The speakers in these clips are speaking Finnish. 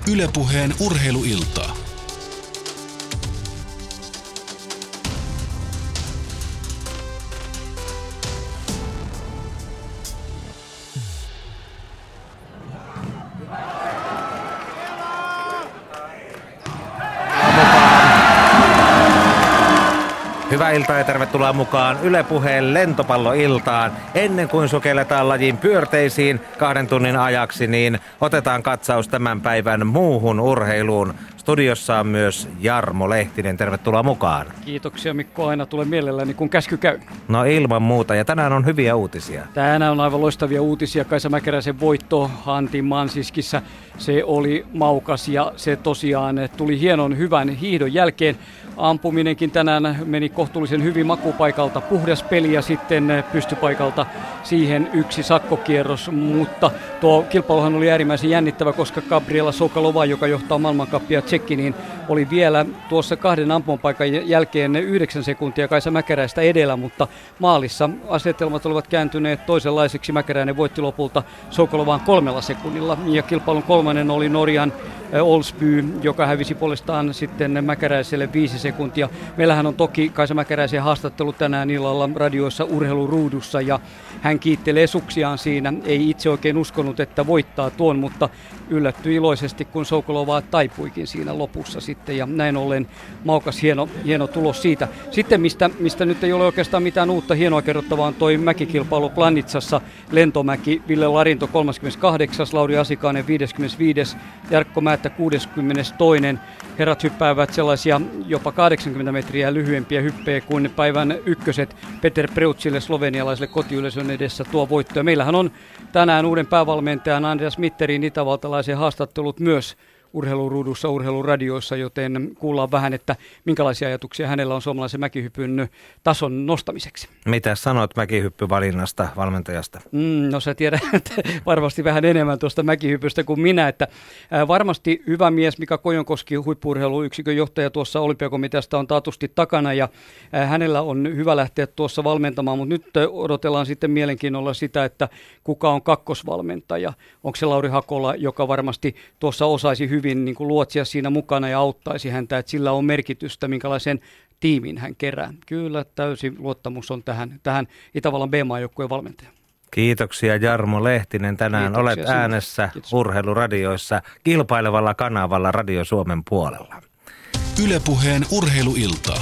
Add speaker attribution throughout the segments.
Speaker 1: Yle Puheen urheiluiltaa.
Speaker 2: Hyvää iltaa ja tervetuloa mukaan Yle Puheen lentopalloiltaan. Ennen kuin sukelletaan lajin pyörteisiin 2 tunnin ajaksi, niin otetaan katsaus tämän päivän muuhun urheiluun. Studiossa on myös Jarmo Lehtinen. Tervetuloa mukaan.
Speaker 3: Kiitoksia Mikko, aina tulee mielelläni kun käsky käy.
Speaker 2: No ilman muuta, ja tänään on hyviä uutisia.
Speaker 3: Tänään on aivan loistavia uutisia. Kaisa Mäkäräisen voitto Antti Mansiskissä, se oli maukas ja se tosiaan tuli hienon hyvän hiihdon jälkeen. Ampuminenkin tänään meni kohtuullisen hyvin makupaikalta, puhdas peli ja sitten pystypaikalta siihen yksi sakkokierros, mutta tuo kilpailuhan oli äärimmäisen jännittävä, koska Gabriela Sokolova, joka johtaa maailmankappia Tsekki, niin oli vielä tuossa 2 ampumpaikan jälkeen 9 sekuntia Kaisa Mäkäräistä edellä, mutta maalissa asetelmat olivat kääntyneet toisenlaiseksi. Mäkäräinen voitti lopulta Sokolovaan 3 sekunnilla ja kilpailun 3. oli Norjan Olsby, joka hävisi puolestaan sitten Mäkäräiselle 5 sekuntia. Meillähän on toki Kaisa Mäkäräisen haastattelu tänään illalla radioissa Urheiluruudussa ja hän kiittelee suksiaan siinä. Ei itse oikein uskonut, että voittaa tuon, mutta yllättyi iloisesti, kun Sokolova taipuikin siinä lopussa sitten ja näin ollen maukas hieno tulos siitä. Sitten mistä nyt ei ole oikeastaan mitään uutta hienoa kerrottavaa on toi mäkikilpailu Planitsassa. Lentomäki, Ville Larinto 38, Lauri Asikainen 55, Jarkko Määttä 62. Herrat hyppäävät sellaisia jopa 80 metriä lyhyempiä hyppejä kuin päivän ykköset Peter Preutzille slovenialaiselle kotiyleisön edessä tuo voitto. Ja meillähän on tänään uuden päävalmentajan Andreas Mitterin itävaltalaisen haastattelut myös Urheiluruudussa, Urheiluradioissa, joten kuullaan vähän, että minkälaisia ajatuksia hänellä on suomalaisen mäkihypyn tason nostamiseksi.
Speaker 2: Mitä sanot mäkihyppyvalinnasta valmentajasta?
Speaker 3: No sä tiedät varmasti vähän enemmän tuosta mäkihypystä kuin minä, että varmasti hyvä mies Mika Kojonkoski, huippu-urheiluyksikön johtaja tuossa Olympiakomiteasta on taatusti takana ja hänellä on hyvä lähteä tuossa valmentamaan, mutta nyt odotellaan sitten mielenkiinnolla sitä, että kuka on kakkosvalmentaja. Onko se Lauri Hakola, joka varmasti tuossa osaisi hyvin niin kuin luotsia siinä mukana ja auttaisi häntä, että sillä on merkitystä, minkälaisen tiimin hän kerää. Kyllä täysi luottamus on tähän Itävallan B-maajoukkueen valmentajan.
Speaker 2: Kiitoksia Jarmo Lehtinen. Tänään
Speaker 3: Kiitoksia
Speaker 2: olet
Speaker 3: sinulle.
Speaker 2: äänessä
Speaker 3: Kiitos.
Speaker 2: Urheiluradioissa kilpailevalla kanavalla Radio Suomen puolella.
Speaker 1: Yle Puheen urheiluiltaa.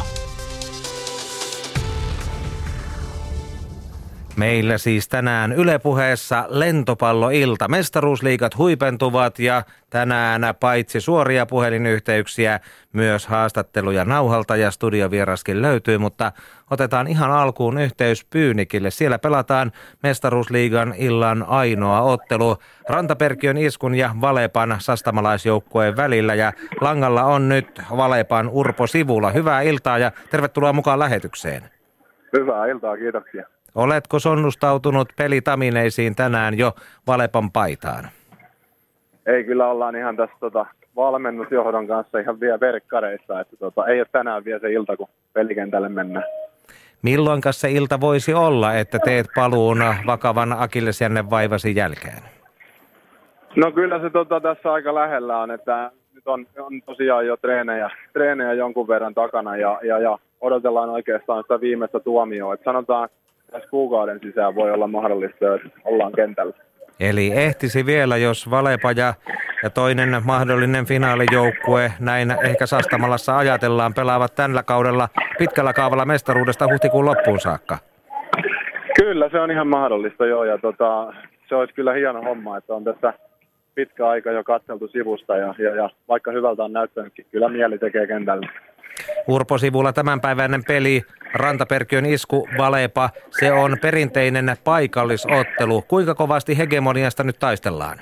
Speaker 2: Meillä siis tänään Yle Puheessa lentopalloilta. Mestaruusliigat huipentuvat ja tänään paitsi suoria puhelinyhteyksiä, myös haastatteluja nauhalta ja studiovieraskin löytyy, mutta otetaan ihan alkuun yhteys Pyynikille. Siellä pelataan Mestaruusliigan illan ainoa ottelu Rantaperkiön Iskun ja Valepan sastamalaisjoukkueen välillä ja langalla on nyt Valepan Urpo Sivula. Hyvää iltaa ja tervetuloa mukaan lähetykseen.
Speaker 4: Hyvää iltaa, kiitoksia.
Speaker 2: Oletko sonnustautunut pelitamineisiin tänään jo Valepan paitaan?
Speaker 4: Ei, kyllä ollaan ihan tässä valmennusjohdon kanssa ihan vielä verkkareissa, että ei ole tänään vielä se ilta, kun pelikentälle mennään.
Speaker 2: Milloinka se ilta voisi olla, että teet paluun vakavan akillesjännen vaivasi jälkeen?
Speaker 4: No kyllä se tässä aika lähellä on, että nyt on tosiaan jo treenejä jonkun verran takana ja odotellaan oikeastaan sitä viimeistä tuomioa. Että sanotaan, tässä kuukauden sisään voi olla mahdollista, että ollaan kentällä.
Speaker 2: Eli ehtisi vielä, jos Valepa ja toinen mahdollinen finaalijoukkue, näin ehkä Sastamalassa ajatellaan, pelaavat tällä kaudella pitkällä kaavalla mestaruudesta huhtikuun loppuun saakka.
Speaker 4: Kyllä, se on ihan mahdollista joo, ja se olisi kyllä hieno homma, että on tässä pitkä aika jo katseltu sivusta ja vaikka hyvältä on näyttänytkin, kyllä mieli tekee kentällä.
Speaker 2: Urpo Sivula, tämänpäiväinen peli, Rantaperkiön Isku, Valepa, se on perinteinen paikallisottelu. Kuinka kovasti hegemoniasta nyt taistellaan?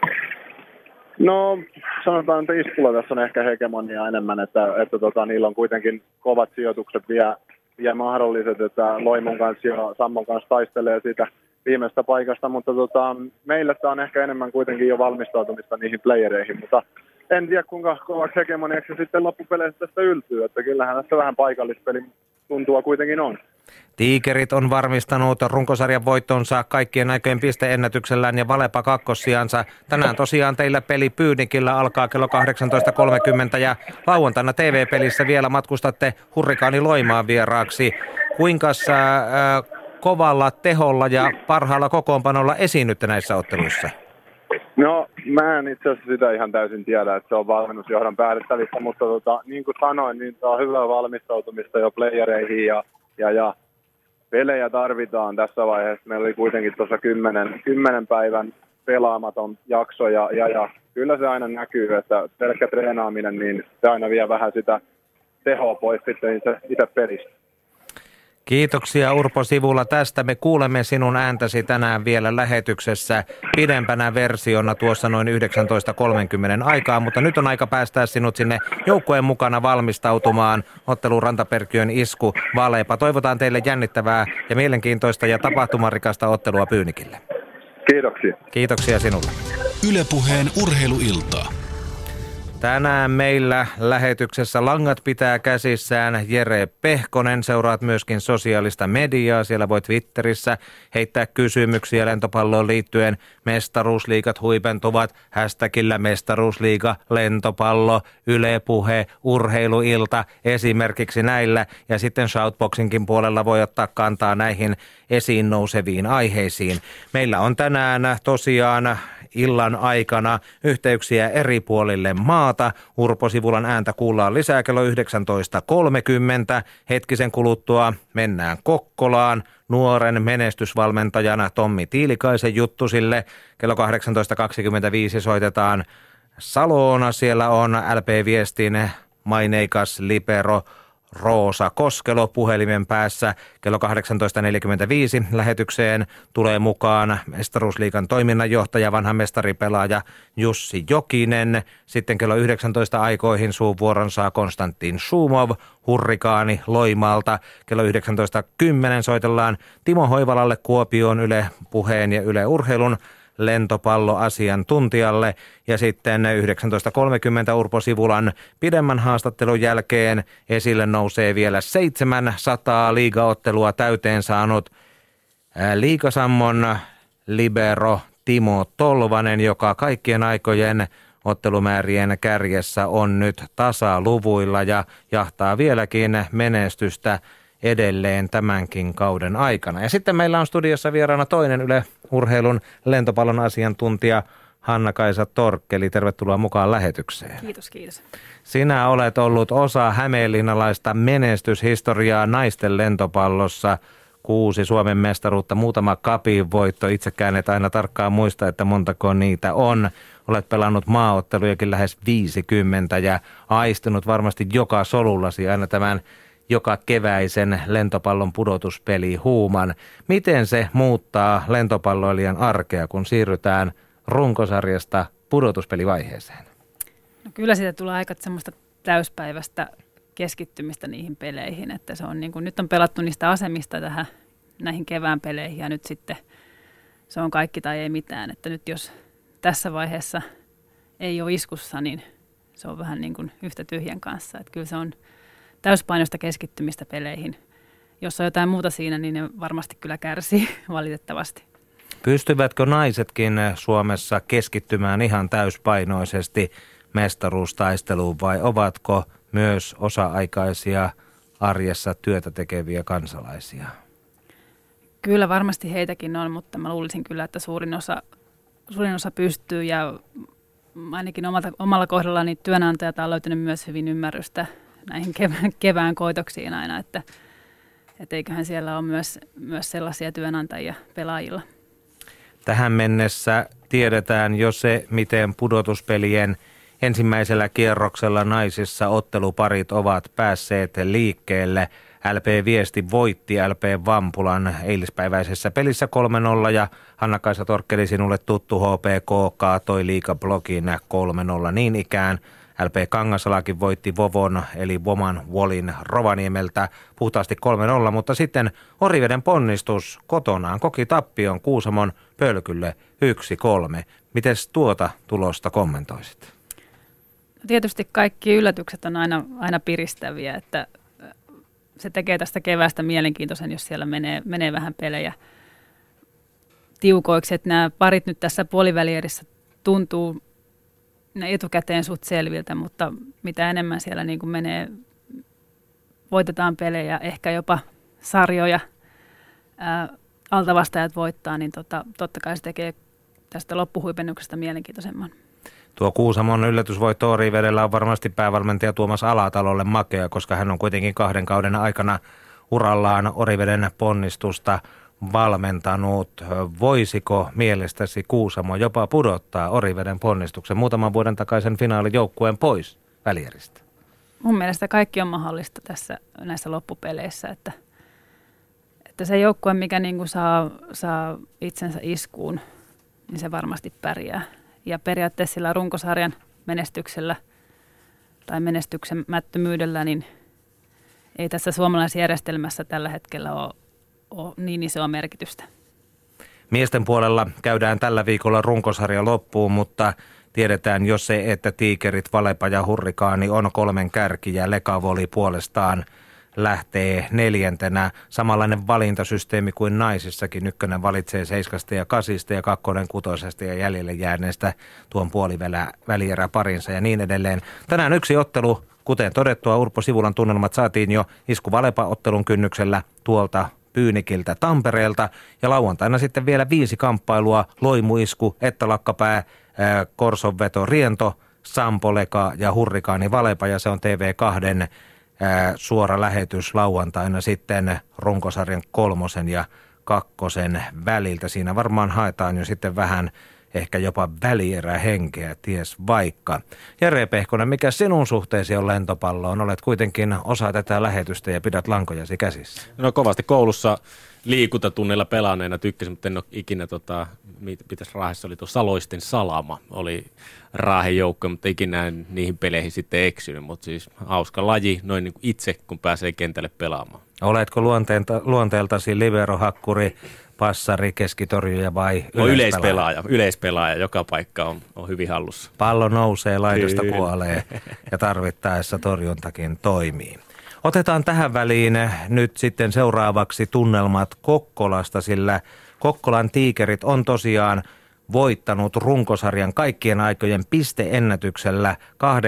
Speaker 4: No sanotaan, että Iskulla tässä on ehkä hegemonia enemmän, että niillä on kuitenkin kovat sijoitukset vielä mahdolliset, että Loimun kanssa ja Sammon kanssa taistelee siitä viimeistä paikasta, mutta meillä tämä on ehkä enemmän kuitenkin jo valmistautumista niihin playereihin, mutta en tiedä kuinka kovaksi hegemoniaksi sitten loppupeleissä tästä yltyy, että kyllähän tässä vähän paikallispeli tuntua kuitenkin on.
Speaker 2: Tiikerit on varmistanut runkosarjan voittonsa kaikkien aikojen pisteennätyksellään ja Valepa kakkossijansa. Tänään tosiaan teillä peli Pyynikillä alkaa kello 18.30 ja lauantaina TV-pelissä vielä matkustatte Hurrikaani Loimaan vieraaksi. Kuinka kovalla teholla ja parhaalla kokoonpanolla esiinnytte näissä otteluissa?
Speaker 4: No, mä en itse asiassa sitä ihan täysin tiedä, että se on valmennusjohdon päätettävissä, mutta niin kuin sanoin, niin tämä on hyvää valmistautumista jo playereihin ja pelejä tarvitaan tässä vaiheessa. Meillä oli kuitenkin tuossa 10 päivän pelaamaton jakso ja kyllä se aina näkyy, että pelkkä treenaaminen, niin se aina vie vähän sitä tehoa pois sitten itse pelistä.
Speaker 2: Kiitoksia Urpo Sivula tästä. Me kuulemme sinun ääntäsi tänään vielä lähetyksessä pidempänä versiona tuossa noin 19.30 aikaa, mutta nyt on aika päästää sinut sinne joukkueen mukana valmistautumaan otteluun Rantaperkiön isku Valepa. Toivotaan teille jännittävää ja mielenkiintoista ja tapahtumarikasta ottelua Pyynikille.
Speaker 4: Kiitoksia.
Speaker 2: Kiitoksia sinulle.
Speaker 1: Yle Puheen urheiluiltaa.
Speaker 2: Tänään meillä lähetyksessä langat pitää käsissään Jere Pehkonen. Seuraat myöskin sosiaalista mediaa. Siellä voi Twitterissä heittää kysymyksiä lentopalloon liittyen. Mestaruusliigat huipentuvat. Hashtagillä Mestaruusliiga, lentopallo, Yle Puhe, urheiluilta esimerkiksi näillä. Ja sitten Shoutboxinkin puolella voi ottaa kantaa näihin esiin nouseviin aiheisiin. Meillä on tänään tosiaan illan aikana yhteyksiä eri puolille maata. Urpo Sivulan ääntä kuullaan lisää kello 19.30. Hetkisen kuluttua mennään Kokkolaan nuoren menestysvalmentajana Tommi Tiilikaisen juttusille. Kello 18.25 soitetaan Saloona. Siellä on LP-viestin maineikas libero Roosa Koskelo puhelimen päässä. Kello 18.45 lähetykseen tulee mukaan Mestaruusliigan toiminnanjohtaja, vanha mestaripelaaja Jussi Jokinen. Sitten kello 19 aikoihin suuvuoron saa Konstantin Šumov Hurrikaani Loimaalta. Kello 19.10 soitellaan Timo Hoivalalle Kuopioon Yle Puheen ja Yle Urheilun lentopalloasiantuntijalle ja sitten 19.30 Urpo Sivulan pidemmän haastattelun jälkeen esille nousee vielä 700 liigaottelua täyteen saanut Liigasammon libero Timo Tolvanen, joka kaikkien aikojen ottelumäärien kärjessä on nyt tasaluvuilla ja jahtaa vieläkin menestystä edelleen tämänkin kauden aikana. Ja sitten meillä on studiossa vieraana toinen Yle Urheilun lentopallon asiantuntija Hanna-Kaisa Torkkeli. Tervetuloa mukaan lähetykseen.
Speaker 5: Kiitos, kiitos.
Speaker 2: Sinä olet ollut osa hämeenlinnalaista menestyshistoriaa naisten lentopallossa. 6 Suomen mestaruutta, muutama cupin voitto. Itsekään et aina tarkkaan muista, että montako niitä on. Olet pelannut maaottelujakin lähes 50 ja aistunut varmasti joka solullasi aina tämän joka keväisen lentopallon pudotuspeli huuman. Miten se muuttaa lentopalloilijan arkea, kun siirrytään runkosarjasta pudotuspelivaiheeseen?
Speaker 5: No kyllä siitä tulee aika semmoista täyspäiväistä keskittymistä niihin peleihin, että se on niin kuin, nyt on pelattu niistä asemista näihin kevään peleihin ja nyt sitten se on kaikki tai ei mitään, että nyt jos tässä vaiheessa ei ole iskussa, niin se on vähän niin kuin yhtä tyhjän kanssa, että kyllä se on täyspainoista keskittymistä peleihin. Jos on jotain muuta siinä, niin ne varmasti kyllä kärsii valitettavasti.
Speaker 2: Pystyvätkö naisetkin Suomessa keskittymään ihan täyspainoisesti mestaruustaisteluun vai ovatko myös osa-aikaisia arjessa työtä tekeviä kansalaisia?
Speaker 5: Kyllä varmasti heitäkin on, mutta mä luulisin kyllä, että suurin osa pystyy ja ainakin omalla kohdallani työnantajat on löytänyt myös hyvin ymmärrystä näihin kevään koitoksiin aina, että eiköhän siellä ole myös sellaisia työnantajia pelaajilla.
Speaker 2: Tähän mennessä tiedetään jo se, miten pudotuspelien ensimmäisellä kierroksella naisissa otteluparit ovat päässeet liikkeelle. LP-viesti voitti LP Vampulan eilispäiväisessä pelissä 3-0 ja Hanna-Kaisa Torkkeli, sinulle tuttu HPK kaatoi Liigablogin 3-0 niin ikään. LP Kangasalakin voitti Vovon eli Voman Wallin Rovaniemeltä puhtaasti 3-0, mutta sitten Oriveden ponnistus kotonaan koki tappion Kuusamon Pölkylle 1-3. Mites tuota tulosta kommentoisit?
Speaker 5: Tietysti kaikki yllätykset on aina piristäviä, että se tekee tästä keväästä mielenkiintoisen, jos siellä menee vähän pelejä tiukoiksi. Että nämä parit nyt tässä puolivälierissä tuntuu ne etukäteen suht selviltä, mutta mitä enemmän siellä niin kuin menee, voitetaan pelejä, ehkä jopa sarjoja, altavastajat voittaa, niin totta kai se tekee tästä loppuhuipennuksesta mielenkiintoisemman.
Speaker 2: Tuo Kuusamon yllätysvoitto Orivedellä on varmasti päävalmentaja Tuomas Alatalolle makea, koska hän on kuitenkin 2 kauden aikana urallaan Oriveden ponnistusta valmentanut. Voisiko mielestäsi Kuusamo jopa pudottaa Oriveden ponnistuksen muutaman vuoden takaisen finaalijoukkueen pois välieristä?
Speaker 5: Mun mielestä kaikki on mahdollista näissä loppupeleissä, että se joukkue, mikä niin kuin saa itsensä iskuun, niin se varmasti pärjää. Ja periaatteessa sillä runkosarjan menestyksellä tai menestyksemättömyydellä, niin ei tässä suomalaisessa järjestelmässä tällä hetkellä ole niin isoa merkitystä. Miesten
Speaker 2: puolella käydään tällä viikolla runkosarja loppuun, mutta tiedetään jo se, että Tiikerit, Valepa ja Hurrikaani on 3 kärki ja Lekavoli puolestaan lähtee 4. Samanlainen valintasysteemi kuin naisissakin. 1 valitsee 7 ja 8 ja 2 6 ja jäljelle jääneestä tuon puolivälierä parinsa ja niin edelleen. Tänään 1 ottelu, kuten todettua, Urpo Sivulan tunnelmat saatiin jo Isku Valepa-ottelun kynnyksellä tuolta Pyynikiltä Tampereelta ja lauantaina sitten vielä 5 kamppailua, Loimu-isku, Että-Lakkapää, Korsonveto, Riento, Sampo, Leka ja Hurrikaani Valepa ja se on TV2 suora lähetys lauantaina sitten runkosarjan 3. ja 2. väliltä. Siinä varmaan haetaan jo sitten vähän ehkä jopa välierähenkeä, ties vaikka. Jere Pehkonen, mikä sinun suhteesi on lentopalloon? Olet kuitenkin osa tätä lähetystä ja pidät lankojasi käsissä.
Speaker 6: No kovasti koulussa liikuntatunnilla pelaaneena tykkäsin, mutta en ole ikinä, mitäs Raahessa oli tuo Saloisten Salama, oli Raahen joukko, mutta ikinä en niihin peleihin sitten eksynyt, mutta siis hauska laji noin niin kuin itse, kun pääsee kentälle pelaamaan.
Speaker 2: Oletko luonteeltasi liberohakkuri, passari, keskitorjuja vai
Speaker 6: yleispelaaja, joka paikka on hyvin hallussa.
Speaker 2: Pallo nousee, laidasta kuolee ja tarvittaessa torjuntakin toimii. Otetaan tähän väliin nyt sitten seuraavaksi tunnelmat Kokkolasta, sillä Kokkolan Tiikerit on tosiaan voittanut runkosarjan kaikkien aikojen pisteennätyksellä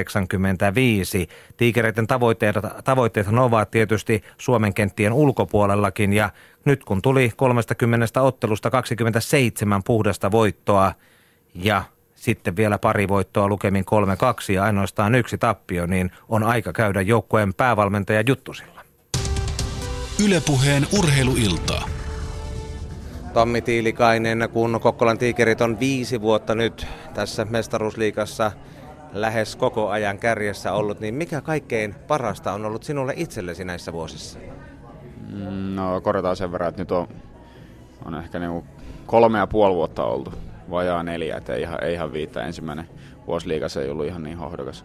Speaker 2: 85. Tiikereiden tavoitteethan ovat tietysti Suomen kenttien ulkopuolellakin ja nyt kun tuli 30 ottelusta 27 puhdasta voittoa ja sitten vielä pari voittoa lukemin 3-2 ja ainoastaan 1 tappio, niin on aika käydä joukkueen päävalmentaja Juttusilla.
Speaker 1: Yle Puheen urheiluiltaa.
Speaker 2: Tommi Tiilikainen, kun Kokkolan Tiikerit on 5 vuotta nyt tässä mestaruusliigassa lähes koko ajan kärjessä ollut, niin mikä kaikkein parasta on ollut sinulle itsellesi näissä vuosissa?
Speaker 7: No korjataan sen verran, että nyt on ehkä niinku 3,5 vuotta oltu, vajaa 4, että ei ihan 5. Ensimmäinen vuosi liigassa ei ollut ihan niin hohdokas.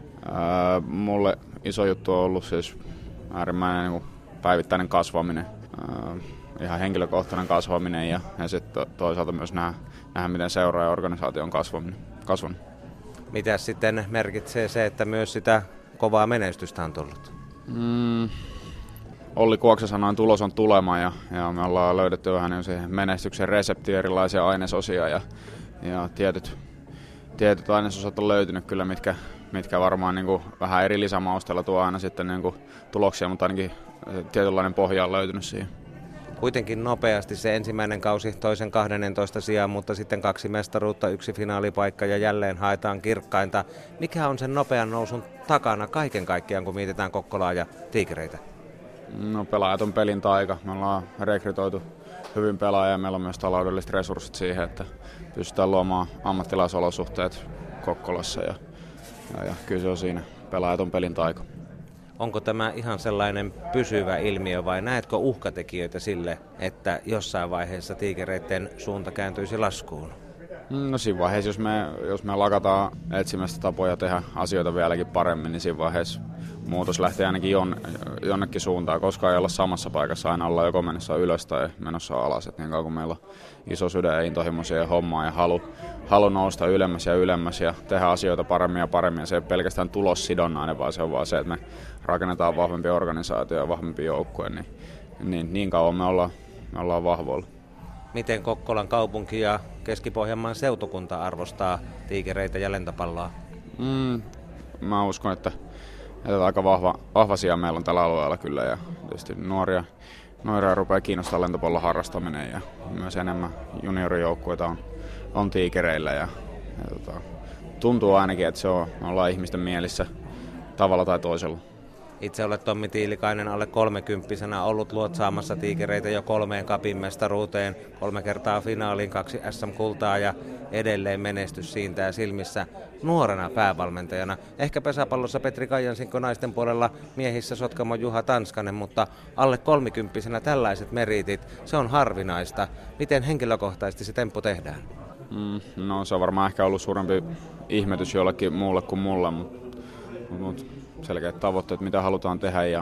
Speaker 7: Mulle iso juttu on ollut siis äärimmäinen niinku päivittäinen kasvaminen. Ihan henkilökohtainen kasvaminen ja sitten toisaalta myös nähdä miten seura ja organisaatio on kasvanut.
Speaker 2: Mitä sitten merkitsee se, että myös sitä kovaa menestystä on tullut?
Speaker 7: Olli Kuoksa sanoi, tulos on tulema ja me ollaan löydetty vähän siihen menestyksen resepti, erilaisia ainesosia ja tietyt ainesosat on löytynyt kyllä, mitkä varmaan niin kuin vähän eri lisämausteella tuo aina sitten niin kuin tuloksia, mutta ainakin tietynlainen pohja on löytynyt siihen.
Speaker 2: Kuitenkin nopeasti se ensimmäinen kausi toisen 12 sijaan, mutta sitten 2 mestaruutta, 1 finaalipaikka ja jälleen haetaan kirkkainta. Mikä on sen nopean nousun takana kaiken kaikkiaan, kun mietitään Kokkolaa ja Tiikereitä?
Speaker 7: No pelaajat on pelin taika. Me ollaan rekrytoitu hyvin pelaajia ja meillä on myös taloudelliset resurssit siihen, että pystytään luomaan ammattilaisolosuhteet Kokkolassa ja kyllä se on siinä. Pelaajat on pelin taika.
Speaker 2: Onko tämä ihan sellainen pysyvä ilmiö vai näetkö uhkatekijöitä sille, että jossain vaiheessa Tiikereiden suunta kääntyisi laskuun?
Speaker 7: No siinä vaiheessa, jos me lakataan etsimästä tapoja tehdä asioita vieläkin paremmin, niin siinä vaiheessa muutos lähtee ainakin jonnekin suuntaan, koska ei olla samassa paikassa, aina ollaan joko menossa ylös tai menossa alas. Et niin kauan kun meillä on iso sydän ja intohimo siihen hommaan ja halu nousta ylemmäs ja tehdä asioita paremmin ja paremmin. Ja se ei pelkästään tulossidonnainen, vaan se on vaan se, että me rakennetaan vahvempi organisaatio ja vahvempi joukkue. Niin kauan me ollaan vahvoilla.
Speaker 2: Miten Kokkolan kaupunki ja Keski-Pohjanmaan seutukunta arvostaa Tiikereitä ja lentopalloa?
Speaker 7: Mä uskon, että aika vahva sija meillä on tällä alueella kyllä. Ja tietysti nuoria rupeaa kiinnostaa lentopallon harrastaminen ja myös enemmän juniorijoukkueita on Tiikereillä. Ja tuntuu ainakin, että me ollaan ihmisten mielissä tavalla tai toisella.
Speaker 2: Itse olet Tommi Tiilikainen alle 30-vuotiaana ollut luotsaamassa Tiikereitä jo 3 cupin mestaruuteen, 3 kertaa finaaliin, 2 SM-kultaa ja edelleen menestys siintää silmissä nuorena päävalmentajana. Ehkä pesäpallossa Petri Kaijansinko naisten puolella, miehissä Sotkamon Juha Tanskanen, mutta alle 30-vuotiaana tällaiset meritit, se on harvinaista. Miten henkilökohtaisesti se temppu tehdään?
Speaker 7: No se on varmaan ehkä ollut suurempi ihmetys jollekin muulle kuin mulle, mutta selkeät tavoitteet, mitä halutaan tehdä ja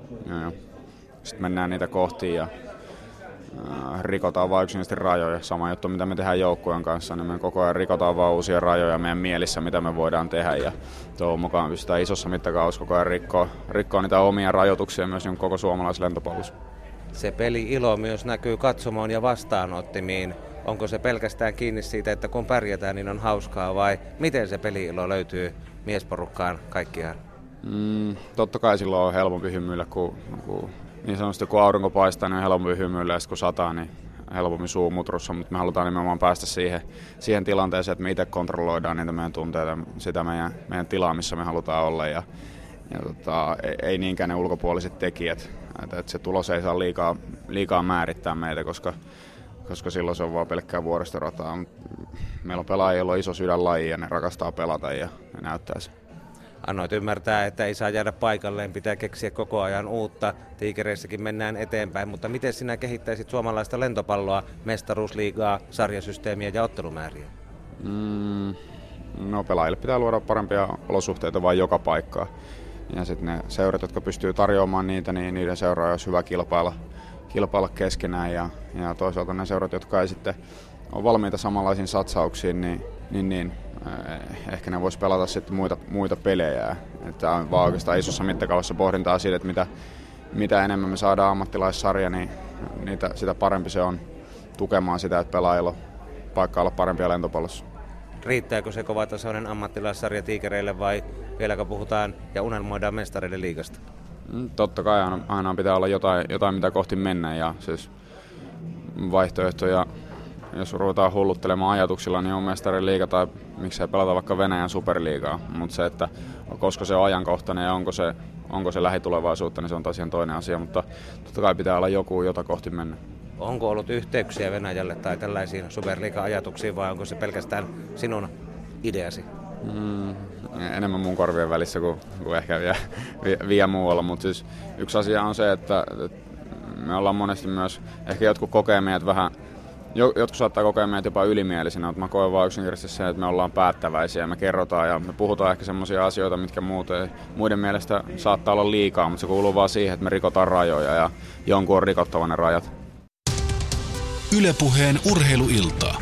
Speaker 7: sitten mennään niitä kohti ja rikotaan vaan yksinkertaisesti rajoja. Sama juttu, mitä me tehdään joukkueen kanssa, niin me koko ajan rikotaan vaan uusia rajoja meidän mielissä, mitä me voidaan tehdä ja tuon mukaan pystytään isossa mittakaavassa koko ajan rikkoa niitä omia rajoituksia myös koko suomalaisessa lentopallossa.
Speaker 2: Se peli-ilo myös näkyy katsomoon ja vastaanottimiin. Onko se pelkästään kiinni siitä, että kun pärjätään, niin on hauskaa vai miten se peli-ilo löytyy miesporukkaan kaikkiaan?
Speaker 7: Totta kai silloin on helpompi hymyillä, kun niin sanotusti kun aurinko paistaa, niin on helpompi hymyillä ja kun sataa, niin helpommin suu mutrussa, mutta me halutaan nimenomaan päästä siihen tilanteeseen, että me itse kontrolloidaan niitä meidän tunteita, sitä meidän tilaa, missä me halutaan olla ja ei niinkään ne ulkopuoliset tekijät, että se tulos ei saa liikaa määrittää meitä, koska silloin se on vaan pelkkää vuoristorataa. Meillä on pelaajia, joilla on iso sydänlaji ja ne rakastaa pelata ja ne näyttää se.
Speaker 2: Annoit ymmärtää, että ei saa jäädä paikalleen, pitää keksiä koko ajan uutta. Tiikereissäkin mennään eteenpäin, mutta miten sinä kehittäisit suomalaista lentopalloa, mestaruusliigaa, sarjasysteemiä ja ottelumääriä? No pelaajille pitää luoda parempia olosuhteita vaan joka paikkaan. Ja sitten ne seurat, jotka pystyy tarjoamaan niitä, niin niiden seuraa olisi hyvä kilpailla keskenään. Ja toisaalta ne seurat, jotka ei sitten ole valmiita samanlaisiin satsauksiin, niin ehkä ne vois pelata sitten muita pelejä. Että on vaan oikeastaan isossa mittakaavassa pohdintaa siitä, että mitä enemmän me saadaan ammattilaissarja, niin sitä parempi se on tukemaan sitä, että pelaajilla on paikka olla parempia lentopallossa. Riittääkö se kovatasoinen ammattilaissarja Tiikereille vai vieläkö puhutaan ja unelmoidaan mestareiden liigasta?
Speaker 7: Totta kai aina pitää olla jotain mitä kohti mennä ja siis vaihtoehtoja. Jos ruvetaan hulluttelemaan ajatuksilla, niin on mestarin liiga tai miksei pelata vaikka Venäjän superliigaa. Mutta se, että koska se on ajankohtainen ja onko se lähitulevaisuutta, niin se on taas ihan toinen asia. Mutta totta kai pitää olla joku, jota kohti mennä.
Speaker 2: Onko ollut yhteyksiä Venäjälle tai tällaisiin superliiga-ajatuksiin vai onko se pelkästään sinun ideasi?
Speaker 7: Enemmän mun korvien välissä kuin ehkä vielä muualla. Mutta siis yksi asia on se, että me ollaan monesti myös, ehkä jotkut kokee meidät vähän, jotkut saattaa kokea meidät jopa ylimielisinä, mutta mä koen vaan yksinkertaisesti sen, että me ollaan päättäväisiä, me kerrotaan ja me puhutaan ehkä semmoisia asioita, mitkä muiden mielestä saattaa olla liikaa, mutta se kuuluu vaan siihen, että me rikotaan rajoja ja jonkun on rikottava ne rajat.
Speaker 1: Yle Puheen urheiluiltaa.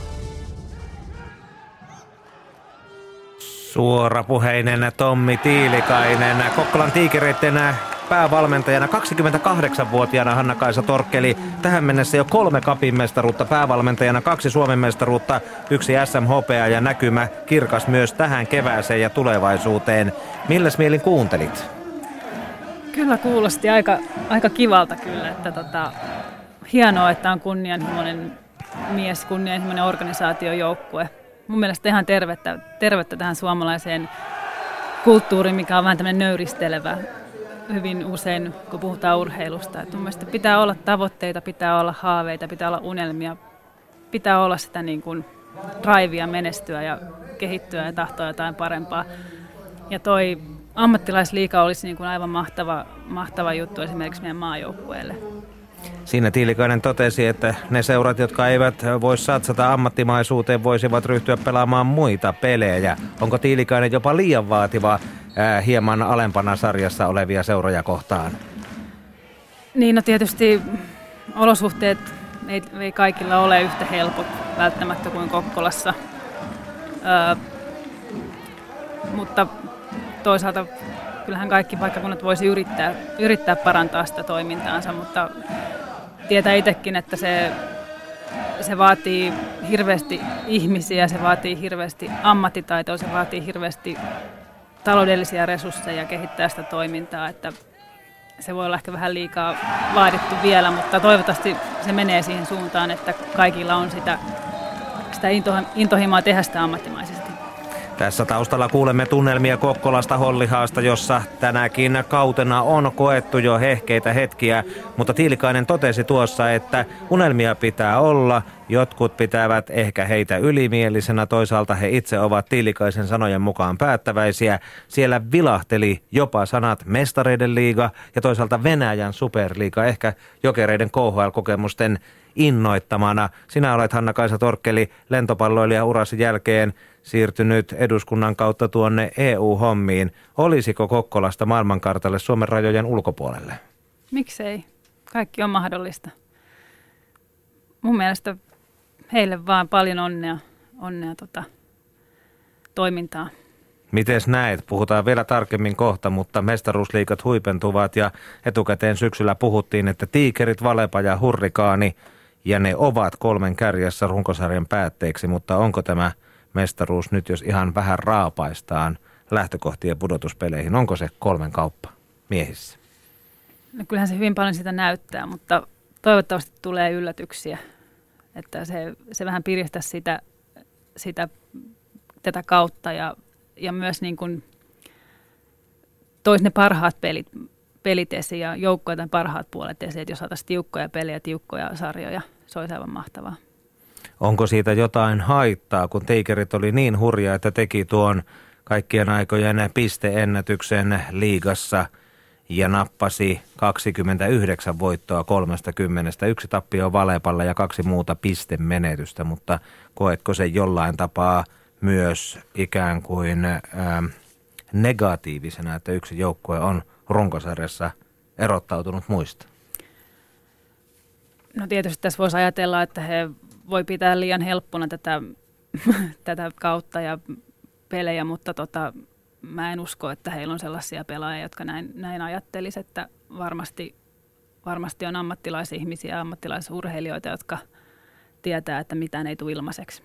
Speaker 2: Suorapuheinen Tommi Tiilikainen, Kokkolan Tiikereiden päävalmentajana 28-vuotiaana Hanna-Kaisa Torkkeli. Tähän mennessä jo 3 cupin mestaruutta, päävalmentajana 2 Suomen mestaruutta, 1 SM-hopea ja näkymä kirkas myös tähän kevääseen ja tulevaisuuteen. Milläs mielin kuuntelit?
Speaker 5: Kyllä kuulosti aika kivalta kyllä, että hienoa, että on kunnianhimoinen mies, kunnianhimoinen organisaatiojoukkue. Mun mielestä ihan tervettä tähän suomalaiseen kulttuuriin, mikä on vähän tämmöinen nöyristelevä hyvin usein, kun puhutaan urheilusta. Mun mielestä pitää olla tavoitteita, pitää olla haaveita, pitää olla unelmia, pitää olla sitä niin kuin draivia menestyä ja kehittyä ja tahtoa jotain parempaa. Ja toi ammattilaisliiga olisi niin kuin aivan mahtava juttu esimerkiksi meidän maajoukkueelle.
Speaker 2: Siinä Tiilikainen totesi, että ne seurat, jotka eivät voi satsata ammattimaisuuteen, voisivat ryhtyä pelaamaan muita pelejä. Onko Tiilikainen jopa liian vaativa hieman alempana sarjassa olevia seuroja kohtaan?
Speaker 5: Niin, no tietysti olosuhteet ei kaikilla ole yhtä helpot välttämättä kuin Kokkolassa, mutta toisaalta kyllähän kaikki paikkakunnat voisi yrittää parantaa sitä toimintaansa, mutta tietää itsekin, että se vaatii hirveästi ihmisiä, se vaatii hirveästi ammattitaitoa, se vaatii hirveästi taloudellisia resursseja kehittää sitä toimintaa, että se voi olla ehkä vähän liikaa vaadittu vielä, mutta toivottavasti se menee siihen suuntaan, että kaikilla on sitä intohimoa tehdä sitä ammattimaisesti.
Speaker 2: Tässä taustalla kuulemme tunnelmia Kokkolasta Hollihaasta, jossa tänäkin kautena on koettu jo hehkeitä hetkiä, mutta Tiilikainen totesi tuossa, että unelmia pitää olla. Jotkut pitävät ehkä heitä ylimielisenä, toisaalta he itse ovat Tiilikaisen sanojen mukaan päättäväisiä. Siellä vilahteli jopa sanat Mestareiden liiga ja toisaalta Venäjän superliiga, ehkä Jokereiden KHL-kokemusten innoittamana. Sinä olet, Hanna-Kaisa Torkkeli, lentopalloilija urasi jälkeen siirtynyt eduskunnan kautta tuonne EU-hommiin. Olisiko Kokkolasta maailmankartalle Suomen rajojen ulkopuolelle?
Speaker 5: Miksei? Kaikki on mahdollista. Mun mielestä heille vaan paljon onnea toimintaa.
Speaker 2: Mites näet? Puhutaan vielä tarkemmin kohta, mutta mestaruusliigat huipentuvat ja etukäteen syksyllä puhuttiin, että Tiikerit, Valepa ja Hurrikaani ja ne ovat 3 kärjessä runkosarjan päätteeksi, mutta onko tämä mestaruus nyt, jos ihan vähän raapaistaan lähtökohtia pudotuspeleihin, onko se 3 kauppa miehissä?
Speaker 5: No kyllähän se hyvin paljon sitä näyttää, mutta toivottavasti tulee yllätyksiä, että se vähän piristäisi tätä kautta ja myös niin kuin toisi ne parhaat pelit esiin ja joukkojen parhaat puolet esiin, että jos saataisiin tiukkoja pelejä, tiukkoja sarjoja, se olisi aivan mahtavaa.
Speaker 2: Onko siitä jotain haittaa, kun Tiikerit oli niin hurja, että teki tuon kaikkien aikojen pisteennätyksen liigassa ja nappasi 29 voittoa 30, 1 tappio Valepalla ja 2 muuta pistemenetystä, mutta koetko se jollain tapaa myös ikään kuin negatiivisena, että yksi joukkue on runkosarjassa erottautunut muista?
Speaker 5: No tietysti tässä voisi ajatella, että he voi pitää liian helppona tätä kautta ja pelejä, mutta mä en usko, että heillä on sellaisia pelaajia, jotka näin ajattelisivat, että varmasti on ammattilaisihmisiä, ammattilaisurheilijoita, jotka tietää, että mitään ei tule ilmaiseksi.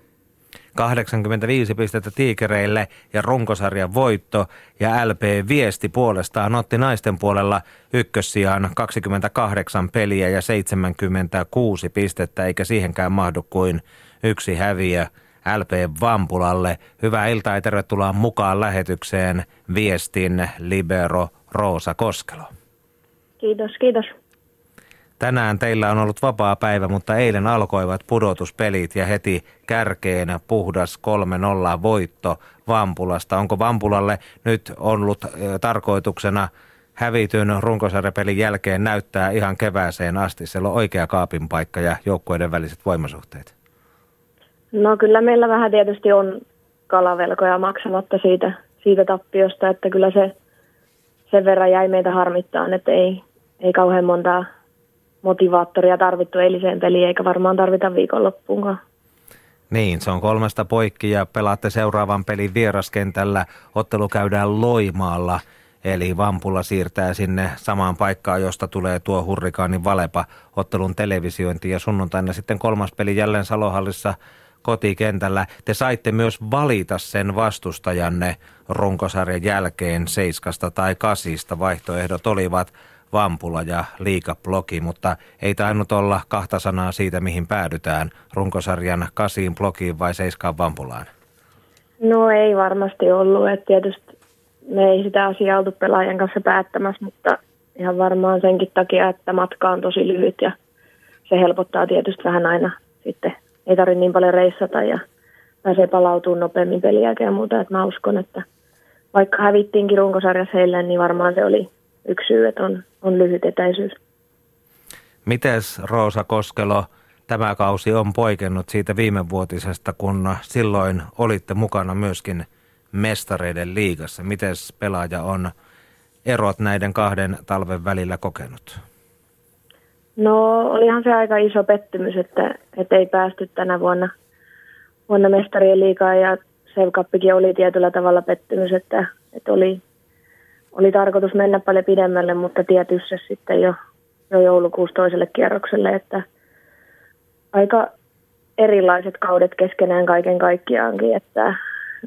Speaker 2: 85 pistettä Tiikereille ja runkosarjan voitto, ja LP Viesti puolestaan otti naisten puolella ykkössijaan 28 peliä ja 76 pistettä, eikä siihenkään mahdu kuin 1 häviö LP Vampulalle. Hyvää iltaa ja tervetuloa mukaan lähetykseen Viestin libero Roosa Koskelo.
Speaker 8: Kiitos, kiitos.
Speaker 2: Tänään teillä on ollut vapaa päivä, mutta eilen alkoivat pudotuspelit ja heti kärkeen puhdas 3-0 voitto Vampulasta. Onko Vampulalle nyt ollut tarkoituksena hävityn runkosarjapelin jälkeen näyttää ihan kevääseen asti? Siellä on oikea kaapin paikka ja joukkueiden väliset voimasuhteet.
Speaker 8: No kyllä meillä vähän tietysti on kalavelkoja maksamatta siitä tappiosta, että kyllä se sen verran jäi meitä harmittaan, että ei kauhean montaa motivaattoria tarvittu eiliseen peliin, eikä varmaan tarvita viikonloppuunkaan.
Speaker 2: Niin, se on 3 poikki ja pelaatte seuraavan pelin vieraskentällä. Ottelu käydään Loimaalla, eli Vampula siirtää sinne samaan paikkaan, josta tulee tuo Hurrikaanin Valepa ottelun televisiointi. Ja sunnuntaina sitten 3. peli jälleen Salohallissa kotikentällä. Te saitte myös valita sen vastustajanne runkosarjan jälkeen 7 tai 8. Vaihtoehdot olivat Vampula ja Liiga-blogi, mutta ei tainnut olla 2 sanaa siitä, mihin päädytään. Runkosarjan 8 blogiin vai 7 Vampulaan?
Speaker 8: No ei varmasti ollut. Että tietysti me ei sitä asiaa oltu pelaajan kanssa päättämässä, mutta ihan varmaan senkin takia, että matka on tosi lyhyt ja se helpottaa tietysti vähän aina sitten. Ei tarvitse niin paljon reissata ja pääsee palautumaan nopeammin pelin jälkeen ja muuta. Että mä uskon, että vaikka hävittiinkin runkosarjassa heille, niin varmaan se oli yksi syy, että on lyhyt etäisyys.
Speaker 2: Mites Roosa Koskelo, tämä kausi on poikennut siitä viimevuotisesta, kun silloin olitte mukana myöskin Mestareiden liigassa. Miten pelaaja on erot näiden kahden talven välillä kokenut?
Speaker 8: No olihan se aika iso pettymys, että ei päästy tänä vuonna Mestarien liigaan ja Sevcuppikin oli tietyllä tavalla pettymys, että oli tarkoitus mennä paljon pidemmälle, mutta tietysti sitten jo joulukuussa toiselle kierrokselle, että aika erilaiset kaudet keskenään kaiken kaikkiaankin, että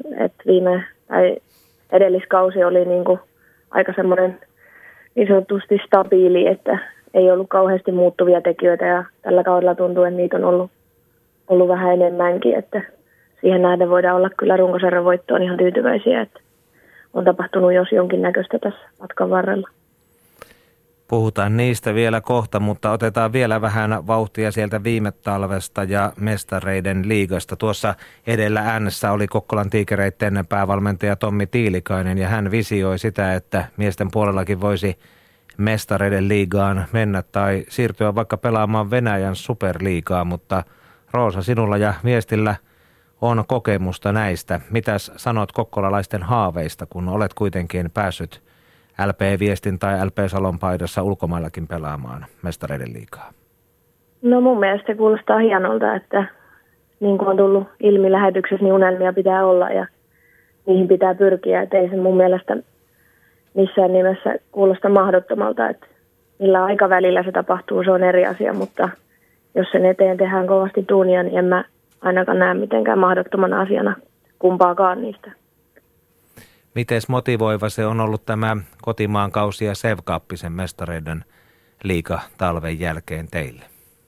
Speaker 8: edelliskausi oli niin kuin aika semmoinen niin sanotusti stabiili, että ei ollut kauheasti muuttuvia tekijöitä ja tällä kaudella tuntuu, että niitä on ollut vähän enemmänkin, että siihen nähden voidaan olla kyllä runkosarjan voittoon ihan tyytyväisiä, että on tapahtunut jos jonkinnäköistä tässä matkan varrella.
Speaker 2: Puhutaan niistä vielä kohta, mutta otetaan vielä vähän vauhtia sieltä viime talvesta ja Mestareiden liigasta. Tuossa edellä äänessä oli Kokkolan Tiikereiden päävalmentaja Tommi Tiilikainen ja hän visioi sitä, että miesten puolellakin voisi Mestareiden liigaan mennä tai siirtyä vaikka pelaamaan Venäjän superliigaa, mutta Roosa, sinulla ja viestillä on kokemusta näistä. Mitäs sanot kokkolalaisten haaveista, kun olet kuitenkin päässyt LP-viestin tai LP-Salon paidassa ulkomaillakin pelaamaan Mestareiden liigaa?
Speaker 8: No mun mielestä se kuulostaa hienolta, että niin kuin on tullut ilmi lähetyksessä, niin unelmia pitää olla ja niihin pitää pyrkiä. Et ei se mun mielestä missään nimessä kuulosta mahdottomalta, että millä aikavälillä se tapahtuu, se on eri asia, mutta jos sen eteen tehdään kovasti duunia, niin en mä ainakaan näe mitenkään mahdottomana asiana kumpaakaan niistä.
Speaker 2: Miten motivoiva se on ollut tämä kotimaan kausi ja Sevcappisen Mestareiden liiga talven jälkeen teille?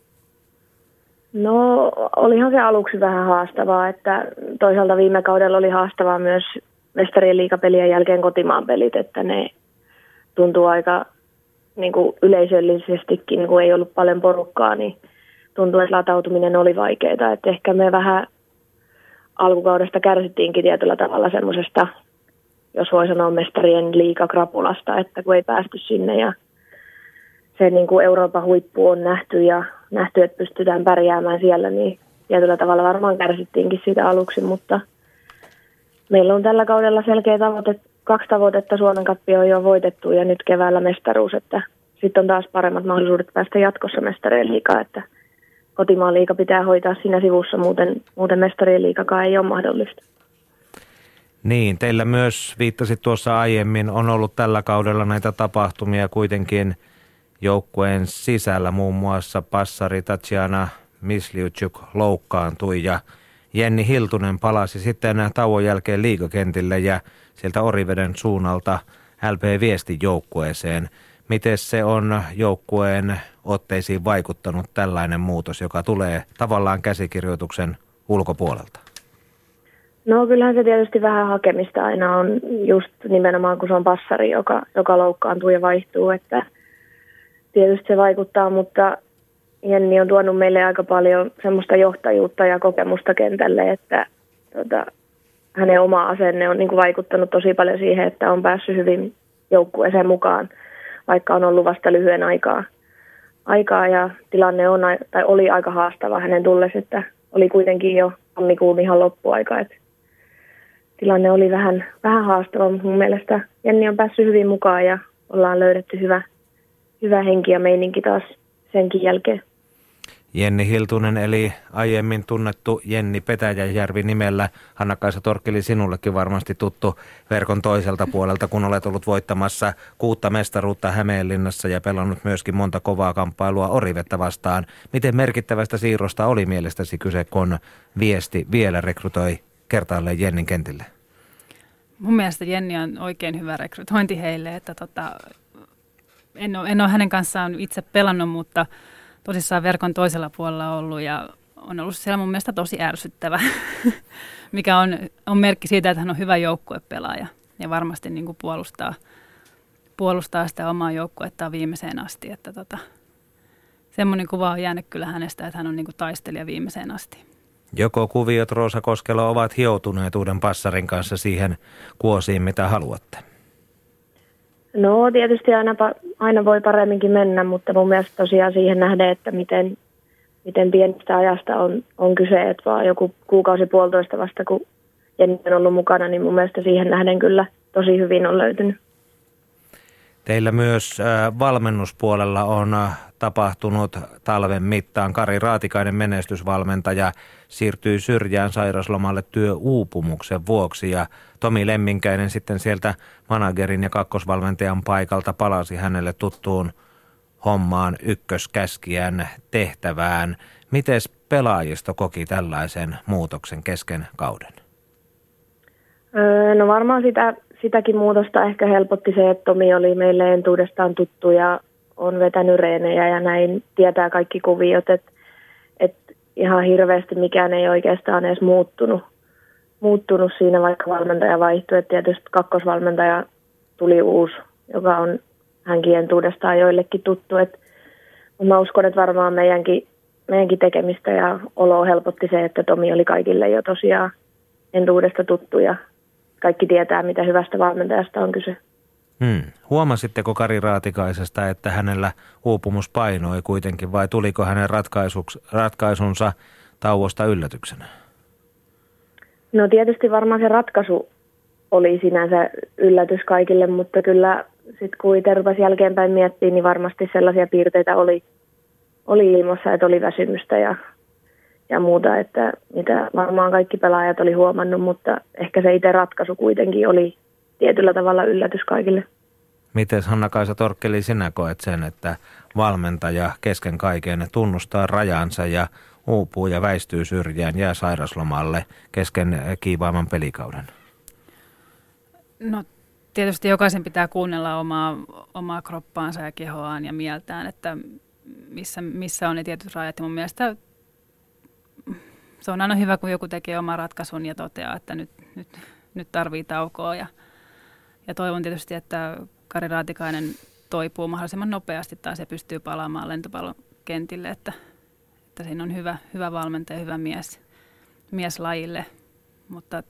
Speaker 8: No olihan se aluksi vähän haastavaa, että toisaalta viime kaudella oli haastavaa myös Mestarien liigapelien jälkeen kotimaan pelit, että ne tuntuu aika niin kuin yleisöllisestikin, kun ei ollut paljon porukkaa, niin tuntuu, että latautuminen oli vaikeaa. Että ehkä me vähän alkukaudesta kärsittiinkin tietyllä tavalla semmoisesta, jos voi sanoa Mestarien liigakrapulasta, että kun ei päästy sinne ja se niin kuin Euroopan huippu on nähty, että pystytään pärjäämään siellä, niin tietyllä tavalla varmaan kärsittiinkin siitä aluksi, mutta meillä on tällä kaudella selkeä tavoite, 2 tavoitetta, Suomen Cuppi on jo voitettu ja nyt keväällä mestaruus, että sitten on taas paremmat mahdollisuudet päästä jatkossa Mestarien liigaan, että kotimaan liiga pitää hoitaa siinä sivussa, muuten Mestarien liigakaan ei ole mahdollista.
Speaker 2: Niin, teillä myös viittasit tuossa aiemmin, on ollut tällä kaudella näitä tapahtumia kuitenkin joukkueen sisällä, muun muassa passari Tatjana Misliuchuk loukkaantui ja Jenni Hiltunen palasi sitten tauon jälkeen liigakentille ja sieltä Oriveden suunnalta LP-viestin joukkueeseen. Miten se on joukkueen otteisiin vaikuttanut tällainen muutos, joka tulee tavallaan käsikirjoituksen ulkopuolelta?
Speaker 8: No kyllähän se tietysti vähän hakemista aina on just nimenomaan, kun se on passari, joka loukkaantuu ja vaihtuu, että tietysti se vaikuttaa, mutta Jenni on tuonut meille aika paljon semmoista johtajuutta ja kokemusta kentälle, että hänen oma asenne on niin kuin vaikuttanut tosi paljon siihen, että on päässyt hyvin joukkueeseen mukaan, vaikka on ollut vasta lyhyen aikaa ja tilanne oli aika haastava hänen tullessa, että oli kuitenkin jo tammikuun ihan loppuaika, että tilanne oli vähän haastava, mutta mun mielestä Jenni on päässyt hyvin mukaan ja ollaan löydetty hyvä henki ja meininki taas senkin jälkeen.
Speaker 2: Jenni Hiltunen eli aiemmin tunnettu Jenni Petäjäjärvi nimellä. Hanna-Kaisa Torkkili, sinullekin varmasti tuttu verkon toiselta puolelta, kun olet ollut voittamassa 6 mestaruutta Hämeenlinnassa ja pelannut myöskin monta kovaa kamppailua Orivettä vastaan. Miten merkittävästä siirrosta oli mielestäsi kyse, kun viesti vielä rekrytoi kertaalleen Jennin kentille?
Speaker 5: Mun mielestä Jenni on oikein hyvä rekrytointi heille, että en ole hänen kanssaan itse pelannut, mutta tosissaan verkon toisella puolella ollut ja on ollut siellä mun mielestä tosi ärsyttävä, mikä on merkki siitä, että hän on hyvä joukkuepelaaja ja varmasti niin kuin puolustaa sitä omaa joukkuettaan viimeiseen asti. Että semmoinen kuva on jäänyt kyllä hänestä, että hän on niin kuin taistelija viimeiseen asti.
Speaker 2: Joko kuviot Roosa Koskelo ovat hioutuneet uuden passarin kanssa siihen kuosiin, mitä haluatte?
Speaker 8: No tietysti aina voi paremminkin mennä, mutta mun mielestä tosiaan siihen nähdään, että miten pienestä ajasta on kyse, että vaan joku kuukausi puolitoista vasta, kun Jenni on ollut mukana, niin mun mielestä siihen nähden kyllä tosi hyvin on löytynyt.
Speaker 2: Teillä myös valmennuspuolella on tapahtunut talven mittaan. Kari Raatikainen, menestysvalmentaja, siirtyi syrjään sairaslomalle työuupumuksen vuoksi ja Tomi Lemminkäinen sitten sieltä managerin ja kakkosvalmentajan paikalta palasi hänelle tuttuun hommaan, ykköskäskijän tehtävään. Mites pelaajisto koki tällaisen muutoksen kesken kauden?
Speaker 8: No varmaan sitäkin muutosta ehkä helpotti se, että Tomi oli meille entuudestaan tuttu ja on vetänyt reenejä ja näin tietää kaikki kuviot, että ihan hirveästi mikään ei oikeastaan edes muuttunut siinä, vaikka valmentaja vaihtui. Että tietysti kakkosvalmentaja tuli uusi, joka on hänkin entuudestaan joillekin tuttu. Mutta mä uskon, että varmaan meidänkin tekemistä ja oloa helpotti se, että Tomi oli kaikille jo tosiaan entuudesta tuttu ja kaikki tietää, mitä hyvästä valmentajasta on kyse.
Speaker 2: Huomasitteko Kari Raatikaisesta, että hänellä uupumus painoi kuitenkin vai tuliko hänen ratkaisunsa tauosta yllätyksenä?
Speaker 8: No tietysti varmaan se ratkaisu oli sinänsä yllätys kaikille, mutta kyllä sitten kun itse rupesi jälkeenpäin miettimään, niin varmasti sellaisia piirteitä oli ilmassa, että oli väsymystä ja muuta, että mitä varmaan kaikki pelaajat oli huomannut, mutta ehkä se itse ratkaisu kuitenkin oli tietyllä tavalla yllätys kaikille.
Speaker 2: Miten Hanna-Kaisa Torkkeli sinä koet sen, että valmentaja kesken kaiken tunnustaa rajansa ja uupuu ja väistyy syrjään, jää sairaslomalle kesken kiivaamman pelikauden?
Speaker 5: No tietysti jokaisen pitää kuunnella omaa kroppaansa ja kehoaan ja mieltään, että missä on ne tietyt rajat. Ja mun mielestä se on aina hyvä, kun joku tekee oman ratkaisun ja toteaa, että nyt tarvii taukoa. Ja toivon tietysti, että Kari Raatikainen toipuu mahdollisimman nopeasti tai se pystyy palaamaan lentopallon kentille, että siinä on hyvä valmentaja, hyvä mies lajille. Mutta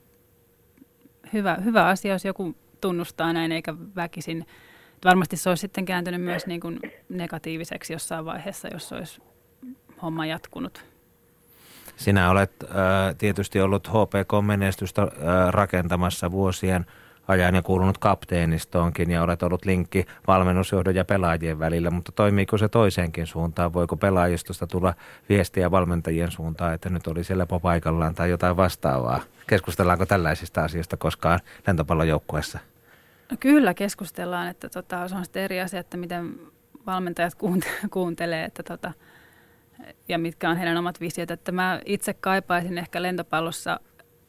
Speaker 5: hyvä asia, jos joku tunnustaa näin eikä väkisin. Varmasti se olisi sitten kääntynyt myös niin kuin negatiiviseksi jossain vaiheessa, jos olisi homma jatkunut.
Speaker 2: Sinä olet tietysti ollut HPK-menestystä rakentamassa vuosien ajan ja kuulunut kapteenistoonkin ja olet ollut linkki valmennusjohdon ja pelaajien välillä, mutta toimiiko se toiseenkin suuntaan? Voiko pelaajistosta tulla viestiä valmentajien suuntaan, että nyt oli siellä paikallaan tai jotain vastaavaa? Keskustellaanko tällaisista asioista koskaan lentopallojoukkueessa?
Speaker 5: No kyllä keskustellaan, että se on sitten eri asia, että miten valmentajat kuuntelee, että ja mitkä on heidän omat visiot. Että mä itse kaipaisin ehkä lentopallossa,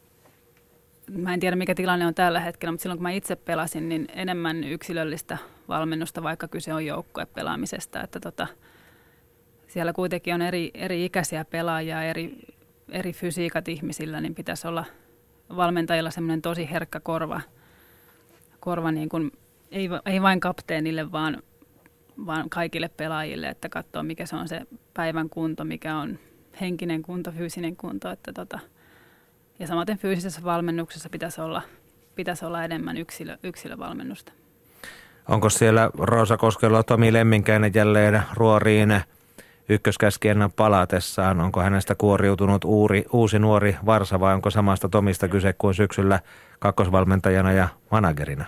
Speaker 5: mä en tiedä mikä tilanne on tällä hetkellä, mutta silloin kun mä itse pelasin, niin enemmän yksilöllistä valmennusta, vaikka kyse on joukkuepelaamisesta. Että siellä kuitenkin on eri ikäisiä pelaajia, eri fysiikat ihmisillä, niin pitäisi olla valmentajilla semmoinen tosi herkkä korva niin kuin, ei vain kapteenille, vaan kaikille pelaajille, että katsoo mikä se on se päivän kunto, mikä on henkinen kunto, fyysinen kunto. Ja samaten fyysisessä valmennuksessa pitäisi olla enemmän yksilövalmennusta. Onko
Speaker 2: siellä Roosa Koskelo Tomi Lemminkäinen jälleen ruoriin ykköskäskien palatessaan? Onko hänestä kuoriutunut uusi nuori varsa vai onko samasta Tomista kyse kuin syksyllä kakkosvalmentajana ja managerina?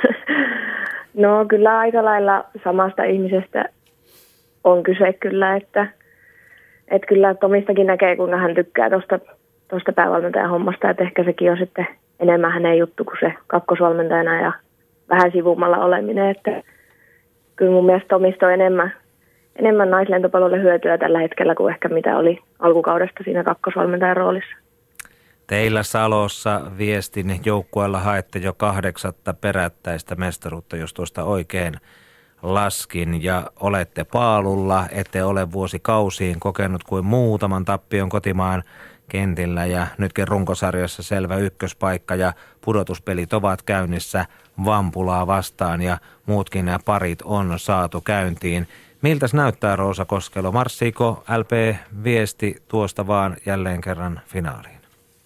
Speaker 8: No kyllä aika lailla samasta ihmisestä on kyse kyllä, että kyllä Tomistakin näkee, kuinka hän tykkää tuosta päävalmentajan hommasta, että ehkä sekin on sitten enemmän hänen juttu kuin se kakkosvalmentajana ja vähän sivummalla oleminen, että kyllä mun mielestä Tomista on enemmän naislentopallolle hyötyä tällä hetkellä kuin ehkä mitä oli alkukaudesta siinä kakkosvalmentajan roolissa.
Speaker 2: Teillä Salossa viestin joukkueella haette jo 8. perättäistä mestaruutta, jos tuosta oikein laskin, ja olette paalulla, ette ole vuosikausiin kokenut kuin muutaman tappion kotimaan kentillä ja nytkin runkosarjassa selvä ykköspaikka ja pudotuspelit ovat käynnissä Vampulaa vastaan ja muutkin nämä parit on saatu käyntiin. Miltäs näyttää Roosa Koskelo? Marssiiko LP-viesti tuosta vaan jälleen kerran finaaliin?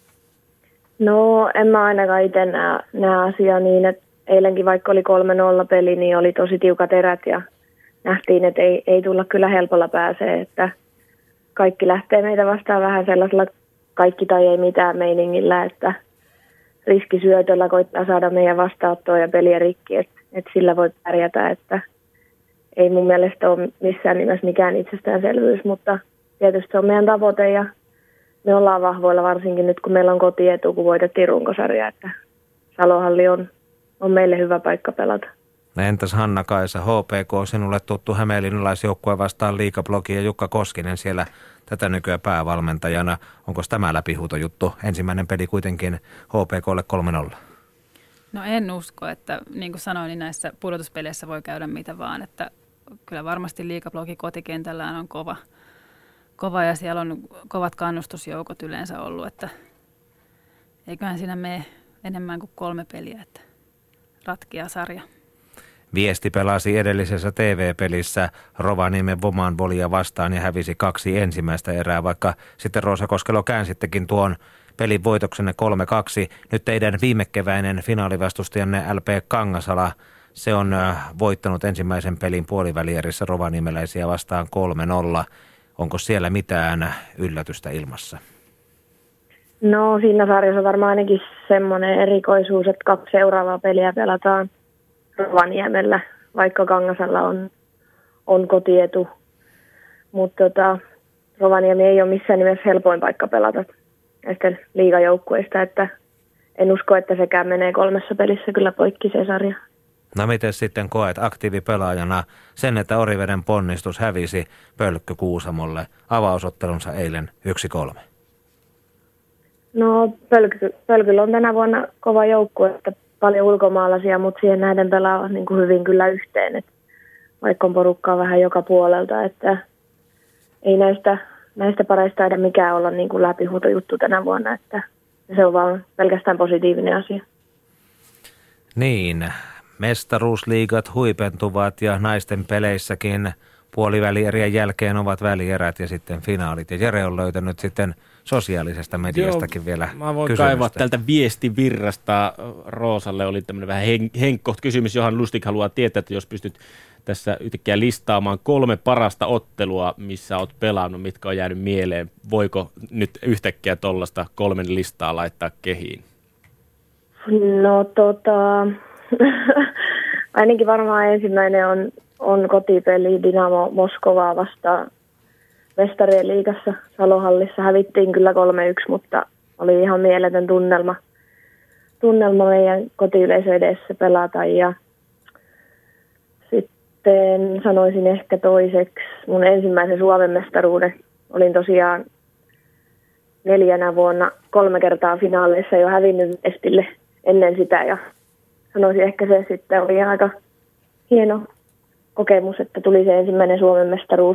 Speaker 8: No en mä ainakaan itse näe asiaa niin, että eilenkin vaikka oli 3-0 peli, niin oli tosi tiukat erät ja nähtiin, että ei tulla kyllä helpolla pääsee, että kaikki lähtee meitä vastaan vähän sellaisella kaikki tai ei mitään meiningillä, että riskisyötöllä koittaa saada meidän vastaanottoa ja peliä rikki, että sillä voi pärjätä, että ei mun mielestä ole missään nimessä mikään itsestäänselvyys, mutta tietysti se on meidän tavoite ja me ollaan vahvoilla varsinkin nyt, kun meillä on kotietu, kun voitettiin runkosarja, että Salohalli on meille hyvä paikka pelata.
Speaker 2: No entäs Hanna-Kaisa, HPK, sinulle tuttu hämeenlinnalaisjoukkue vastaan Liigablogi ja Jukka Koskinen siellä tätä nykyään päävalmentajana. Onko tämä läpihuutojuttu? Ensimmäinen peli kuitenkin HPKlle 3-0.
Speaker 5: No en usko, että niin kuin sanoin, niin näissä pudotuspeleissä voi käydä mitä vaan, että kyllä varmasti Liigablogi kotikentällään on kova ja siellä on kovat kannustusjoukot yleensä ollut, että eiköhän siinä mene enemmän kuin 3 peliä, että ratkia sarja.
Speaker 2: Viesti pelasi edellisessä TV-pelissä Rovaniemen Vomanvolia vastaan ja hävisi 2 ensimmäistä erää, vaikka sitten Roosa Koskelo käänsittekin tuon pelin voitoksenne 3-2. Nyt teidän viimekeväinen finaalivastustajanne LP Kangasala, se on voittanut ensimmäisen pelin puolivälierissä rovaniemeläisiä vastaan 3-0. Onko siellä mitään yllätystä ilmassa?
Speaker 8: No siinä sarjassa varmaan ainakin semmoinen erikoisuus, että 2 seuraavaa peliä pelataan Rovaniemellä, vaikka Kangasalla on kotietu. Mutta Rovaniemi ei ole missään nimessä helpoin paikka pelata näistä liigajoukkueista, että en usko, että sekään menee 3 pelissä kyllä poikki se sarja.
Speaker 2: No miten sitten koet aktiivipelaajana sen, että Oriveden ponnistus hävisi Pölkkö Kuusamolle avausottelunsa eilen 1-3?
Speaker 8: No Pölkyllä on tänä vuonna kova joukkue, että paljon ulkomaalaisia, mutta siihen nähden pelaa niin kuin hyvin kyllä yhteen. Et vaikka on porukkaa vähän joka puolelta, että ei näistä pareista taida mikään olla niin kuin läpihuutojuttu tänä vuonna, että se on vaan pelkästään positiivinen asia.
Speaker 2: Niin, mestaruusliigat huipentuvat ja naisten peleissäkin puolivälierien jälkeen ovat välierät ja sitten finaalit. Ja Jere on löytänyt sitten sosiaalisesta mediastakin vielä
Speaker 6: mä voin
Speaker 2: kysymystä.
Speaker 6: kaivaa tältä viestivirrasta. Roosalle oli tämmöinen vähän henkkoht kysymys. Johan Lustig haluaa tietää, että jos pystyt tässä yhtäkkiä listaamaan 3 parasta ottelua, missä olet pelannut, mitkä on jäänyt mieleen. Voiko nyt yhtäkkiä tuollaista 3 listaa laittaa kehiin?
Speaker 8: No ainakin varmaan ensimmäinen on kotipeli Dynamo Moskovaa vastaan Mestarien liigassa Salohallissa. Hävittiin kyllä 3-1, mutta oli ihan mieletön tunnelma meidän kotiyleisö edessä pelata. Ja sitten sanoisin ehkä toiseksi mun ensimmäisen Suomen mestaruuden. Olin tosiaan 4 vuonna 3 kertaa finaaleissa jo hävinnyt Estille ennen sitä ja sanoisin ehkä se sitten oli aika hieno kokemus, että tuli se ensimmäinen Suomen mestaruus.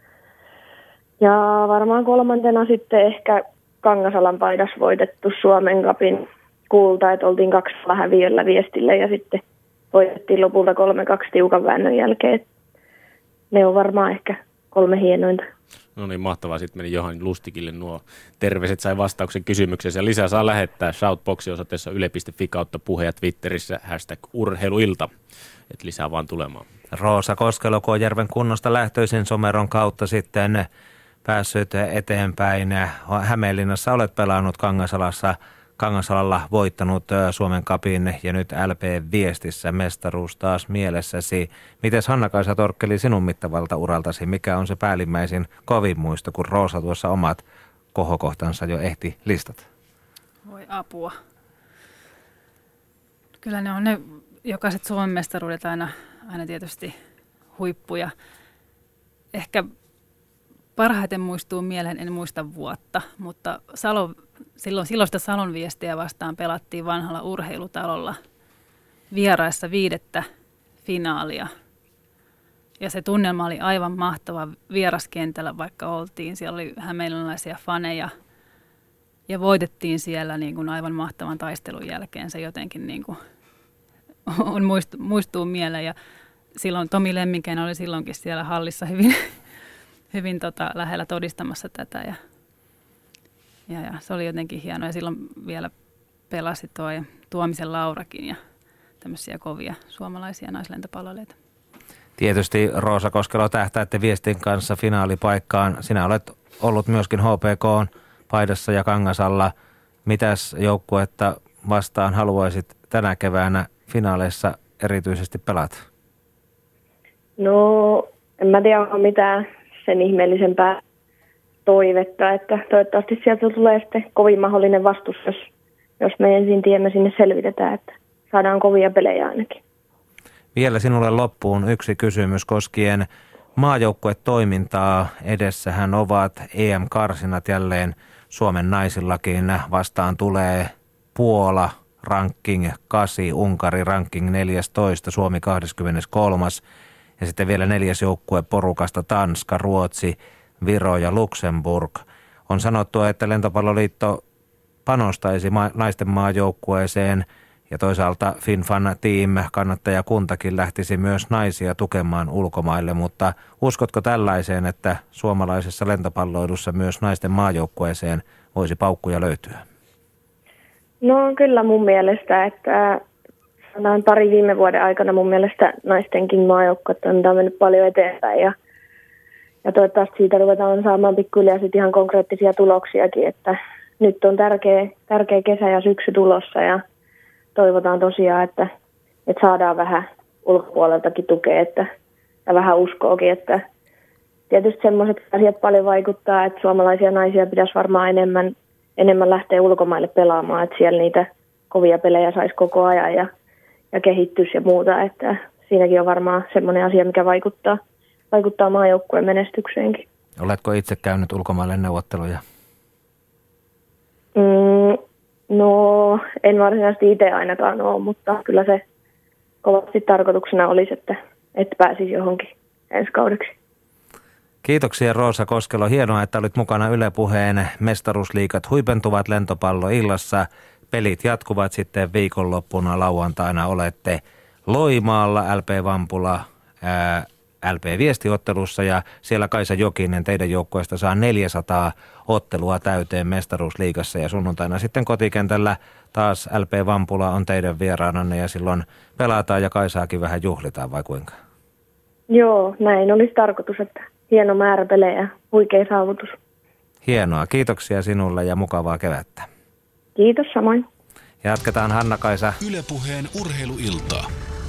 Speaker 8: Ja varmaan 3. sitten ehkä Kangasalan paidassa voitettu Suomen Cupin kulta, että oltiin 2 häviöllä Viestille ja sitten voitettiin lopulta 3-2 tiukan väännön jälkeen. Ne on varmaan ehkä 3 hienointa.
Speaker 6: No niin, mahtavaa. Sitten meni Johan Lustigille nuo terveiset, sai vastauksen kysymykseen. Ja lisää saa lähettää shoutboxi-osoitteessa yle.fi/puhe ja Twitterissä #urheiluilta. Et lisää vaan tulemaan.
Speaker 2: Roosa Koskelo Kojärven kunnosta lähtöisin Someron kautta sitten päässyt eteenpäin. Hämeenlinnassa olet pelannut Kangasalalla voittanut Suomen Cupin ja nyt LP-viestissä mestaruus taas mielessäsi. Mites Hanna-Kaisa Torkkeli sinun mittavalta uraltasi? Mikä on se päällimmäisin kovin muisto, kun Roosa tuossa omat kohokohtansa jo ehti listata?
Speaker 5: Voi apua. Kyllä ne on ne jokaiset Suomen mestaruudet aina tietysti huippuja. Ehkä parhaiten muistuu mieleen, en muista vuotta, mutta silloista Salon Viestiä vastaan pelattiin vanhalla urheilutalolla vieraissa 5. finaalia. Ja se tunnelma oli aivan mahtava vieraskentällä, vaikka oltiin. Siellä oli hämeenlinnalaisia faneja ja voitettiin siellä niin kuin aivan mahtavan taistelun jälkeen. Se jotenkin niin kuin muistuu mieleen ja silloin Tomi Lemminkäinen oli silloinkin siellä hallissa hyvin lähellä todistamassa tätä ja se oli jotenkin hienoa. Ja silloin vielä pelasi Tuomisen Laurakin ja tämmöisiä kovia suomalaisia naislentopalloilijoita.
Speaker 2: Tietysti Roosa Koskelo tähtäätte Viestin kanssa finaalipaikkaan. Sinä olet ollut myöskin HPK:n paidassa ja Kangasalla. Mitäs joukkuetta vastaan haluaisit tänä keväänä finaaleissa erityisesti pelata?
Speaker 8: No, en mä tiedä, onko mitään sen ihmeellisempää toivetta, että toivottavasti sieltä tulee sitten kovin mahdollinen vastus, jos me ensin tiemme sinne selvitetään, että saadaan kovia pelejä ainakin.
Speaker 2: Vielä sinulle loppuun yksi kysymys koskien maajoukkuetoimintaa. Edessähän ovat EM-karsinat jälleen Suomen naisillakin. Vastaan tulee Puola, ranking 8, Unkari, ranking 14, Suomi 23. Ja sitten vielä 4. joukkue porukasta Tanska, Ruotsi, Viro ja Luxemburg. On sanottu, että Lentopalloliitto panostaisi naisten maajoukkueeseen ja toisaalta FinFan Team kannattajakuntakin lähtisi myös naisia tukemaan ulkomaille, mutta uskotko tällaiseen, että suomalaisessa lentopalloilussa myös naisten maajoukkueeseen voisi paukkuja löytyä?
Speaker 8: No kyllä mun mielestä, että sanotaan pari viime vuoden aikana mun mielestä naistenkin maajoukkuetoiminta on mennyt paljon eteenpäin ja toivottavasti siitä ruvetaan saamaan pikkuhiljaa sitten ihan konkreettisia tuloksiakin, että nyt on tärkeä kesä ja syksy tulossa ja toivotaan tosiaan, että saadaan vähän ulkopuoleltakin tukea ja vähän uskoakin, että tietysti semmoiset asiat paljon vaikuttaa, että suomalaisia naisia pitäisi varmaan enemmän lähteä ulkomaille pelaamaan, että siellä niitä kovia pelejä saisi koko ajan ja kehittyisi ja muuta, että siinäkin on varmaan semmoinen asia, mikä vaikuttaa maajoukkueen menestykseenkin.
Speaker 2: Oletko itse käynyt ulkomaille neuvotteluja?
Speaker 8: No, en varsinaisesti itse ainakaan ole, mutta kyllä se kovasti tarkoituksena olisi, että pääsisi johonkin ensi kaudeksi.
Speaker 2: Kiitoksia Roosa Koskelo. Hienoa, että olit mukana Yle Puheen Mestaruusliigat huipentuvat lentopalloillassa. Pelit jatkuvat sitten viikonloppuna. Lauantaina olette Loimaalla, LP Vampula, LP Viestiottelussa ja siellä Kaisa Jokinen teidän joukkueesta saa 400 ottelua täyteen Mestaruusliigassa ja sunnuntaina sitten kotikentällä taas LP Vampula on teidän vieraananne ja silloin pelataan ja Kaisaakin vähän juhlitaan vai kuinka?
Speaker 8: Joo, näin olisi tarkoitus, että hieno määrä pelejä, huikea saavutus.
Speaker 2: Hienoa, kiitoksia sinulle ja mukavaa kevättä.
Speaker 8: Kiitos samoin.
Speaker 2: Jatketaan Hanna-Kaisa.
Speaker 1: Yle Puheen urheiluiltaa.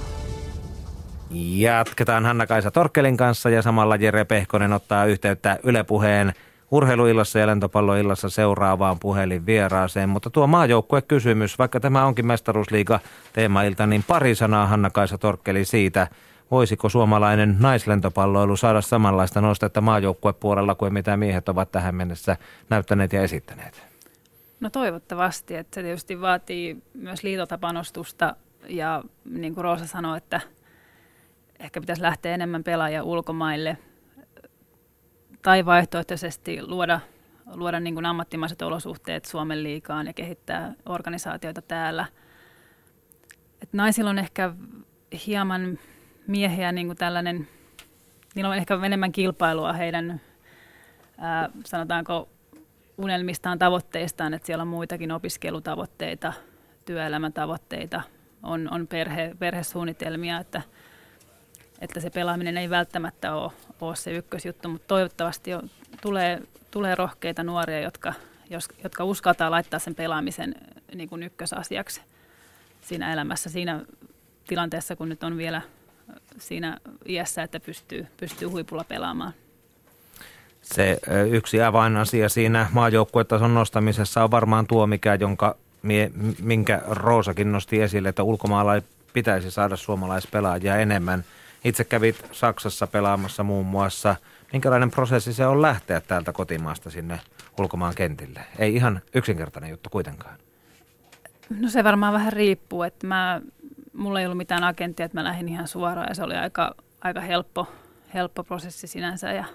Speaker 2: Jatketaan Hanna-Kaisa Torkkelin kanssa ja samalla Jere Pehkonen ottaa yhteyttä Yle Puheen urheiluillassa ja lentopalloillassa seuraavaan puhelinvieraaseen. Mutta tuo maajoukkuekysymys, vaikka tämä onkin Mestaruusliiga teemailta, niin pari sanaa Hanna-Kaisa Torkkeli siitä, voisiko suomalainen naislentopalloilu saada samanlaista nostetta maajoukkuepuolella kuin mitä miehet ovat tähän mennessä näyttäneet ja esittäneet?
Speaker 5: No toivottavasti, että se tietysti vaatii myös liitolta panostusta ja niin kuin Roosa sanoi, että ehkä pitäisi lähteä enemmän pelaajia ulkomaille tai vaihtoehtoisesti luoda niin kuin ammattimaiset olosuhteet Suomen liigaan ja kehittää organisaatioita täällä. Et naisilla on ehkä hieman miehiä niin kuin tällainen, niillä on ehkä enemmän kilpailua heidän sanotaanko unelmistaan, tavoitteistaan, että siellä on muitakin opiskelutavoitteita, työelämätavoitteita, on perhesuunnitelmia, että se pelaaminen ei välttämättä ole se ykkösjuttu, mutta toivottavasti tulee rohkeita nuoria, jotka uskaltaa laittaa sen pelaamisen niin kuin ykkösasiaksi siinä elämässä, siinä tilanteessa, kun nyt on vielä siinä iässä, että pystyy huipulla pelaamaan.
Speaker 2: Se yksi avainasia siinä maajoukkuetason nostamisessa on varmaan tuo, minkä Roosakin nosti esille, että ulkomaalainen pitäisi saada suomalaispelaajia enemmän. Itse kävit Saksassa pelaamassa muun muassa. Minkälainen prosessi se on lähteä täältä kotimaasta sinne ulkomaan kentille? Ei ihan yksinkertainen juttu kuitenkaan.
Speaker 5: No se varmaan vähän riippuu, että mulla ei ollut mitään agenttia, että mä lähdin ihan suoraan ja se oli aika helppo prosessi sinänsä.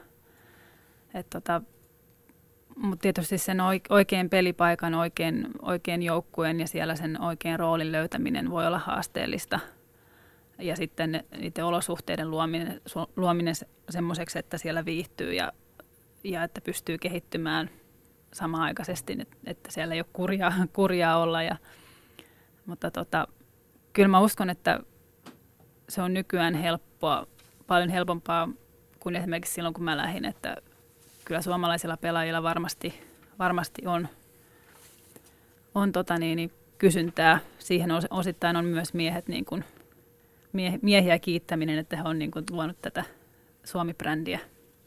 Speaker 5: Mutta tietysti sen oikein pelipaikan, oikein joukkueen ja siellä sen oikein roolin löytäminen voi olla haasteellista. Ja sitten niiden olosuhteiden luominen semmoiseksi, että siellä viihtyy ja että pystyy kehittymään samanaikaisesti, että siellä ei ole kurjaa olla. Mutta kyllä mä uskon, että se on nykyään paljon helpompaa kuin esimerkiksi silloin, kun mä lähdin, että kyllä suomalaisilla pelaajilla varmasti on kysyntää. Siihen osittain on myös miehet niin kuin, miehiä kiittäminen, että he on niin kuin luonut tätä Suomi-brändiä.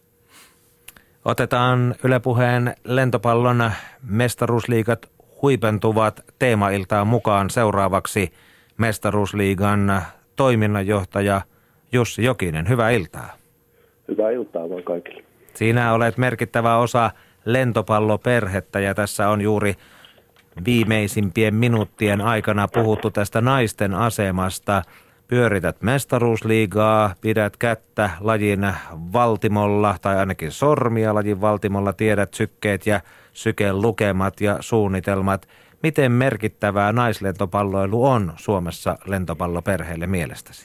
Speaker 2: Otetaan Yle Puheen lentopallon mestaruusliigat huipentuvat teemailtaan mukaan seuraavaksi mestaruusliigan toiminnanjohtaja Jussi Jokinen. Hyvää iltaa.
Speaker 9: Hyvää iltaa vaan kaikille.
Speaker 2: Sinä olet merkittävä osa lentopalloperhettä ja tässä on juuri viimeisimpien minuuttien aikana puhuttu tästä naisten asemasta. Pyörität mestaruusliigaa, pidät kättä lajin valtimolla tai ainakin sormia lajin valtimolla, tiedät sykkeet ja sykelukemat ja suunnitelmat. Miten merkittävää naislentopalloilu on Suomessa lentopalloperheelle mielestäsi?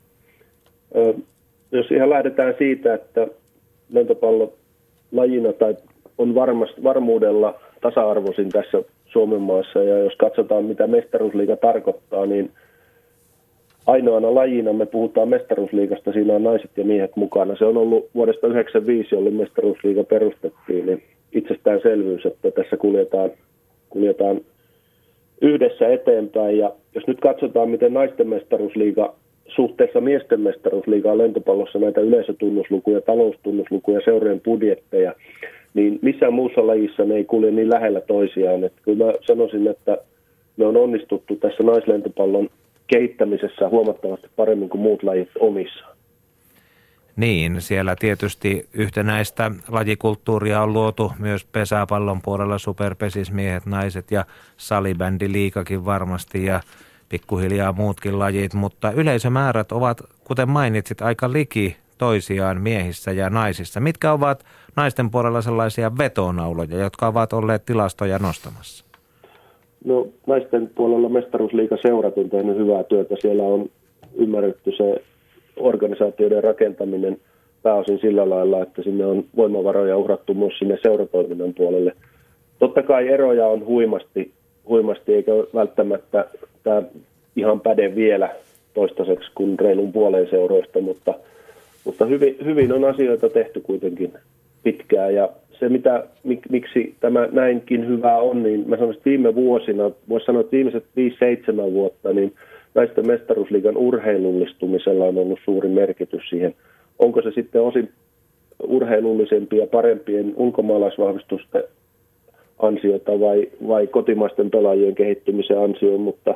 Speaker 9: Jos ihan lähdetään siitä, että lentopallo lajina tai on varmuudella tasa-arvoisin tässä Suomen maassa, ja jos katsotaan mitä mestaruusliiga tarkoittaa, niin ainoana lajina me puhutaan mestaruusliigasta, siinä on naiset ja miehet mukana. Se on ollut vuodesta 1995, jolloin mestaruusliiga perustettiin, niin itsestäänselvyys, että tässä kuljetaan yhdessä eteenpäin. Ja jos nyt katsotaan, miten naisten mestaruusliiga suhteessa miesten mestaruusliigaan lentopallossa näitä yleisötunnuslukuja, taloustunnuslukuja, seurojen budjetteja, niin missään muussa lajissa ne ei kulje niin lähellä toisiaan. Että kyllä mä sanoisin, että me on onnistuttu tässä naislentopallon kehittämisessä huomattavasti paremmin kuin muut lajit omissaan.
Speaker 2: Niin, siellä tietysti yhtenäistä lajikulttuuria on luotu myös pesäpallon puolella, superpesismiehet, naiset ja salibändiliigakin varmasti ja pikkuhiljaa muutkin lajit, mutta yleisömäärät ovat, kuten mainitsit, aika liki toisiaan miehissä ja naisissa. Mitkä ovat naisten puolella sellaisia vetonauloja, jotka ovat olleet tilastoja nostamassa?
Speaker 9: No, naisten puolella mestaruusliigaseurat on tehnyt hyvää työtä. Siellä on ymmärretty se organisaatioiden rakentaminen pääosin sillä lailla, että sinne on voimavaroja uhrattu myös sinne seuratoiminnan puolelle. Totta kai eroja on huimasti eikä välttämättä tämä ihan päde vielä toistaiseksi kuin reilun puoleen seuroista, mutta hyvin on asioita tehty kuitenkin pitkään. Ja se, miksi tämä näinkin hyvää on, niin mä sanoisin, että viime vuosina, voisi sanoa, että viimeiset 5-7 vuotta, niin naisten mestaruusliigan urheilullistumisella on ollut suuri merkitys siihen. Onko se sitten osin urheilullisempia, parempien ulkomaalaisvahvistusten ansiota vai kotimaisten pelaajien kehittymisen ansioon, mutta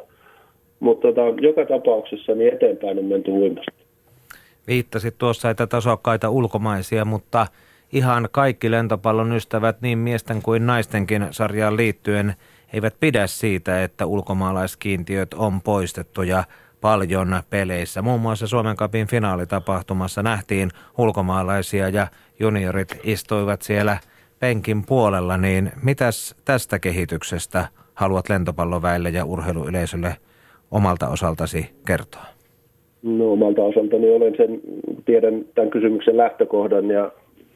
Speaker 9: joka tapauksessa niin eteenpäin on menty huimasti.
Speaker 2: Viittasit tuossa, että tasokkaita ulkomaisia, mutta ihan kaikki lentopallon ystävät niin miesten kuin naistenkin sarjaan liittyen eivät pidä siitä, että ulkomaalaiskiintiöt on poistettu ja paljon peleissä. Muun muassa Suomen Cupin finaalitapahtumassa nähtiin ulkomaalaisia ja juniorit istuivat siellä penkin puolella, niin mitäs tästä kehityksestä haluat lentopalloväelle ja urheiluyleisölle omalta osaltasi kertoa?
Speaker 9: No, omalta osaltani tiedän tämän kysymyksen lähtökohdan ja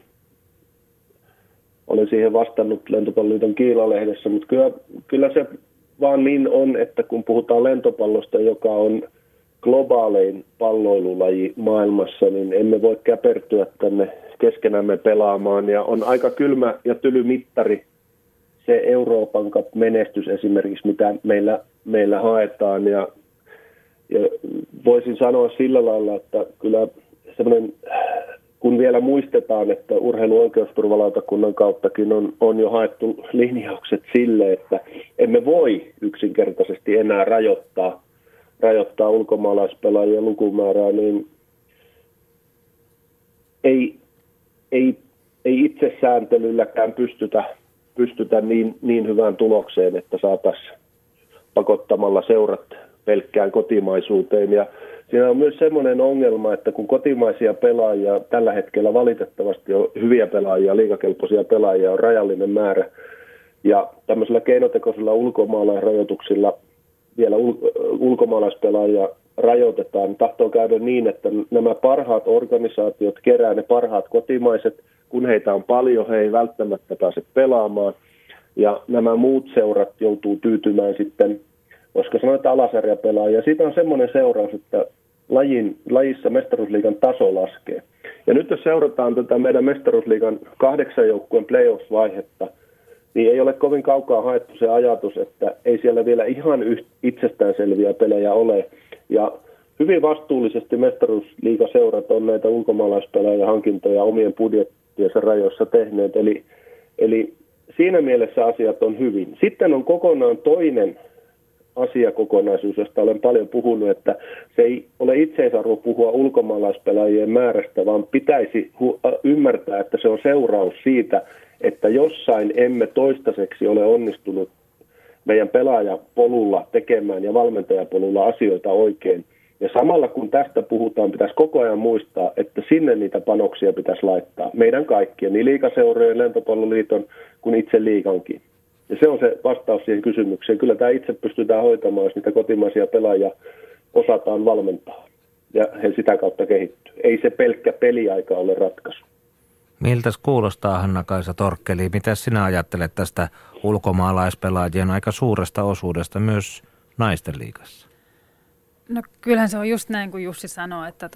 Speaker 9: olen siihen vastannut Lentopalloliiton Kiilalehdessä, mutta kyllä se vaan niin on, että kun puhutaan lentopallosta, joka on globaalein palloilulaji maailmassa, niin emme voi käpertyä tänne keskenämme pelaamaan. Ja on aika kylmä ja tyly mittari se Euroopan Cup-menestys esimerkiksi, mitä meillä haetaan. Ja voisin sanoa sillä lailla, että kyllä semmoinen, kun vielä muistetaan, että urheiluoikeusturvalautakunnan kauttakin on jo haettu linjaukset sille, että emme voi yksinkertaisesti enää rajoittaa ulkomaalaispelaajien lukumäärää, niin ei itsesääntelylläkään pystytä niin hyvään tulokseen, että saataisiin pakottamalla seurat pelkkään kotimaisuuteen. Ja siinä on myös semmoinen ongelma, että kun kotimaisia pelaajia tällä hetkellä valitettavasti on hyviä pelaajia, liigakelpoisia pelaajia on rajallinen määrä, ja tämmöisellä keinotekoisilla ulkomaalaisrajoituksilla vielä ulkomaalaispelaajia rajoitetaan, tahtoo käydä niin, että nämä parhaat organisaatiot kerää ne parhaat kotimaiset, kun heitä on paljon, he ei välttämättä pääse pelaamaan, ja nämä muut seurat joutuu tyytymään sitten, koska sanotaan, että alasarjapelaajia. Siitä on semmoinen seuraus, että lajissa mestaruusliigan taso laskee. Ja nyt jos seurataan tätä meidän mestaruusliigan 8 joukkueen playoff-vaihetta, niin ei ole kovin kaukaa haettu se ajatus, että ei siellä vielä ihan itsestäänselviä pelejä ole. Ja hyvin vastuullisesti Mestaruusliigaseurat on näitä ulkomaalaispelaajia hankintoja omien budjettiensa rajoissa tehneet. Eli siinä mielessä asiat on hyvin. Sitten on kokonaan toinen asiakokonaisuus, josta olen paljon puhunut, että se ei ole itseisarvo puhua ulkomaalaispelaajien määrästä, vaan pitäisi ymmärtää, että se on seuraus siitä, että jossain emme toistaiseksi ole onnistunut meidän pelaajapolulla tekemään ja valmentajapolulla asioita oikein. Ja samalla kun tästä puhutaan, pitäisi koko ajan muistaa, että sinne niitä panoksia pitäisi laittaa. Meidän kaikkien, niin liigaseurojen, Lentopalloliiton kuin itse liigankin. Ja se on se vastaus siihen kysymykseen. Kyllä tämä itse pystytään hoitamaan, jos niitä kotimaisia pelaajia osataan valmentaa. Ja he sitä kautta kehittyy. Ei se pelkkä peliaika ole ratkaisu.
Speaker 2: Miltäs kuulostaa, Hanna-Kaisa Torkkeli? Mitä sinä ajattelet tästä ulkomaalaispelaajien aika suuresta osuudesta myös naisten liigassa?
Speaker 5: No kyllähän se on just näin kuin Jussi sanoi, että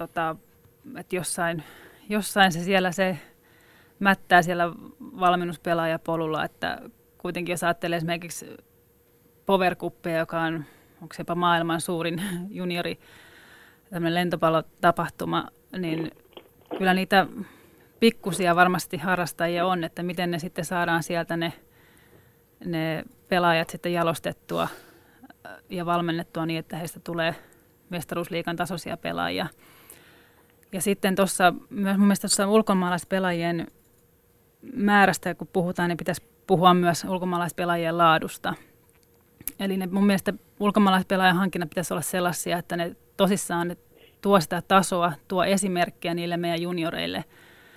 Speaker 5: jossain se siellä se mättää siellä valmennuspelaajapolulla, että kuitenkin jos ajattelee esimerkiksi Power Cupia, joka on, onko se jopa maailman suurin juniori tämmöinen lentopallotapahtuma, niin kyllä niitä pikkusia varmasti harrastajia on, että miten ne sitten saadaan sieltä ne pelaajat sitten jalostettua ja valmennettua niin, että heistä tulee Mestaruusliigan tasoisia pelaajia. Ja sitten tuossa myös mun mielestä tuossa ulkomaalaispelaajien määrästä, kun puhutaan, niin pitäisi puhua myös ulkomaalaispelaajien laadusta. Eli mun mielestä ulkomaalaispelaajan hankinnat pitäisi olla sellaisia, että ne tosissaan ne tuo sitä tasoa, tuo esimerkkejä niille meidän junioreille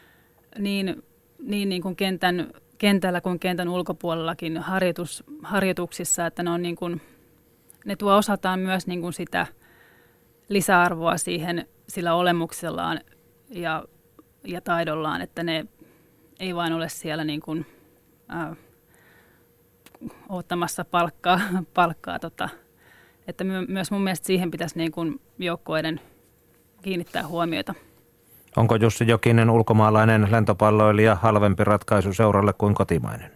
Speaker 5: niin kuin kentällä kuin kentän ulkopuolellakin harjoituksissa, että ne on niin kuin, ne tuo osataan myös niin kuin sitä lisäarvoa siihen sillä olemuksellaan ja taidollaan, että ne ei vain ole siellä niin kuin, ottamassa palkkaa että myös mun mielestä siihen pitäisi niin kuin joukkueiden kiinnittää huomiota.
Speaker 2: Onko Jussi Jokinen ulkomaalainen lentopalloilija halvempi ratkaisu seuralle kuin kotimainen?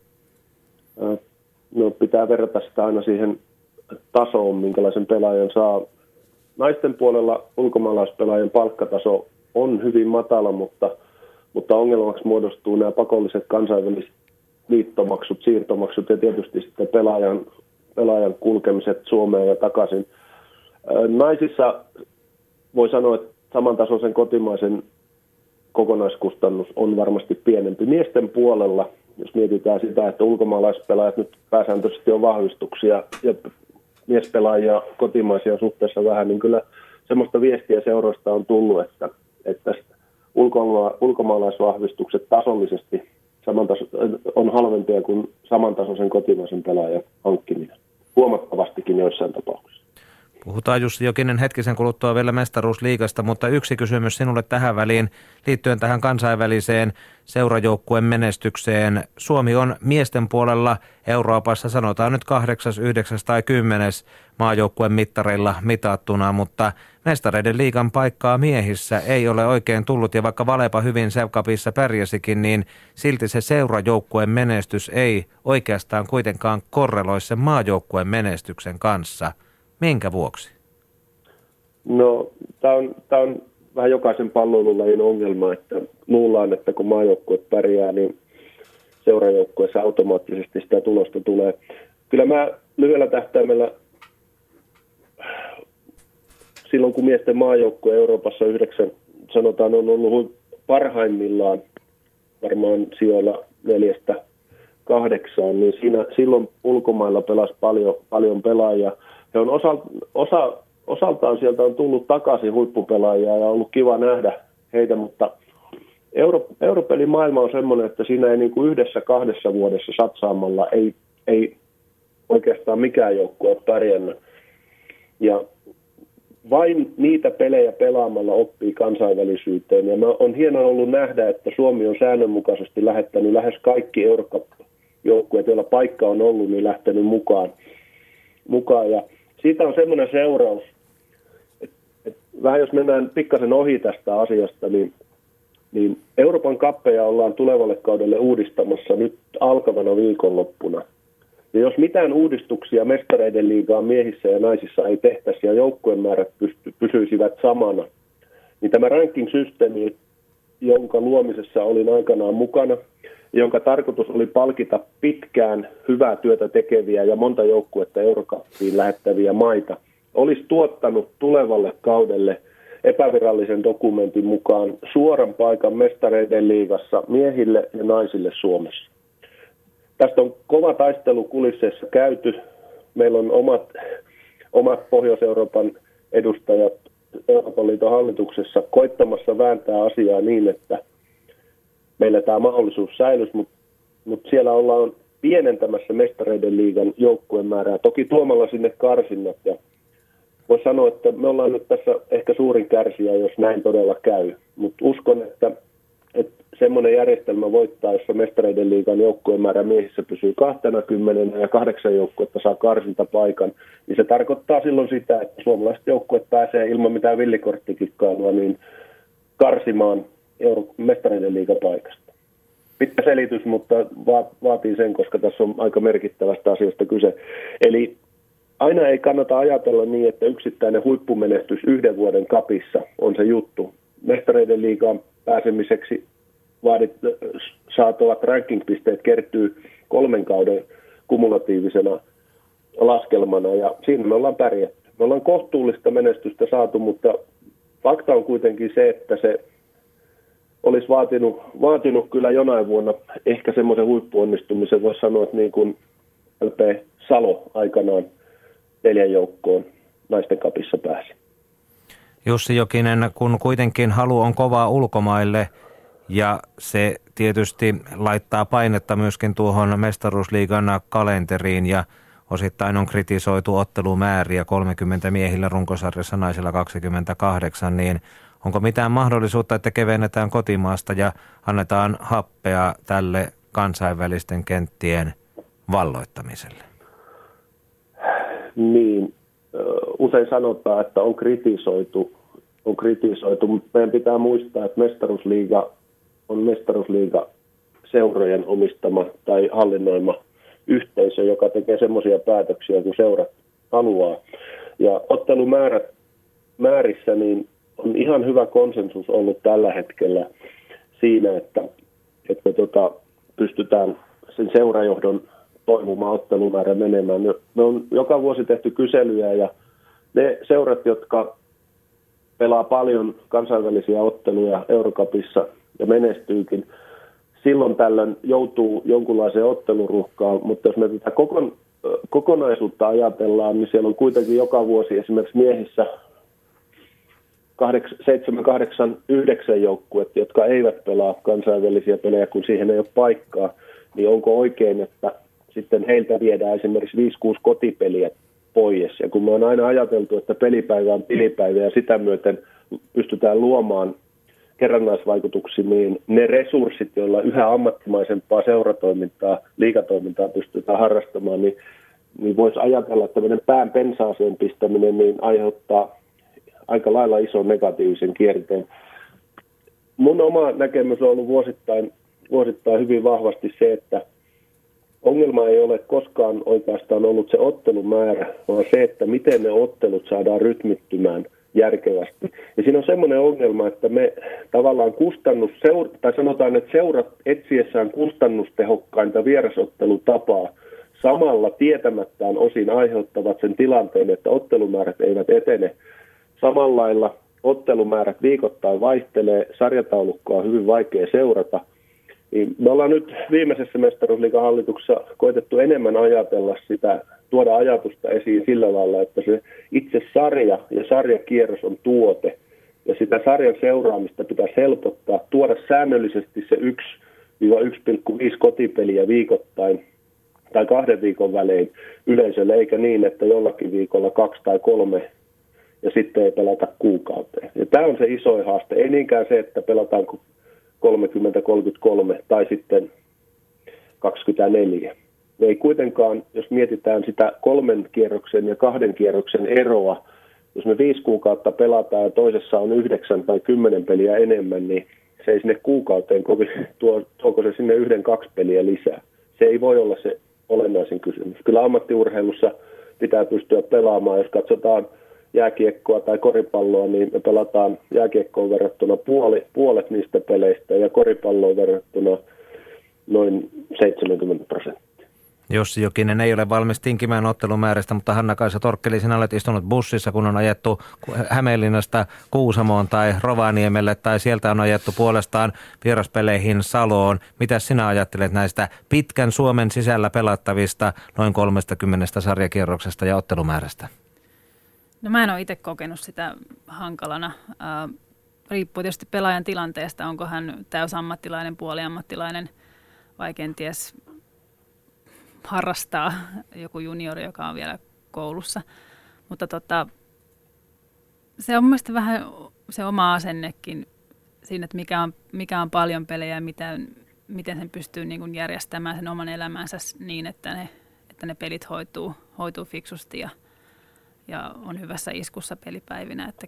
Speaker 9: No pitää verrata sitä aina siihen tasoon, minkälaisen pelaajan saa. Naisten puolella ulkomaalaispelaajien palkkataso on hyvin matala, mutta ongelmaksi muodostuu nämä pakolliset kansainväliset liittomaksut, siirtomaksut ja tietysti sitten pelaajan kulkemiset Suomeen ja takaisin. Naisissa voi sanoa, että samantasoisen kotimaisen kokonaiskustannus on varmasti pienempi. Miesten puolella, jos mietitään sitä, että ulkomaalaispelaajat nyt pääsääntöisesti on vahvistuksia ja miespelaajia kotimaisia suhteessa vähän, niin kyllä semmoista viestiä seuroista on tullut, että ulkomaalaisvahvistukset tasollisesti on halvempia kuin samantasoisen kotimaisen pelaajan hankkiminen. Huomattavastikin joissain tapauksissa.
Speaker 2: Puhutaan Jussi Jokinen hetkisen kuluttua vielä Mestaruusliigasta, mutta yksi kysymys sinulle tähän väliin liittyen tähän kansainväliseen seurajoukkueen menestykseen. Suomi on miesten puolella Euroopassa, sanotaan nyt 8., 9. tai 10. maajoukkueen mittareilla mitattuna, mutta Mestareiden liigan paikkaa miehissä ei ole oikein tullut, ja vaikka Valepa hyvin Sevcupissa pärjäsikin, niin silti se seurajoukkueen menestys ei oikeastaan kuitenkaan korreloi sen maajoukkueen menestyksen kanssa. Minkä vuoksi?
Speaker 9: No, tämä on vähän jokaisen palloilulajin ongelma, että luullaan, että kun maajoukkueet pärjää, niin seurajoukkueessa automaattisesti sitä tulosta tulee. Kyllä mä lyhyellä tähtäimellä, silloin kun miesten maajoukkue Euroopassa 9, sanotaan, on ollut parhaimmillaan varmaan sijoilla 4-8, niin silloin ulkomailla pelasi paljon pelaajia. He on osaltaan sieltä on tullut takaisin huippupelaajia ja on ollut kiva nähdä heitä, mutta europelin maailma on semmoinen, että siinä ei niin kuin 1-2 vuodessa satsaamalla ei oikeastaan mikään joukkue ole pärjännyt. Ja vain niitä pelejä pelaamalla oppii kansainvälisyyteen. Ja on hienoa ollut nähdä, että Suomi on säännönmukaisesti lähettänyt lähes kaikki Eurocup-joukkueet, joilla paikka on ollut, niin lähtenyt mukaan. Ja siitä on semmoinen seuraus, että vähän jos mennään pikkasen ohi tästä asiasta, niin niin Euroopan cuppeja ollaan tulevalle kaudelle uudistamassa nyt alkavana viikonloppuna. Ja jos mitään uudistuksia mestareiden liigaan miehissä ja naisissa ei tehtäisi ja joukkueen määrät pysyisivät samana, niin tämä ranking-systeemi, jonka luomisessa olin aikanaan mukana, jonka tarkoitus oli palkita pitkään hyvää työtä tekeviä ja monta joukkuetta Eurocuppiin lähettäviä maita, olisi tuottanut tulevalle kaudelle epävirallisen dokumentin mukaan suoran paikan mestareiden liigassa miehille ja naisille Suomessa. Tästä on kova taistelu kulisseissa käyty. Meillä on omat Pohjois-Euroopan edustajat Euroopan liiton hallituksessa koittamassa vääntää asiaa niin, että meillä tämä mahdollisuus säilyisi, mutta siellä ollaan pienentämässä mestareiden liigan joukkueen määrää, toki tuomalla sinne karsinnat. Ja voisi sanoa, että me ollaan nyt tässä ehkä suurin kärsijä, jos näin todella käy, mutta uskon, että semmoinen järjestelmä voittaa, jossa mestareiden liigan joukkueen määrä miehissä pysyy 20 ja 8 joukkuetta saa karsintapaikan, niin se tarkoittaa silloin sitä, että suomalaiset joukkueet pääsee ilman mitään villikorttikikkailua niin karsimaan mestareiden liigapaikasta. Pitkä selitys, mutta vaatii sen, koska tässä on aika merkittävästä asiasta kyse. Eli aina ei kannata ajatella niin, että yksittäinen huippumenestys yhden vuoden kapissa on se juttu. Mestareiden liigaan pääsemiseksi saatavat ranking-pisteet kertyy 3 kauden kumulatiivisena laskelmana, ja siinä me ollaan pärjätty. Me ollaan kohtuullista menestystä saatu, mutta fakta on kuitenkin se, että se olisi vaatinut kyllä jonain vuonna ehkä semmoisen huippuonnistumisen, voisi sanoa, että niin kuin LP Salo aikanaan 4 joukkoon naisten kapissa pääsi.
Speaker 2: Jussi Jokinen, kun kuitenkin halu on kovaa ulkomaille ja se tietysti laittaa painetta myöskin tuohon mestaruusliigan kalenteriin ja osittain on kritisoitu ottelumääriä 30 miehillä runkosarjassa, naisilla 28, niin onko mitään mahdollisuutta, että kevennetään kotimaasta ja annetaan happea tälle kansainvälisten kenttien valloittamiselle?
Speaker 9: Niin, usein sanotaan, että on kritisoitu, mutta meidän pitää muistaa, että mestaruusliiga on mestaruusliiga seurojen omistama tai hallinnoima yhteisö, joka tekee semmoisia päätöksiä, kun seurat haluaa. Ja ottelumäärissä niin on ihan hyvä konsensus ollut tällä hetkellä siinä, että pystytään sen seurajohdon toivomaan ottelumäärä menemään. Me on joka vuosi tehty kyselyjä ja ne seurat, jotka pelaa paljon kansainvälisiä otteluja Eurocupissa ja menestyykin, silloin tällöin joutuu jonkunlaiseen otteluruhkaan, mutta jos me tätä kokonaisuutta ajatellaan, niin siellä on kuitenkin joka vuosi esimerkiksi miehissä 7, 8, 9 joukkuetta, jotka eivät pelaa kansainvälisiä pelejä, kun siihen ei ole paikkaa, niin onko oikein, että sitten heiltä viedään esimerkiksi 5-6 kotipeliä pois. Ja kun me on aina ajateltu, että pelipäivä on pelipäivä ja sitä myöten pystytään luomaan kerrannaisvaikutuksia, niin ne resurssit, joilla yhä ammattimaisempaa seuratoimintaa, liigatoimintaa pystytään harrastamaan, niin voisi ajatella, että tämmöinen pään pensaaseen pistäminen niin aiheuttaa aika lailla ison negatiivisen kierteen. Mun oma näkemys on ollut vuosittain hyvin vahvasti se, että ongelma ei ole koskaan oikeastaan ollut se ottelumäärä, vaan se, että miten ne ottelut saadaan rytmittymään järkevästi. Ja siinä on semmoinen ongelma, että me tavallaan sanotaan, että seurat etsiessään kustannustehokkainta vierasottelutapaa samalla tietämättään osin aiheuttavat sen tilanteen, että ottelumäärät eivät etene. Samalla lailla ottelumäärät viikoittain vaihtelee, sarjataulukkoa on hyvin vaikea seurata. Me ollaan nyt viimeisessä mestaruusliigan hallituksessa koetettu enemmän ajatella sitä, tuoda ajatusta esiin sillä lailla, että se itse sarja ja sarjakierros on tuote. Ja sitä sarjan seuraamista pitäisi helpottaa, tuoda säännöllisesti se 1-1,5 kotipeliä viikoittain tai 2 viikon välein yleisölle, eikä niin, että jollakin viikolla 2 tai 3 ja sitten ei pelata kuukauteen. Ja tämä on se isoin haaste, ei niinkään se, että pelataanko 30-33 tai sitten 24. Ei kuitenkaan, jos mietitään sitä 3 kierroksen ja 2 kierroksen eroa, jos me 5 kuukautta pelataan ja toisessa on 9 tai 10 peliä enemmän, niin se ei sinne kuukauteen tuoko se sinne 1-2 peliä lisää. Se ei voi olla se olennaisin kysymys. Kyllä ammattiurheilussa pitää pystyä pelaamaan. Jos katsotaan jääkiekkoa tai koripalloa, niin me pelataan jääkiekkoon verrattuna puolet niistä peleistä ja koripalloon verrattuna noin 70%.
Speaker 2: Jussi Jokinen ei ole valmis tinkimään ottelumäärästä, mutta Hanna-Kaisa Torkkeli, sinä olet istunut bussissa, kun on ajettu Hämeenlinnasta Kuusamoon tai Rovaniemelle, tai sieltä on ajettu puolestaan vieraspeleihin Saloon. Mitä sinä ajattelet näistä pitkän Suomen sisällä pelattavista noin 30 sarjakierroksesta ja ottelumäärästä?
Speaker 5: No mä en ole itse kokenut sitä hankalana. Riippuu tietysti pelaajan tilanteesta, onko hän täysammattilainen, puoliammattilainen vai kenties harrastaa joku juniori, joka on vielä koulussa. Mutta se on mielestäni vähän se oma asennekin siinä, että mikä on paljon pelejä ja miten sen pystyy niin kuin järjestämään sen oman elämänsä niin, että ne pelit hoituu fiksusti ja on hyvässä iskussa pelipäivinä. Että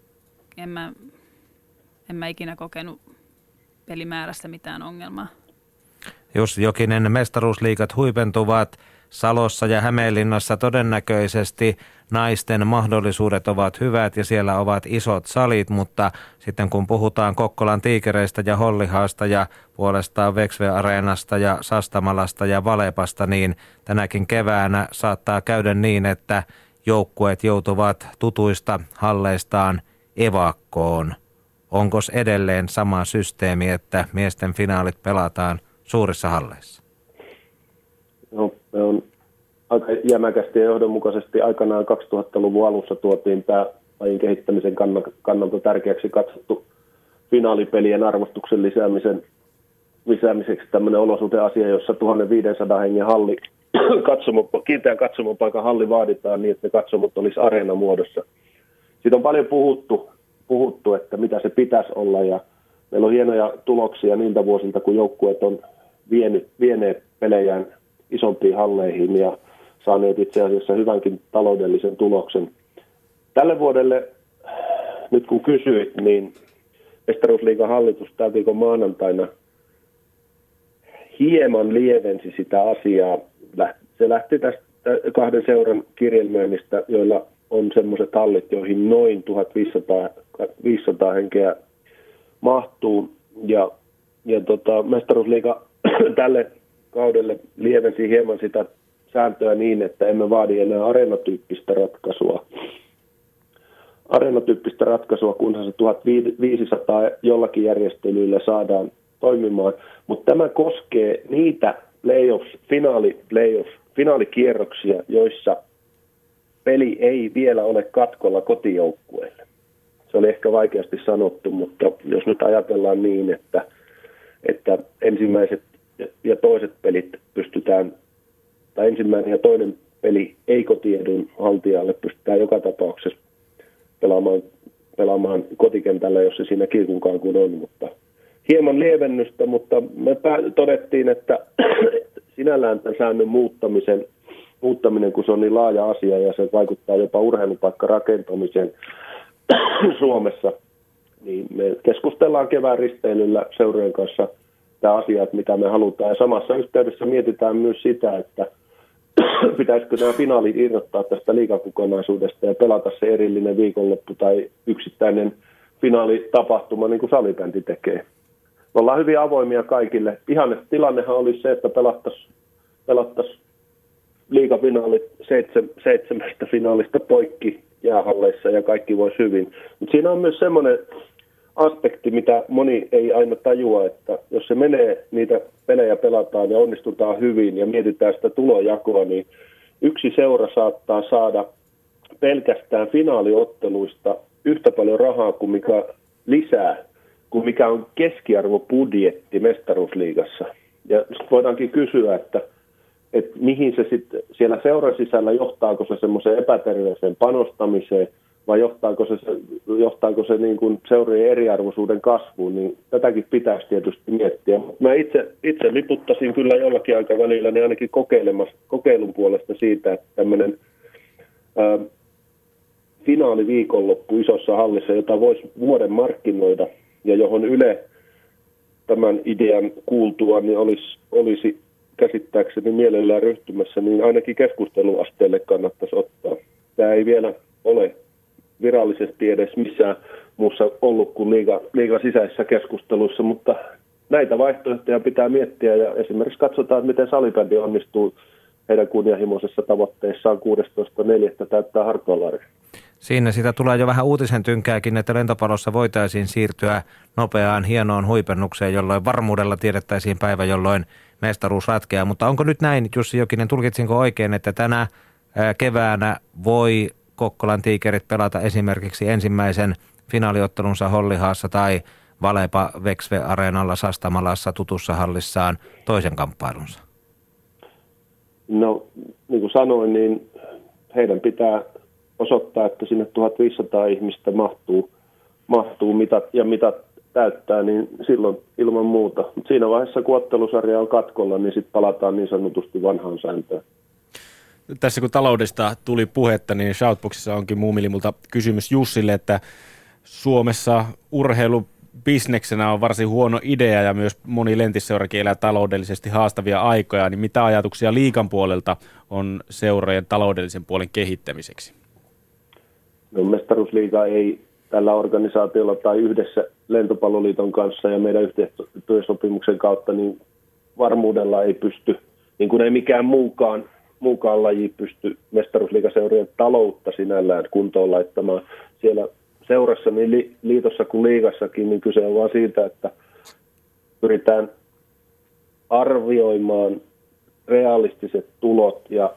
Speaker 5: en mä ikinä kokenut pelimäärässä mitään ongelmaa.
Speaker 2: Jussi Jokinen, mestaruusliigat huipentuvat Salossa ja Hämeenlinnassa todennäköisesti. Naisten mahdollisuudet ovat hyvät ja siellä ovat isot salit, mutta sitten kun puhutaan Kokkolan Tiikereistä ja Hollihaasta ja puolestaan Vexve-areenasta ja Sastamalasta ja Valepasta, niin tänäkin keväänä saattaa käydä niin, että joukkueet joutuvat tutuista halleistaan evakkoon. Onko edelleen sama systeemi, että miesten finaalit pelataan suurissa halleissa?
Speaker 9: No, me on aika jämäkästi ja johdonmukaisesti aikanaan 2000-luvun alussa tuotiin tämä lajin kehittämisen kannalta tärkeäksi katsottu finaalipelien arvostuksen lisäämiseksi tämmöinen olosuhdeasia, jossa 1500 hengen halli, kiinteän katsomopaikan halli vaaditaan niin, että ne katsomot olisi areenamuodossa. Siitä on paljon puhuttu, että mitä se pitäisi olla, ja meillä on hienoja tuloksia niiltä vuosilta, kun joukkueet on vieneet pelejään isompiin halleihin ja saaneet itse asiassa hyvänkin taloudellisen tuloksen. Tälle vuodelle, nyt kun kysyit, niin Mestaruusliigan hallitus tämän viikon maanantaina hieman lievensi sitä asiaa. Se lähti tästä 2 seuran kirjelmöinnistä, joilla on semmoiset hallit, joihin noin 1500 henkeä mahtuu. Ja Mestaruusliiga tälle kaudelle lievensi hieman sitä sääntöä niin, että emme vaadi enää areenatyyppistä ratkaisua, kunhan se 1500 jollakin järjestelyillä saadaan toimimaan. Mutta tämä koskee niitä finaalikierroksia, joissa peli ei vielä ole katkolla kotijoukkueelle. Se oli ehkä vaikeasti sanottu, mutta jos nyt ajatellaan niin, että ensimmäiset ja toiset pelit pystytään, tai ensimmäinen ja toinen peli ei kotiedun haltijalle pystytään joka tapauksessa pelaamaan kotikentällä, jos se siinä kirkunkaan kun on, mutta hieman lievennystä, mutta me todettiin, että sinällään tämän säännön muuttaminen, kun se on niin laaja asia ja se vaikuttaa jopa urheilupaikkarakentamiseen Suomessa, niin me keskustellaan kevään risteilyllä seurojen kanssa tämä asia, että mitä me halutaan. Ja samassa yhteydessä mietitään myös sitä, että pitäisikö nämä finaalit irrottaa tästä liigakokonaisuudesta ja pelata se erillinen viikonloppu tai yksittäinen finaalitapahtuma, niin kuin salibändi tekee. Me ollaan hyvin avoimia kaikille. Ihan tilannehan olisi se, että pelattaisiin liigafinaalit 7 finaalista poikki jäähalleissa ja kaikki voisi hyvin. Mutta siinä on myös semmoinen aspekti, mitä moni ei aina tajua, että jos se menee, niitä pelejä pelataan ja onnistutaan hyvin ja mietitään sitä tulojakoa, niin yksi seura saattaa saada pelkästään finaaliotteluista yhtä paljon rahaa kuin mikä on keskiarvobudjetti Mestaruusliigassa. Ja sitten voidaankin kysyä, että mihin se sitten siellä seuran sisällä, johtaako se semmoiseen epäterveeseen panostamiseen vai johtaako se niin kuin seurojen eriarvoisuuden kasvuun, niin tätäkin pitäisi tietysti miettiä. Mä itse liputtasin kyllä jollakin aikavälillä niin ainakin kokeilun puolesta siitä, että tämmöinen finaaliviikonloppu isossa hallissa, jota voisi vuoden markkinoida ja johon tämän idean kuultua, niin olisi käsittääkseni mielellään ryhtymässä, niin ainakin keskusteluasteelle kannattaisi ottaa. Tämä ei vielä ole virallisesti edes missään muussa ollut kuin liigan sisäisissä keskusteluissa, mutta näitä vaihtoehtoja pitää miettiä ja esimerkiksi katsotaan, että miten salibändi onnistuu heidän kunnianhimoisessa tavoitteissaan 16.4. täyttää Hartwall.
Speaker 2: Siinä sitä tulee jo vähän uutisen tynkääkin, että lentopallossa voitaisiin siirtyä nopeaan hienoon huipennukseen, jolloin varmuudella tiedettäisiin päivä, jolloin mestaruus ratkeaa. Mutta onko nyt näin, Jussi Jokinen, tulkitsinko oikein, että tänä keväänä voi Kokkolan Tiikerit pelata esimerkiksi ensimmäisen finaaliottelunsa Hollihaassa tai Valepa Vexve-areenalla Sastamalassa tutussa hallissaan toisen kamppailunsa?
Speaker 9: No, niin kuin sanoin, niin heidän pitää osoittaa, että sinne 1500 ihmistä mahtuu mitat täyttää, niin silloin ilman muuta. Mutta siinä vaiheessa, kun ottelusarja on katkolla, niin sitten palataan niin sanotusti vanhaan sääntöön.
Speaker 6: Tässä kun taloudesta tuli puhetta, niin Shoutboxissa onkin Muumilimulta kysymys Jussille, että Suomessa urheilubisneksenä on varsin huono idea ja myös moni lentiseurakin elää taloudellisesti haastavia aikoja, niin mitä ajatuksia liigan puolelta on seurojen taloudellisen puolen kehittämiseksi?
Speaker 9: No, mestaruusliiga ei tällä organisaatiolla tai yhdessä Lentopalloliiton kanssa ja meidän yhteistyösopimuksen kautta niin varmuudella ei pysty, niin kuin ei mikään muukaan laji pysty mestaruusliigaseurojen taloutta sinällään kuntoon laittamaan. Siellä seurassa niin liitossa kuin liigassakin, niin kyse on vaan siitä, että pyritään arvioimaan realistiset tulot ja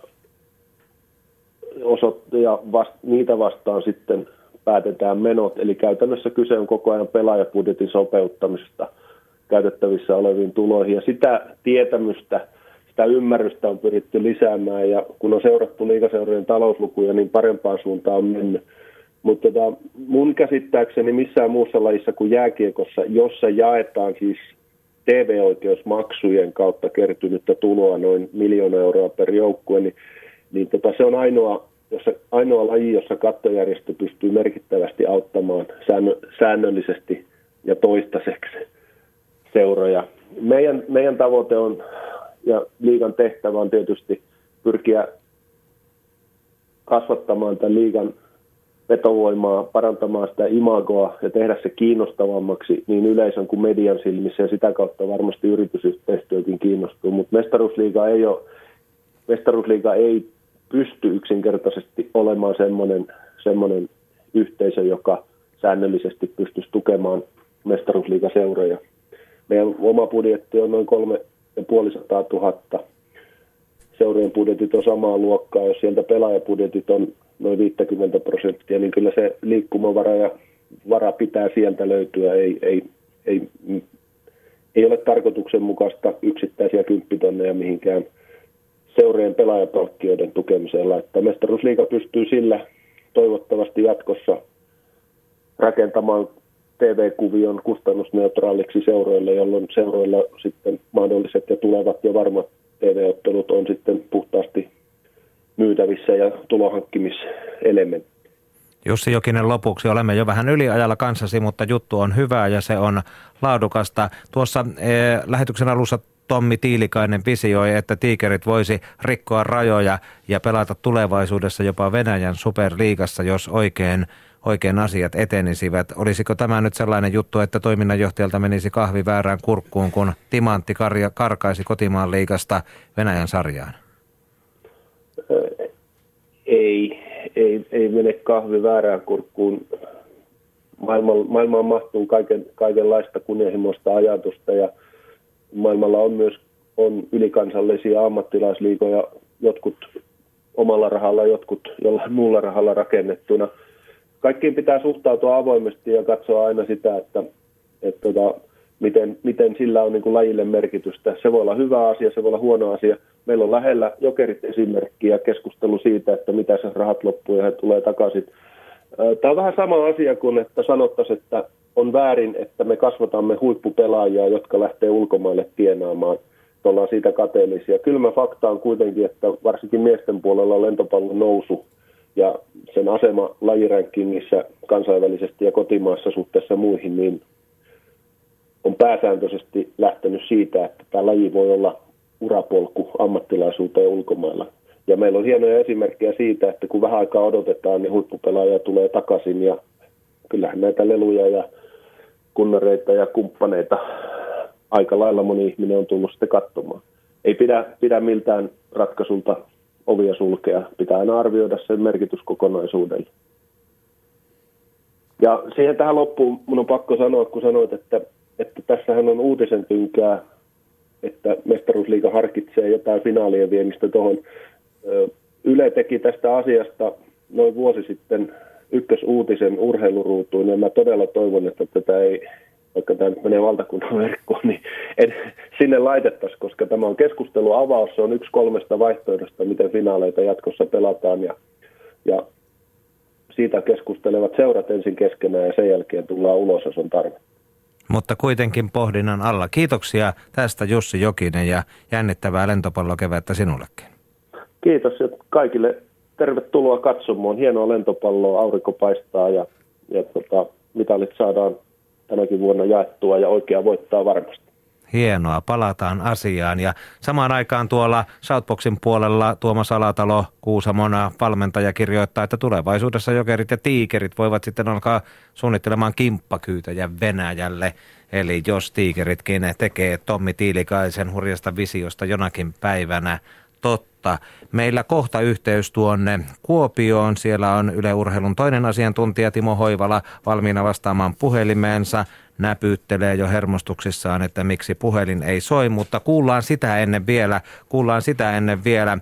Speaker 9: niitä vastaan sitten päätetään menot. Eli käytännössä kyse on koko ajan pelaajabudjetin sopeuttamisesta käytettävissä oleviin tuloihin. Ja sitä tietämystä, sitä ymmärrystä on pyritty lisäämään. Ja kun on seurattu liigaseurojen talouslukuja, niin parempaan suuntaan on mennyt. Mutta mun käsittääkseni missään muussa lajissa kuin jääkiekossa, jossa jaetaan siis TV-oikeusmaksujen kautta kertynyttä tuloa noin 1 miljoona euroa per joukkue, niin se on ainoa laji, jossa kattojärjestö pystyy merkittävästi auttamaan säännöllisesti ja toistaiseksi seuroja. Meidän tavoite on, ja liigan tehtävä on tietysti pyrkiä kasvattamaan tämän liigan vetovoimaa, parantamaan sitä imagoa ja tehdä se kiinnostavammaksi niin yleisön kuin median silmissä ja sitä kautta varmasti yritysyhteistyökin kiinnostuu, mutta mestaruusliiga ei pysty yksinkertaisesti olemaan semmoinen yhteisö, joka säännöllisesti pystyisi tukemaan mestaruusliigaseuroja. Meidän oma budjetti on noin 350 000. Seurojen budjetit on samaa luokkaa, jos sieltä pelaajabudjetit on noin 50%, niin kyllä se liikkumavara ja vara pitää sieltä löytyä. Ei ole tarkoituksenmukaista yksittäisiä 10 tonneja mihinkään seurojen pelaajapalkkioiden tukemiseen laittaa. Mestaruusliiga pystyy sillä toivottavasti jatkossa rakentamaan TV-kuvion kustannusneutraaliksi seuroille, jolloin seuroilla sitten mahdolliset ja tulevat ja varmat TV-ottelut on sitten puhtaasti myytävissä ja tulohankkimiselementti.
Speaker 2: Jussi Jokinen, lopuksi olemme jo vähän yliajalla kanssasi, mutta juttu on hyvää ja se on laadukasta. Tuossa lähetyksen alussa Tommi Tiilikainen visioi, että Tiikerit voisi rikkoa rajoja ja pelata tulevaisuudessa jopa Venäjän superliigassa, jos oikein asiat etenisivät. Olisiko tämä nyt sellainen juttu, että toiminnanjohtajalta menisi kahvi väärään kurkkuun, kun Timantti karkaisi kotimaan liigasta Venäjän sarjaan?
Speaker 9: Ei mene kahvi väärään kurkkuun. Maailmaan mahtuu kaikenlaista kunnianhimoista ajatusta ja maailmalla on ylikansallisia ammattilaisliigoja, jotkut omalla rahalla, jotkut jollain muulla rahalla rakennettuna. Kaikkiin pitää suhtautua avoimesti ja katsoa aina sitä, että miten sillä on niin kuin lajille merkitystä. Se voi olla hyvä asia, se voi olla huono asia. Meillä on lähellä Jokerit esimerkki ja keskustelu siitä, että mitä se rahat loppuu ja he tulee takaisin. Tämä on vähän sama asia kuin, että sanottaisiin, että on väärin, että me kasvatamme huippupelaajia, jotka lähtee ulkomaille tienaamaan. Ollaan siitä kateellisia. Kylmä fakta on kuitenkin, että varsinkin miesten puolella on lentopallon nousu ja sen asema lajirankingissa kansainvälisesti ja kotimaassa suhteessa muihin, niin on pääsääntöisesti lähtenyt siitä, että tämä laji voi olla urapolku ammattilaisuuteen ulkomailla. Ja meillä on hienoja esimerkkejä siitä, että kun vähän aikaa odotetaan, niin huippupelaaja tulee takaisin ja kyllähän näitä leluja ja kunnareita ja kumppaneita aika lailla moni ihminen on tullut sitten katsomaan. Ei pidä miltään ratkaisulta ovia sulkea, pitää aina arvioida sen merkitys kokonaisuudelle. Ja siihen tähän loppuun mun on pakko sanoa, kun sanoit, että tässähän on uutisen tynkää, että Mestaruusliiga harkitsee jotain finaalien viemistä tuohon. Yle teki tästä asiasta noin vuosi sitten ykkösuutisen urheiluruutuun, ja mä todella toivon, että tätä ei, vaikka tämä nyt menee valtakunnan verkkoon, niin sinne laitettaisiin, koska tämä on keskusteluavaus, se on 1 3 vaihtoehdosta, miten finaaleita jatkossa pelataan, ja siitä keskustelevat seurat ensin keskenään, ja sen jälkeen tullaan ulos, jos on tarve.
Speaker 2: Mutta kuitenkin pohdinnan alla. Kiitoksia tästä Jussi Jokinen ja jännittävää lentopallokevättä sinullekin.
Speaker 9: Kiitos ja kaikille tervetuloa katsomaan. Hienoa lentopalloa, aurinko paistaa ja mitalit saadaan tänäkin vuonna jaettua ja oikea voittaa varmasti.
Speaker 2: Hienoa, palataan asiaan. Ja samaan aikaan tuolla Shoutboxin puolella Tuomas Alatalo, Kuusamon valmentaja, kirjoittaa, että tulevaisuudessa Jokerit ja Tiikerit voivat sitten alkaa suunnittelemaan kimppakyytäjä Venäjälle. Eli jos Tiikeritkin tekee Tommi Tiilikaisen hurjasta visiosta jonakin päivänä totta. Meillä kohta yhteys tuonne Kuopioon. Siellä on Yle Urheilun toinen asiantuntija Timo Hoivala valmiina vastaamaan puhelimeensa. Näpyttelee jo hermostuksissaan, että miksi puhelin ei soi, mutta kuullaan sitä ennen vielä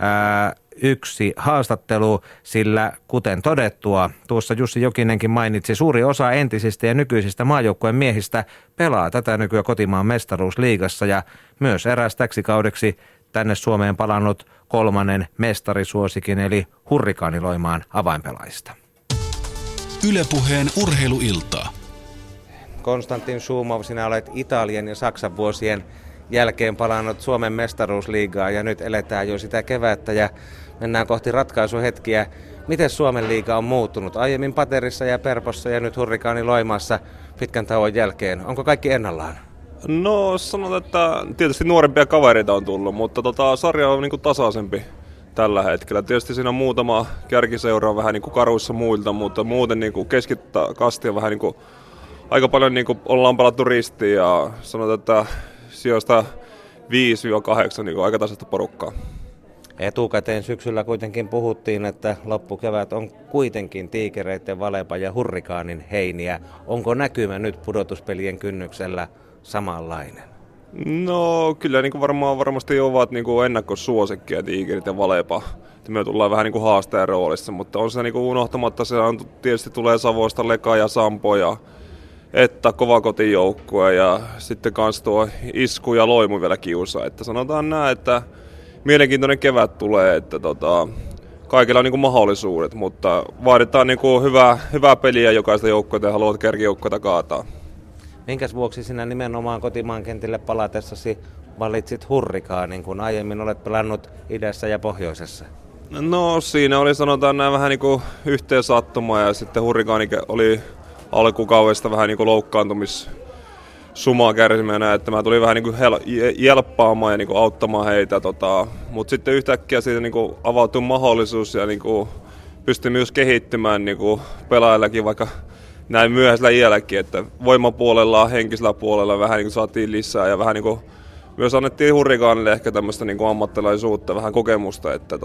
Speaker 2: yksi haastattelu, sillä kuten todettua, tuossa Jussi Jokinenkin mainitsi, suuri osa entisistä ja nykyisistä maajoukkueen miehistä pelaa tätä nykyä kotimaan mestaruusliigassa ja myös eräs täksi kaudeksi tänne Suomeen palannut 3. mestarisuosikin eli Hurrikaani Loimaan avainpelaajista.
Speaker 1: Yle Puheen urheiluilta.
Speaker 2: Konstantin Šumov, sinä olet Italian ja Saksan vuosien jälkeen palannut Suomen mestaruusliigaa ja nyt eletään jo sitä kevättä ja mennään kohti ratkaisuhetkiä. Miten Suomen liiga on muuttunut? Aiemmin Paterissa ja Perpossa ja nyt Hurrikaani Loimaassa pitkän tauon jälkeen. Onko kaikki ennallaan?
Speaker 10: No sanotaan, että tietysti nuorempia kavereita on tullut, mutta sarja on niinku tasaisempi tällä hetkellä. Tietysti siinä on muutama kärkiseura vähän niinku karuissa muilta, mutta muuten niinku keskikasti on vähän niinku aika paljon niinku ollaan palattu ristiin ja sanotaan, että sijoista 5-8 niinku aika tasaista porukkaa.
Speaker 2: Etukäteen syksyllä kuitenkin puhuttiin, että loppukevät on kuitenkin Tiikereiden, Valepan ja Hurrikaanin heiniä. Onko näkymä nyt pudotuspelien kynnyksellä samanlainen?
Speaker 10: No kyllä niin varmasti ovat niin ennakkosuosikkia Tiikerit ja Valepa. Me tullaan vähän niin haastajan roolissa, mutta on se niin unohtamatta, se on, tietysti tulee Savoista Leka ja Sampo ja että kova kotijoukkue ja sitten kans tuo Isku ja Loimu vielä kiusaa. Että sanotaan näin, että mielenkiintoinen kevät tulee, että kaikilla on niin mahdollisuudet, mutta vaaditaan niin hyvää peliä jokaista joukkuetta ja haluat kärkijoukkuetta kaataa.
Speaker 2: Minkäs vuoksi sinä nimenomaan kotimaan kentille palatessasi valitsit Hurrikaanin, kun aiemmin olet pelannut idässä ja pohjoisessa?
Speaker 10: No siinä oli sanotaan näin vähän niin kuin yhteen sattuma ja sitten Hurrikaani oli alkukaudesta vähän niin kuin loukkaantumissumaa kärsimään, että mä tulin vähän niin kuin jelppaamaan ja niin kuin auttamaan heitä. Mutta sitten yhtäkkiä siitä niin kuin avautui mahdollisuus ja niin kuin pystyi myös kehittymään niin kuin pelaajallakin vaikka näin myöhäisellä iälläkin, että voimapuolella, henkisellä puolella vähän niin kuin saatiin lisää ja vähän niin kuin myös annettiin Hurrikaanille ehkä tämmöistä niin kuin ammattilaisuutta, vähän kokemusta, että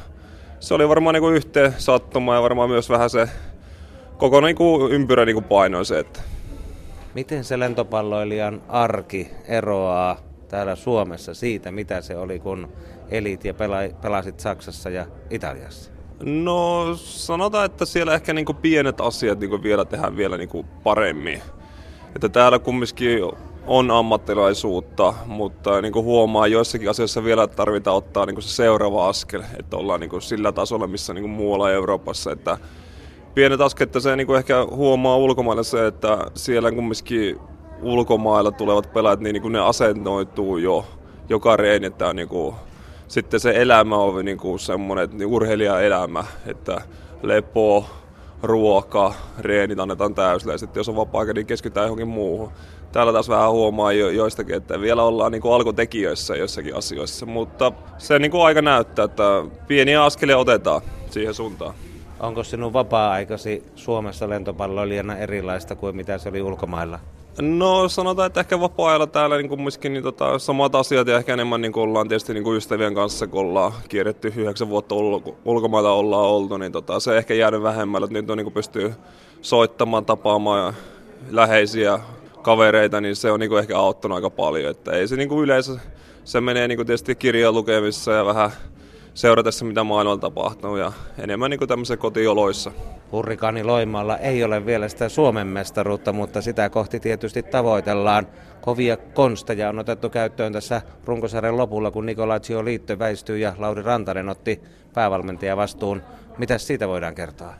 Speaker 10: se oli varmaan niin kuin yhteen sattuma ja varmaan myös vähän se koko niin kuin ympyrä niin kuin painoi se. Että.
Speaker 2: Miten se lentopalloilijan arki eroaa täällä Suomessa siitä, mitä se oli, kun elit ja pelasit Saksassa ja Italiassa?
Speaker 10: No sanotaan, että siellä ehkä niinku pienet asiat niinku vielä tehdään vielä niinku paremmin. Että täällä kumminkin on ammattilaisuutta, mutta niinku huomaa joissakin asioissa vielä tarvitaan ottaa niinku se seuraava askel, että ollaan niinku sillä tasolla, missä niinku muualla Euroopassa. Että pienet askelet, että se niinku ehkä huomaa ulkomailla se, että siellä kumminkin ulkomailla tulevat pelaajat, niin niinku ne asennoituu jo joka reeni, että on niinku sitten se elämä on niinku semmoinen urheilijaelämä, että lepo, ruoka, reenit annetaan täysillä ja sitten jos on vapaa-aika, niin keskitytään johonkin muuhun. Täällä taas vähän huomaa joistakin, että vielä ollaan niin kuin alkutekijöissä jossakin asioissa, mutta se niin kuin aika näyttää, että pieniä askelia otetaan siihen suuntaan.
Speaker 2: Onko sinun vapaa-aikasi Suomessa lentopalloilijana erilaista kuin mitä se oli ulkomailla?
Speaker 10: No sanotaan, että ehkä vapaa-ajalla täällä niin kumminkin niin samat asiat ja ehkä enemmän niin ollaan tietysti niin ystävien kanssa, kun ollaan kierretty 9 vuotta ulkomailla ollaan oltu, niin se ei ehkä jäänyt vähemmällä. Nyt on niin pystyy soittamaan, tapaamaan läheisiä kavereita, niin se on niin ehkä auttanut aika paljon. Että ei se niin yleensä, se menee niin tietysti kirjan lukemissa ja vähän seuratessa, mitä maailmalla tapahtuu ja enemmän niin tämmöisissä kotioloissa.
Speaker 2: Hurrikaani Loimaalla ei ole vielä sitä Suomen mestaruutta, mutta sitä kohti tietysti tavoitellaan. Kovia konsteja on otettu käyttöön tässä runkosarjan lopulla, kun Nicola Giolito väistyi ja Lauri Rantanen otti päävalmentajan vastuun. Mitäs siitä voidaan kertoa?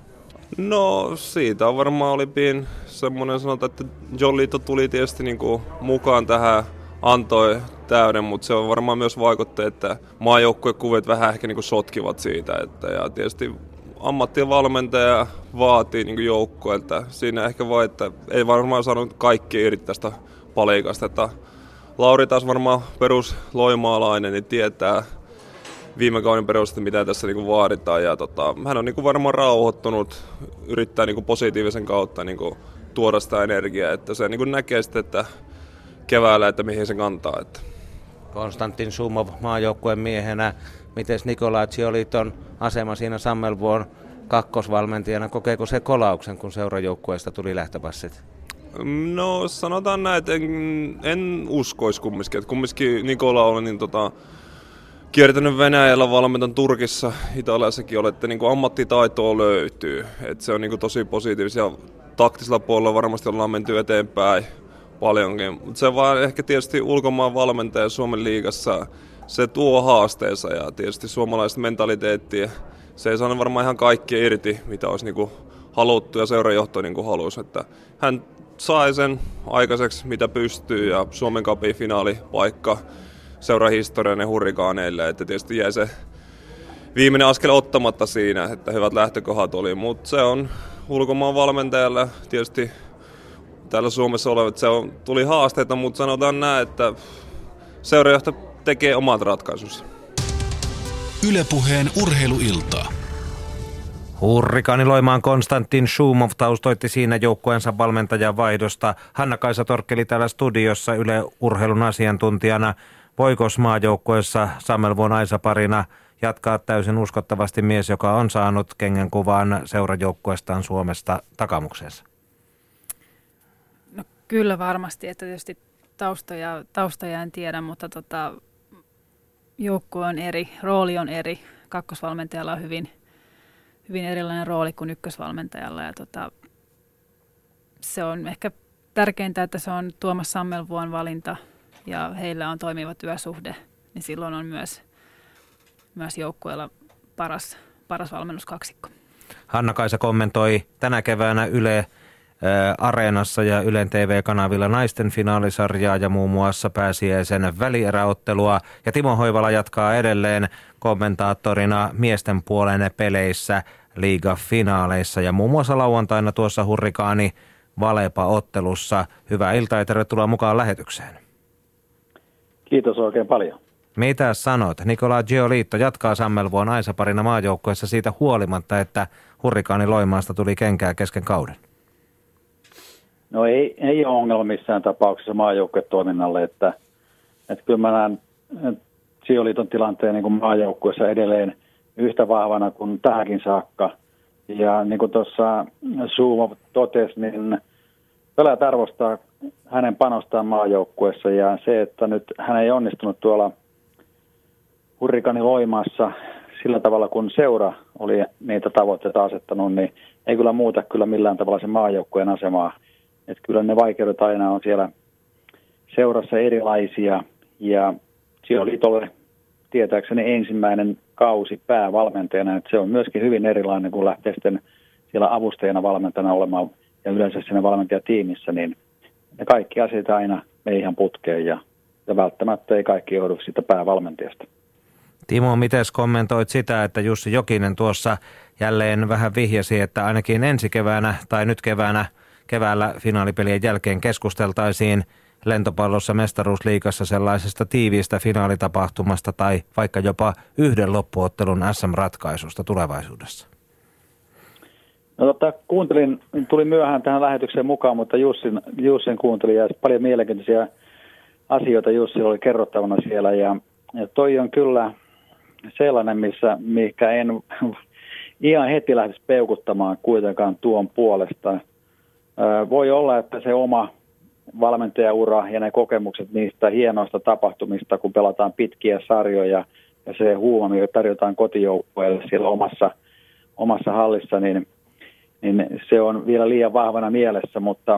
Speaker 10: No siitä on varmaan oli semmoinen sanotaan, että Giolito tuli tietysti niin kuin mukaan tähän, antoi täyden, mutta se on varmaan myös vaikutti, että maajoukkuekuvat vähän ehkä niin kuin sotkivat siitä. Ja tietysti ammattivalmentaja vaatii niin kuin joukkueelta. Siinä ehkä vaan, että ei varmaan saanut kaikki irti tästä palikasta. Että Lauri taas varmaan perusloimaalainen, niin tietää viime kauden perusteella, mitä tässä niin kuin vaaditaan. Ja hän on niin kuin varmaan rauhoittunut, yrittää niin kuin positiivisen kautta niin kuin tuoda sitä energiaa. Että se niin kuin näkee sitten, että keväällä, että mihin se kantaa. Että.
Speaker 2: Konstantin Šumov maajoukkueen miehenä. Miten Nicola Gioliton asema siinä Sammelvuon kakkosvalmentajana? Kokeeko se kolauksen, kun seurajoukkueesta tuli lähtöpassit?
Speaker 10: No sanotaan näin, että en uskoisi kumminkin. Että kumminkin Nicola oli niin, kiertänyt Venäjällä, valmentanut Turkissa, Italiassakin oli, että niin ammattitaitoa löytyy. Että se on niin tosi positiivisia. Taktisella puolella varmasti ollaan menty eteenpäin paljonkin. Mutta se vaan ehkä tietysti ulkomaan valmentaja Suomen liigassa, se tuo haasteensa ja tietysti suomalaista mentaliteettia. Se ei saanut varmaan ihan kaikki irti, mitä olisi niin haluttu ja seurajohto niin halusi. Että hän sai sen aikaiseksi, mitä pystyy ja Suomen Cupin finaalipaikka seurahistorian ja Hurrikaaneille. Että tietysti jäi se viimeinen askel ottamatta siinä, että hyvät lähtökohdat oli, mutta se on ulkomaan valmentajalle tietysti täällä Suomessa olevat, tuli haasteita, mutta sanotaan näin, että seurajohto tekee omat ratkaisunsa.
Speaker 1: Yle Puheen urheiluiltaa.
Speaker 2: Hurrikaani Loimaan Konstantin Šumov taustoitti siinä joukkueensa valmentajan vaihdosta. Hanna-Kaisa Torkkeli täällä studiossa Yle Urheilun asiantuntijana. Voikos maajoukkueessa Sammelvuon Aisa-parina jatkaa täysin uskottavasti mies, joka on saanut kengänkuvan seurajoukkueestaan Suomesta takamukseensa?
Speaker 5: No kyllä varmasti, että tietysti taustoja en tiedä, mutta joukkue on eri, rooli on eri. Kakkosvalmentajalla on hyvin erilainen rooli kuin ykkösvalmentajalla ja se on ehkä tärkeintä, että se on Tuomas Sammelvuon valinta ja heillä on toimiva työsuhde, niin silloin on myös joukkueella paras valmennuskaksikko.
Speaker 2: Hanna-Kaisa kommentoi tänä keväänä Yle Areenassa ja Ylen TV-kanavilla naisten finaalisarjaa ja muun muassa pääsiäisen välieräottelua. Ja Timo Hoivala jatkaa edelleen kommentaattorina miesten puolen peleissä liigafinaaleissa ja muun muassa lauantaina tuossa Hurrikaani Valepa-ottelussa. Hyvää iltaa ja tervetuloa mukaan lähetykseen.
Speaker 11: Kiitos oikein paljon.
Speaker 2: Mitä sanot? Nicola Giolito jatkaa Sammelvuon Aisa-parina maajoukkueessa siitä huolimatta, että Hurrikaani Loimaasta tuli kenkää kesken kauden.
Speaker 11: No ei ole ongelma missään tapauksessa maajoukkuetoiminnalle, että kyllä mä näen Gioliton tilanteen niin kuin maajoukkueessa edelleen yhtä vahvana kuin tähänkin saakka. Ja niin kuin tuossa Šumov totesi, niin pelaajat arvostaa hänen panostaan maajoukkueessa ja se, että nyt hän ei onnistunut tuolla Hurrikaani Loimaassa sillä tavalla, kun seura oli niitä tavoitteita asettanut, niin ei kyllä muuta kyllä millään tavalla sen maajoukkueen asemaa. Että kyllä ne vaikeudet aina on siellä seurassa erilaisia ja Giolitolle tietääkseni ensimmäinen kausi päävalmentajana, että se on myöskin hyvin erilainen, kun lähtee sitten siellä avustajana valmentajana olemaan ja yleensä siinä valmentajatiimissä, niin ne kaikki asiat aina ei ihan putkeen ja välttämättä ei kaikki johdu siitä päävalmentajasta.
Speaker 2: Timo, miten kommentoit sitä, että Jussi Jokinen tuossa jälleen vähän vihjasi, että ainakin ensi keväänä tai nyt keväällä finaalipelien jälkeen keskusteltaisiin lentopallossa mestaruusliigassa sellaisesta tiiviistä finaalitapahtumasta tai vaikka jopa yhden loppuottelun SM-ratkaisusta tulevaisuudessa?
Speaker 11: No tuli myöhään tähän lähetykseen mukaan, mutta Jussin kuuntelin ja paljon mielenkiintoisia asioita Jussi oli kerrottavana siellä ja toi on kyllä sellainen, mikä en ihan heti lähtisi peukuttamaan kuitenkaan tuon puolesta. Voi olla, että se oma valmentajaura ja ne kokemukset niistä hienoista tapahtumista, kun pelataan pitkiä sarjoja ja se huuma, mikä tarjotaan kotijoukkueelle siellä omassa hallissa, niin se on vielä liian vahvana mielessä, mutta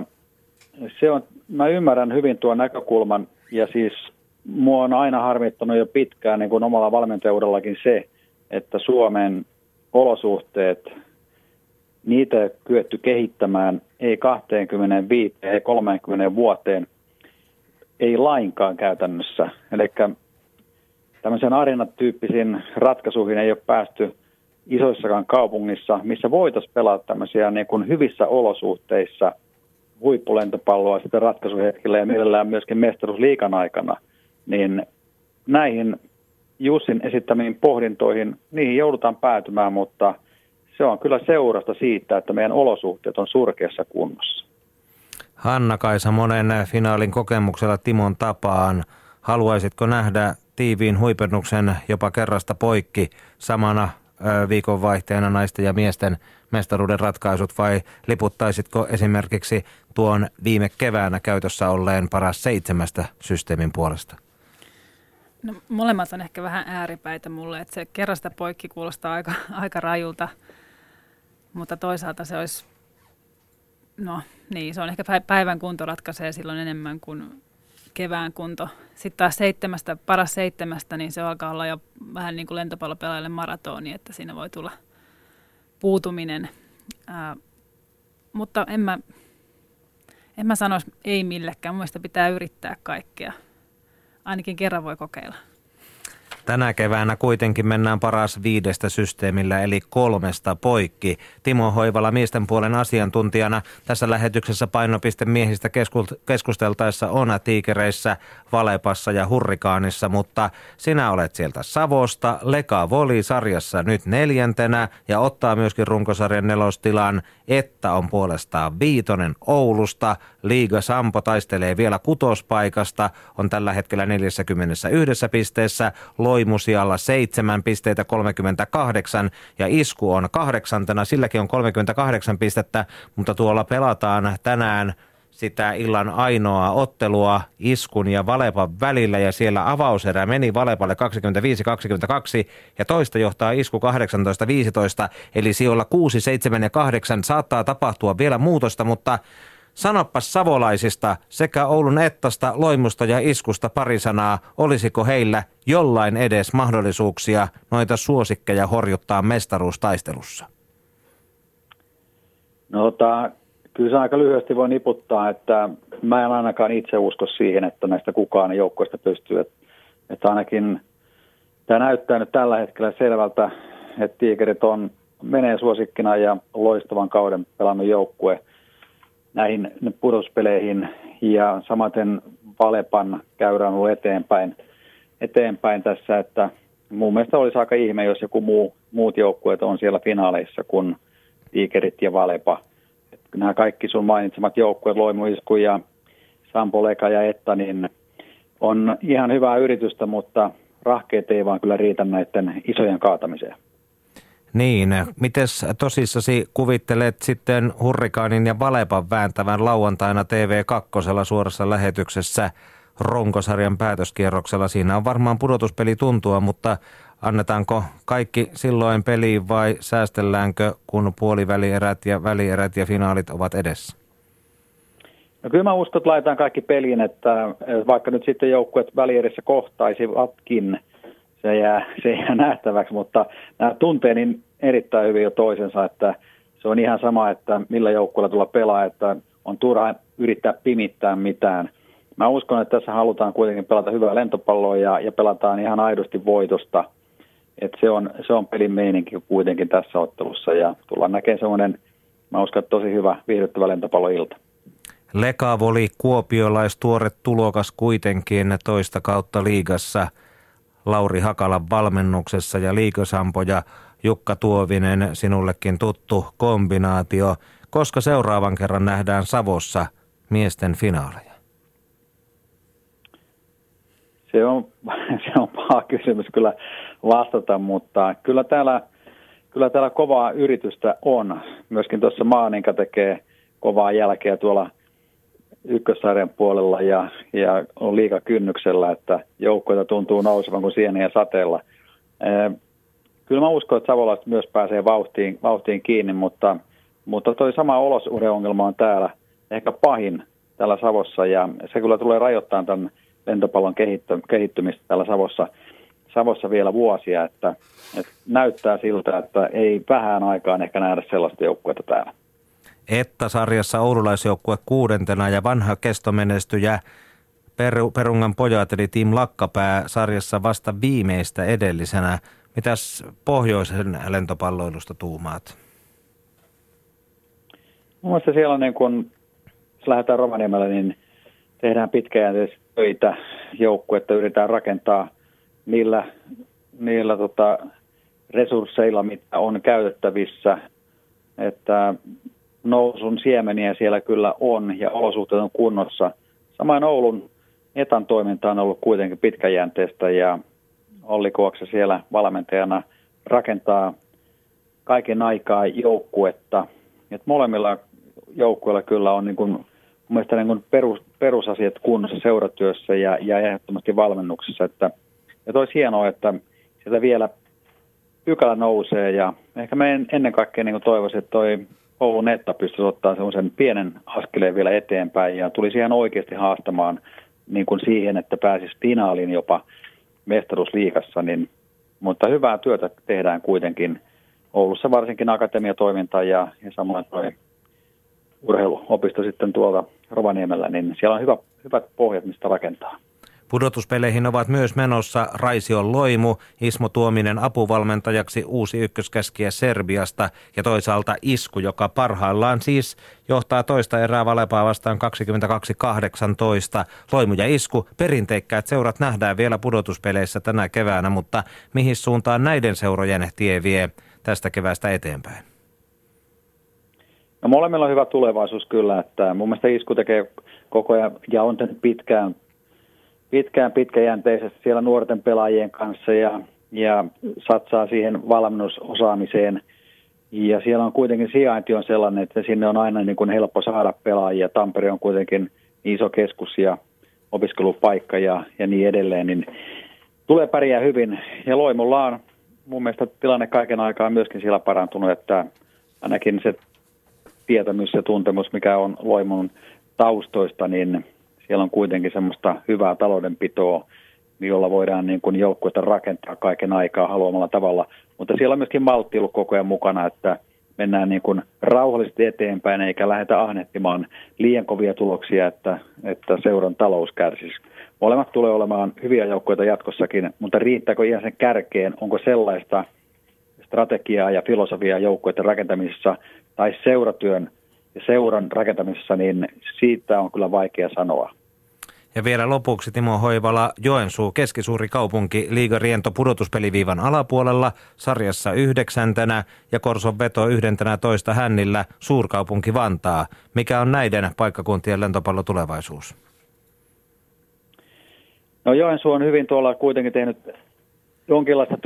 Speaker 11: mä ymmärrän hyvin tuon näkökulman ja siis mua on aina harmittanut jo pitkään niin kuin omalla valmentajaudellakin se, että Suomen olosuhteet, niitä ei kyetty kehittämään ei 25, ei 30 vuoteen, ei lainkaan käytännössä. Eli tämmöisen arenatyyppisiin ratkaisuihin ei ole päästy isoissakaan kaupungissa, missä voitaisiin pelata tämmöisiä niin kuin hyvissä olosuhteissa huippulentopalloa sitten ratkaisuhetkillä ja mielellään myöskin mestaruusliigan aikana, niin näihin Jussin esittämiin pohdintoihin, niihin joudutaan päätymään, mutta se on kyllä seurasta siitä, että meidän olosuhteet on surkeassa kunnossa.
Speaker 2: Hanna-Kaisa, monen finaalin kokemuksella Timon tapaan, haluaisitko nähdä tiiviin huipennuksen jopa kerrasta poikki samana viikonvaihteena naisten ja miesten mestaruuden ratkaisut vai liputtaisitko esimerkiksi tuon viime keväänä käytössä olleen paras 7 systeemin puolesta?
Speaker 5: No, molemmat on ehkä vähän ääripäitä mulle, että se kerrasta poikki kuulostaa aika rajulta, mutta toisaalta se olisi, no niin, se on ehkä päivän kunto ratkaisee silloin enemmän kuin kevään kunto. Sitten taas paras 7, niin se alkaa olla jo vähän niin kuin lentopallopelaajille maratoni, että siinä voi tulla puutuminen. Mutta en mä sanoisi ei millekään. Mun mielestä pitää yrittää kaikkea. Ainakin kerran voi kokeilla.
Speaker 2: Tänä keväänä kuitenkin mennään paras 5 systeemillä, eli 3 poikki. Timo Hoivala miesten puolen asiantuntijana tässä lähetyksessä painopiste miehistä keskusteltaessa on Tiikereissä, Valepassa ja Hurrikaanissa, mutta sinä olet sieltä Savosta. Leka Voli-sarjassa nyt 4. ja ottaa myöskin runkosarjan 4. tilan. Etta on puolestaan 5. Oulusta. Liiga Sampo taistelee vielä 6. paikasta, on tällä hetkellä 41 pisteessä. Loimu sijalla 7 pisteitä 38 ja Isku on 8. Silläkin on 38 pistettä, mutta tuolla pelataan tänään sitä illan ainoa ottelua Iskun ja Valepan välillä ja siellä avauserä meni Valepalle 25-22 ja toista johtaa Isku 18-15, eli sijoilla 6, 7 ja 8 saattaa tapahtua vielä muutosta, mutta sanoppas savolaisista sekä Oulun Ettasta, Loimusta ja Iskusta pari sanaa, olisiko heillä jollain edes mahdollisuuksia noita suosikkeja horjuttaa mestaruustaistelussa?
Speaker 11: No kyllä se aika lyhyesti voi niputtaa, että mä en ainakaan itse usko siihen, että näistä kukaan joukkoista pystyy. Että ainakin tämä näyttää nyt tällä hetkellä selvältä, että Tiikerit menee suosikkina ja loistavan kauden pelannut joukkue näihin pudotuspeleihin ja samaten Valepan käydään ollut eteenpäin tässä, että mun mielestä olisi aika ihme, jos joku muut joukkueet on siellä finaaleissa kuin Tiikerit ja Valepa. Että nämä kaikki sun mainitsemat joukkueet, Loimu, Isku ja Sampo, Leka ja Etta, niin on ihan hyvää yritystä, mutta rahkeet ei vaan kyllä riitä näiden isojen kaatamiseen.
Speaker 2: Niin, mites tosissasi kuvittelet sitten Hurrikaanin ja Valepan vääntävän lauantaina TV2 suorassa lähetyksessä runkosarjan päätöskierroksella? Siinä on varmaan pudotuspeli tuntua, mutta annetaanko kaikki silloin peliin vai säästelläänkö, kun puolivälierät ja välierät ja finaalit ovat edessä?
Speaker 11: No kyllä mä uskon, että laitetaan kaikki peliin, että vaikka nyt sitten joukkueet välierissä kohtaisivatkin, se jää nähtäväksi, mutta nämä tuntee niin erittäin hyvin jo toisensa, että se on ihan sama, että millä joukkueella tulla pelaa, että on turha yrittää pimittää mitään. Mä uskon, että tässä halutaan kuitenkin pelata hyvää lentopalloa ja pelataan ihan aidosti voitosta. se on pelin meininki kuitenkin tässä ottelussa ja tullaan näkemään semmoinen, mä uskon, että tosi hyvä viihdyttävä lentopalloilta.
Speaker 2: Lekavoli kuopiolaistuore tulokas kuitenkin toista kautta liigassa Lauri Hakalan valmennuksessa ja liigasampoja Jukka Tuovinen, sinullekin tuttu kombinaatio. Koska seuraavan kerran nähdään Savossa miesten finaaleja?
Speaker 11: Se on paha kysymys kyllä vastata, mutta kyllä täällä kovaa yritystä on. Myöskin tuossa Maaninka tekee kovaa jälkeä tuolla ykkössarjan puolella ja on liigakynnyksellä, että joukkoita tuntuu nousevan kuin sieniä sateella. Kyllä mä uskon, että savolaiset myös pääsee vauhtiin kiinni, mutta toi sama olosuhdeongelma on täällä ehkä pahin täällä Savossa ja se kyllä tulee rajoittamaan tämän lentopallon kehittymistä täällä Savossa vielä vuosia, että näyttää siltä, että ei vähän aikaan ehkä nähdä sellaista joukkuetta täällä.
Speaker 2: Että sarjassa oululaisjoukkue 6. ja vanha kestomenestyjä Perungan pojat eli Team Lakkapää sarjassa vasta viimeistä edellisenä. Mitäs pohjoisen lentopalloilusta tuumaat?
Speaker 11: Mun mielestä siellä on niin kun, jos lähdetään Rovaniemelle, niin tehdään pitkäjänteisesti töitä joukkuetta, yritetään rakentaa niillä resursseilla, mitä on käytettävissä, että nousun siemeniä siellä kyllä on ja olosuhteet on kunnossa. Samoin Oulun Etan toiminta on ollut kuitenkin pitkäjänteistä ja Olli Kuoksa siellä valmentajana rakentaa kaiken aikaa joukkuetta. Et molemmilla joukkueilla kyllä on niin kuin, mun mielestä niin kuin perusasiat kunnossa seuratyössä ja ehdottomasti valmennuksessa. Ja olisi hienoa, että sieltä vielä pykälä nousee ja ehkä me ennen kaikkea niin toivoisin, että toi Oulun Etta pystyisi ottaa semmoisen pienen askeleen vielä eteenpäin ja tulisi ihan oikeasti haastamaan niin kuin siihen, että pääsisi finaaliin jopa mestaruusliigassa, mutta hyvää työtä tehdään kuitenkin Oulussa, varsinkin akatemiatoiminta ja samoin tuo urheiluopisto sitten tuolta Rovaniemellä, niin siellä on hyvät pohjat, mistä rakentaa.
Speaker 2: Pudotuspeleihin ovat myös menossa Raision Loimu, Ismo Tuominen apuvalmentajaksi, uusi ykköskäskijä Serbiasta ja toisaalta Isku, joka parhaillaan siis johtaa toista erää Valepaa vastaan 22-18. Loimu ja Isku, perinteikkäät seurat nähdään vielä pudotuspeleissä tänä keväänä, mutta mihin suuntaan näiden seurojen tie vie tästä keväästä eteenpäin?
Speaker 11: No molemmilla on hyvä tulevaisuus kyllä, että mun mielestä Isku tekee koko ajan ja on tehnyt pitkäjänteisesti siellä nuorten pelaajien kanssa ja satsaa siihen valmennusosaamiseen. Ja siellä on kuitenkin sijainti on sellainen, että sinne on aina niin kuin helppo saada pelaajia. Tampere on kuitenkin iso keskus ja opiskelupaikka ja niin edelleen, niin tulee pärjää hyvin. Ja Loimulla on mun mielestä tilanne kaiken aikaa myöskin siellä parantunut, että ainakin se tietämys ja tuntemus, mikä on Loimun taustoista, niin siellä on kuitenkin semmoista hyvää taloudenpitoa, jolla voidaan niin kuin joukkuetta rakentaa kaiken aikaa haluamalla tavalla. Mutta siellä on myöskin maltti ollut koko ajan mukana, että mennään niin kuin rauhallisesti eteenpäin eikä lähdetä ahnehtimaan liian kovia tuloksia, että seuran talous kärsisi. Molemmat tulee olemaan hyviä joukkueita jatkossakin, mutta riittääkö ihan sen kärkeen? Onko sellaista strategiaa ja filosofiaa joukkueiden rakentamisessa tai seuratyön ja seuran rakentamisessa, niin siitä on kyllä vaikea sanoa.
Speaker 2: Ja vielä lopuksi Timo Hoivala, Joensuu, keskisuuri kaupunki, liigariento pudotuspeliviivan alapuolella, sarjassa 9. ja Korson veto 11. hännillä, suurkaupunki Vantaa. Mikä on näiden paikkakuntien lentopallotulevaisuus?
Speaker 11: No Joensuu on hyvin tuolla kuitenkin tehnyt jonkinlaista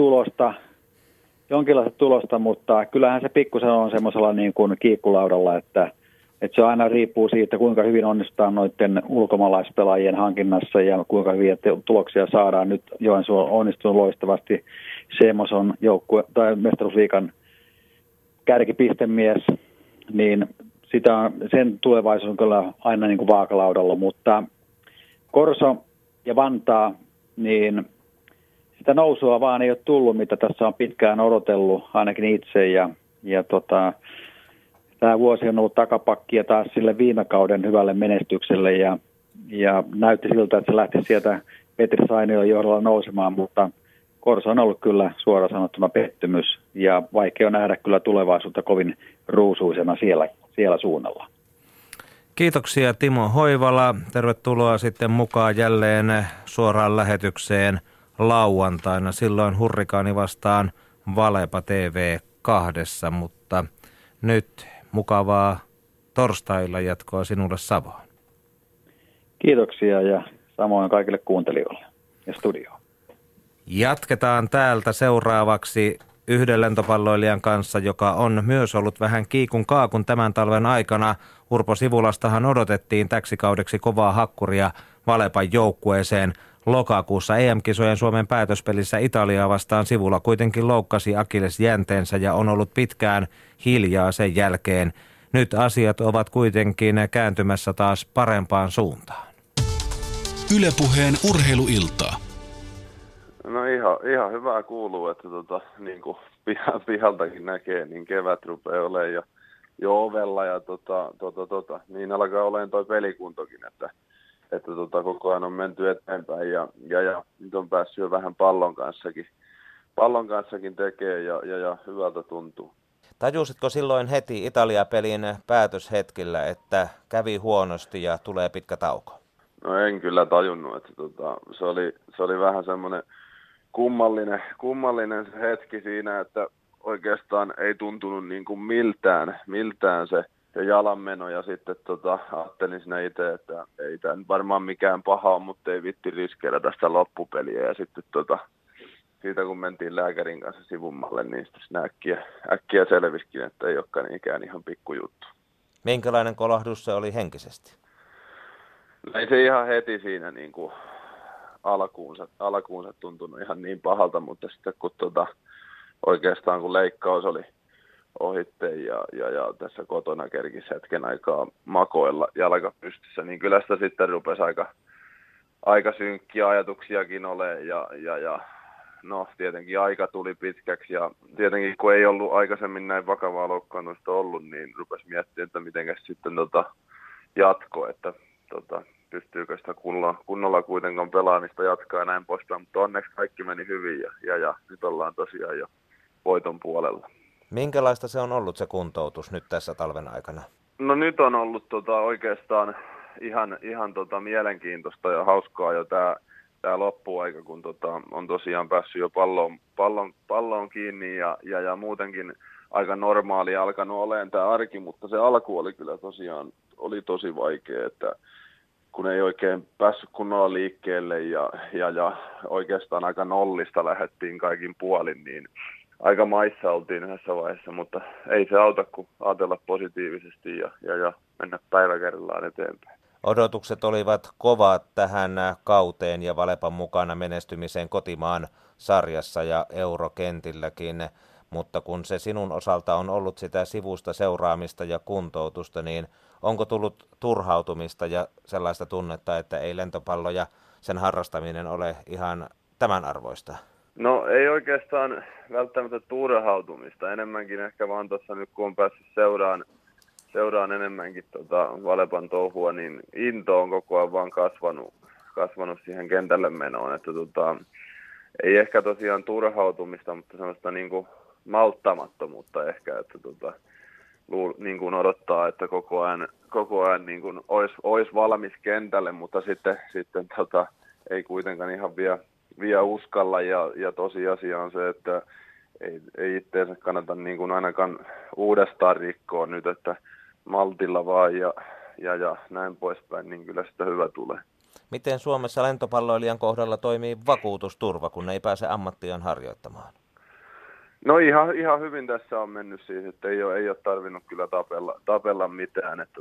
Speaker 11: tulosta, mutta kyllähän se pikkusen on semmoisella niin kuin kiikkulaudalla, että se aina riippuu siitä, kuinka hyvin onnistutaan noiden ulkomaalaispelaajien hankinnassa ja kuinka hyviä tuloksia saadaan. Nyt Joensuu on onnistunut loistavasti. Semos on mestaruusliigan kärkipistemies, niin sen tulevaisuus on kyllä aina niin kuin vaakalaudalla, mutta Korso ja Vantaa, niin sitä nousua vaan ei ole tullut, mitä tässä on pitkään odotellut, ainakin itse, ja tämä vuosi on ollut takapakkia taas sille viime kauden hyvälle menestykselle, ja näytti siltä, että se lähti sieltä Petri Sainion johdolla nousemaan, mutta Korso on ollut kyllä suoraan sanottuna pettymys ja vaikea nähdä kyllä tulevaisuutta kovin ruusuisena siellä suunnalla.
Speaker 2: Kiitoksia Timo Hoivala. Tervetuloa sitten mukaan jälleen suoraan lähetykseen lauantaina. Silloin Hurrikaani vastaan Valepa TV2, mutta nyt mukavaa torstailla jatkoa sinulle Savoon.
Speaker 11: Kiitoksia ja samoin kaikille kuuntelijoille ja studioon.
Speaker 2: Jatketaan täältä seuraavaksi yhden lentopalloilijan kanssa, joka on myös ollut vähän kiikun kaakun tämän talven aikana. Urpo Sivulastahan odotettiin täksi kaudeksi kovaa hakkuria Valepan joukkueeseen. Lokakuussa EM-kisojen Suomen päätöspelissä Italiaa vastaan Sivula kuitenkin loukkasi akillesjänteensä ja on ollut pitkään hiljaa sen jälkeen. Nyt asiat ovat kuitenkin kääntymässä taas parempaan suuntaan.
Speaker 1: Yle Puheen urheiluiltaa.
Speaker 12: No ihan hyvää kuuluu, että niin kuin pihaltakin näkee, niin kevät rupeaa olemaan jo ovella ja niin alkaa olemaan toi pelikuntokin, että koko ajan on menty eteenpäin ja nyt on päässyt jo vähän pallon kanssakin tekee ja hyvältä tuntuu.
Speaker 2: Tajusitko silloin heti Italia-pelin päätöshetkillä, että kävi huonosti ja tulee pitkä tauko?
Speaker 12: No en kyllä tajunnut, että se oli vähän semmoinen kummallinen se hetki siinä, että oikeastaan ei tuntunut niin kuin miltään se jalanmeno ja sitten ajattelin siinä itse, että ei tämä nyt varmaan mikään paha ole, mutta ei vitti riskeillä tästä loppupeliä ja sitten siitä kun mentiin lääkärin kanssa sivummalle, niin sitten äkkiä selvisikin, että ei olekaan niinkään ihan pikkujuttu.
Speaker 2: Minkälainen kolahdus se oli henkisesti?
Speaker 12: Ei se ihan heti siinä niin kuin alkuunsa tuntunut ihan niin pahalta, mutta sitten kun oikeastaan kun leikkaus oli ohitte ja tässä kotona kerkisi hetken aikaa makoilla jalka pystyssä, niin kyllä sitä sitten rupesi aika synkkiä ajatuksiakin olemaan ja no tietenkin aika tuli pitkäksi ja tietenkin kun ei ollut aikaisemmin näin vakavaa loukkaantumista ollut, niin rupesi miettimään, että mitenkäs sitten jatko, että pystyykö sitä kunnolla kuitenkaan pelaamista jatkaa ja näin poispäin, mutta onneksi kaikki meni hyvin ja nyt ollaan tosiaan jo voiton puolella.
Speaker 2: Minkälaista se on ollut se kuntoutus nyt tässä talven aikana?
Speaker 12: No nyt on ollut oikeastaan ihan mielenkiintoista ja hauskaa jo tämä loppuaika, kun on tosiaan päässyt jo palloon kiinni ja muutenkin aika normaali alkanut olemaan tämä arki, mutta se alku oli kyllä tosiaan tosi vaikea, että kun ei oikein päässyt kunnolla liikkeelle ja oikeastaan aika nollista lähdettiin kaikin puolin, niin aika maissa oltiin yhdessä vaiheessa, mutta ei se auta kuin ajatella positiivisesti ja mennä päivä kerrallaan eteenpäin.
Speaker 2: Odotukset olivat kovat tähän kauteen ja Valepan mukana menestymiseen kotimaan sarjassa ja eurokentilläkin, mutta kun se sinun osalta on ollut sitä sivusta seuraamista ja kuntoutusta, niin onko tullut turhautumista ja sellaista tunnetta, että ei lentopallo ja sen harrastaminen ole ihan tämän arvoista?
Speaker 12: No ei oikeastaan välttämättä turhautumista, enemmänkin ehkä vaan tuossa nyt kun on päässyt seuraan enemmänkin Valepan touhua, niin into on koko ajan vaan kasvanut siihen kentälle menoon, että ei ehkä tosiaan turhautumista, mutta sellaista niin kuin malttamattomuutta ehkä, että niin kuin odottaa, että koko ajan niin kuin olisi valmis kentälle, mutta sitten ei kuitenkaan ihan vielä uskalla ja tosiasia on se, että ei itseensä kannata niin kuin ainakaan uudestaan rikkoa nyt, että maltilla vaan ja näin poispäin, niin kyllä sitä hyvä tulee. Miten
Speaker 2: Suomessa lentopalloilijan kohdalla toimii vakuutusturva, kun ei pääse ammattiaan harjoittamaan?
Speaker 12: No ihan hyvin tässä on mennyt siis, että ei ole tarvinnut kyllä tapella mitään, että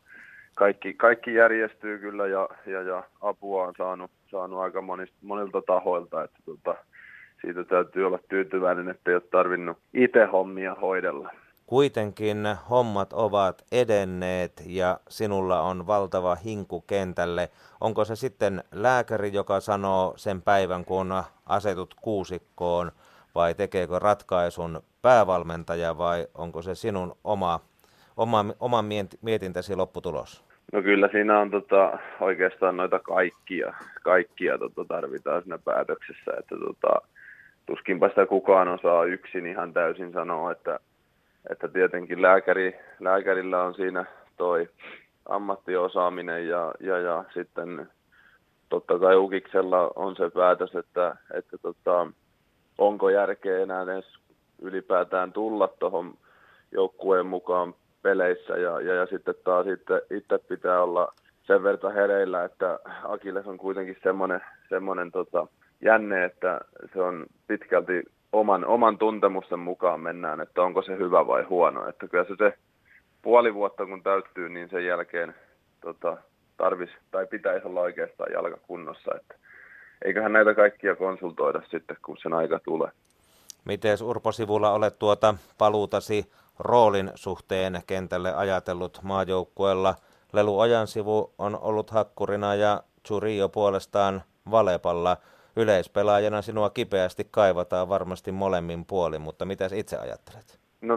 Speaker 12: kaikki järjestyy kyllä ja apua on saanut aika monilta tahoilta, että siitä täytyy olla tyytyväinen, että ei ole tarvinnut itse hommia hoidella.
Speaker 2: Kuitenkin hommat ovat edenneet ja sinulla on valtava hinku kentälle. Onko se sitten lääkäri, joka sanoo sen päivän, kun asetut kuusikkoon, vai tekeekö ratkaisun päävalmentaja vai onko se sinun oma mietintäsi lopputulos?
Speaker 12: No kyllä siinä on oikeastaan noita kaikkia tarvitaan siinä päätöksessä, että tuskinpa sitä kukaan osaa yksin ihan täysin sanoa, että tietenkin lääkärillä on siinä toi ammattiosaaminen ja sitten totta kai Ukiksella on se päätös, että onko järkeä enää edes ylipäätään tulla tuohon joukkueen mukaan peleissä ja sitten taas itse pitää olla sen verran hereillä, että Akilles on kuitenkin semmoinen jänne, että se on pitkälti oman tuntemusten mukaan mennään, että onko se hyvä vai huono. Että kyllä se puoli vuotta kun täyttyy, niin sen jälkeen pitäisi olla oikeastaan jalkakunnossa. Että eiköhän näitä kaikkia konsultoida sitten, kun sen aika tulee.
Speaker 2: Miten Urpo Sivula olet tuota paluutasi roolin suhteen kentälle ajatellut maajoukkueella? Lelu Ojansivu on ollut hakkurina ja Churio puolestaan Valepalla. Yleispelaajana sinua kipeästi kaivataan varmasti molemmin puolin, mutta mitäs itse ajattelet?
Speaker 12: No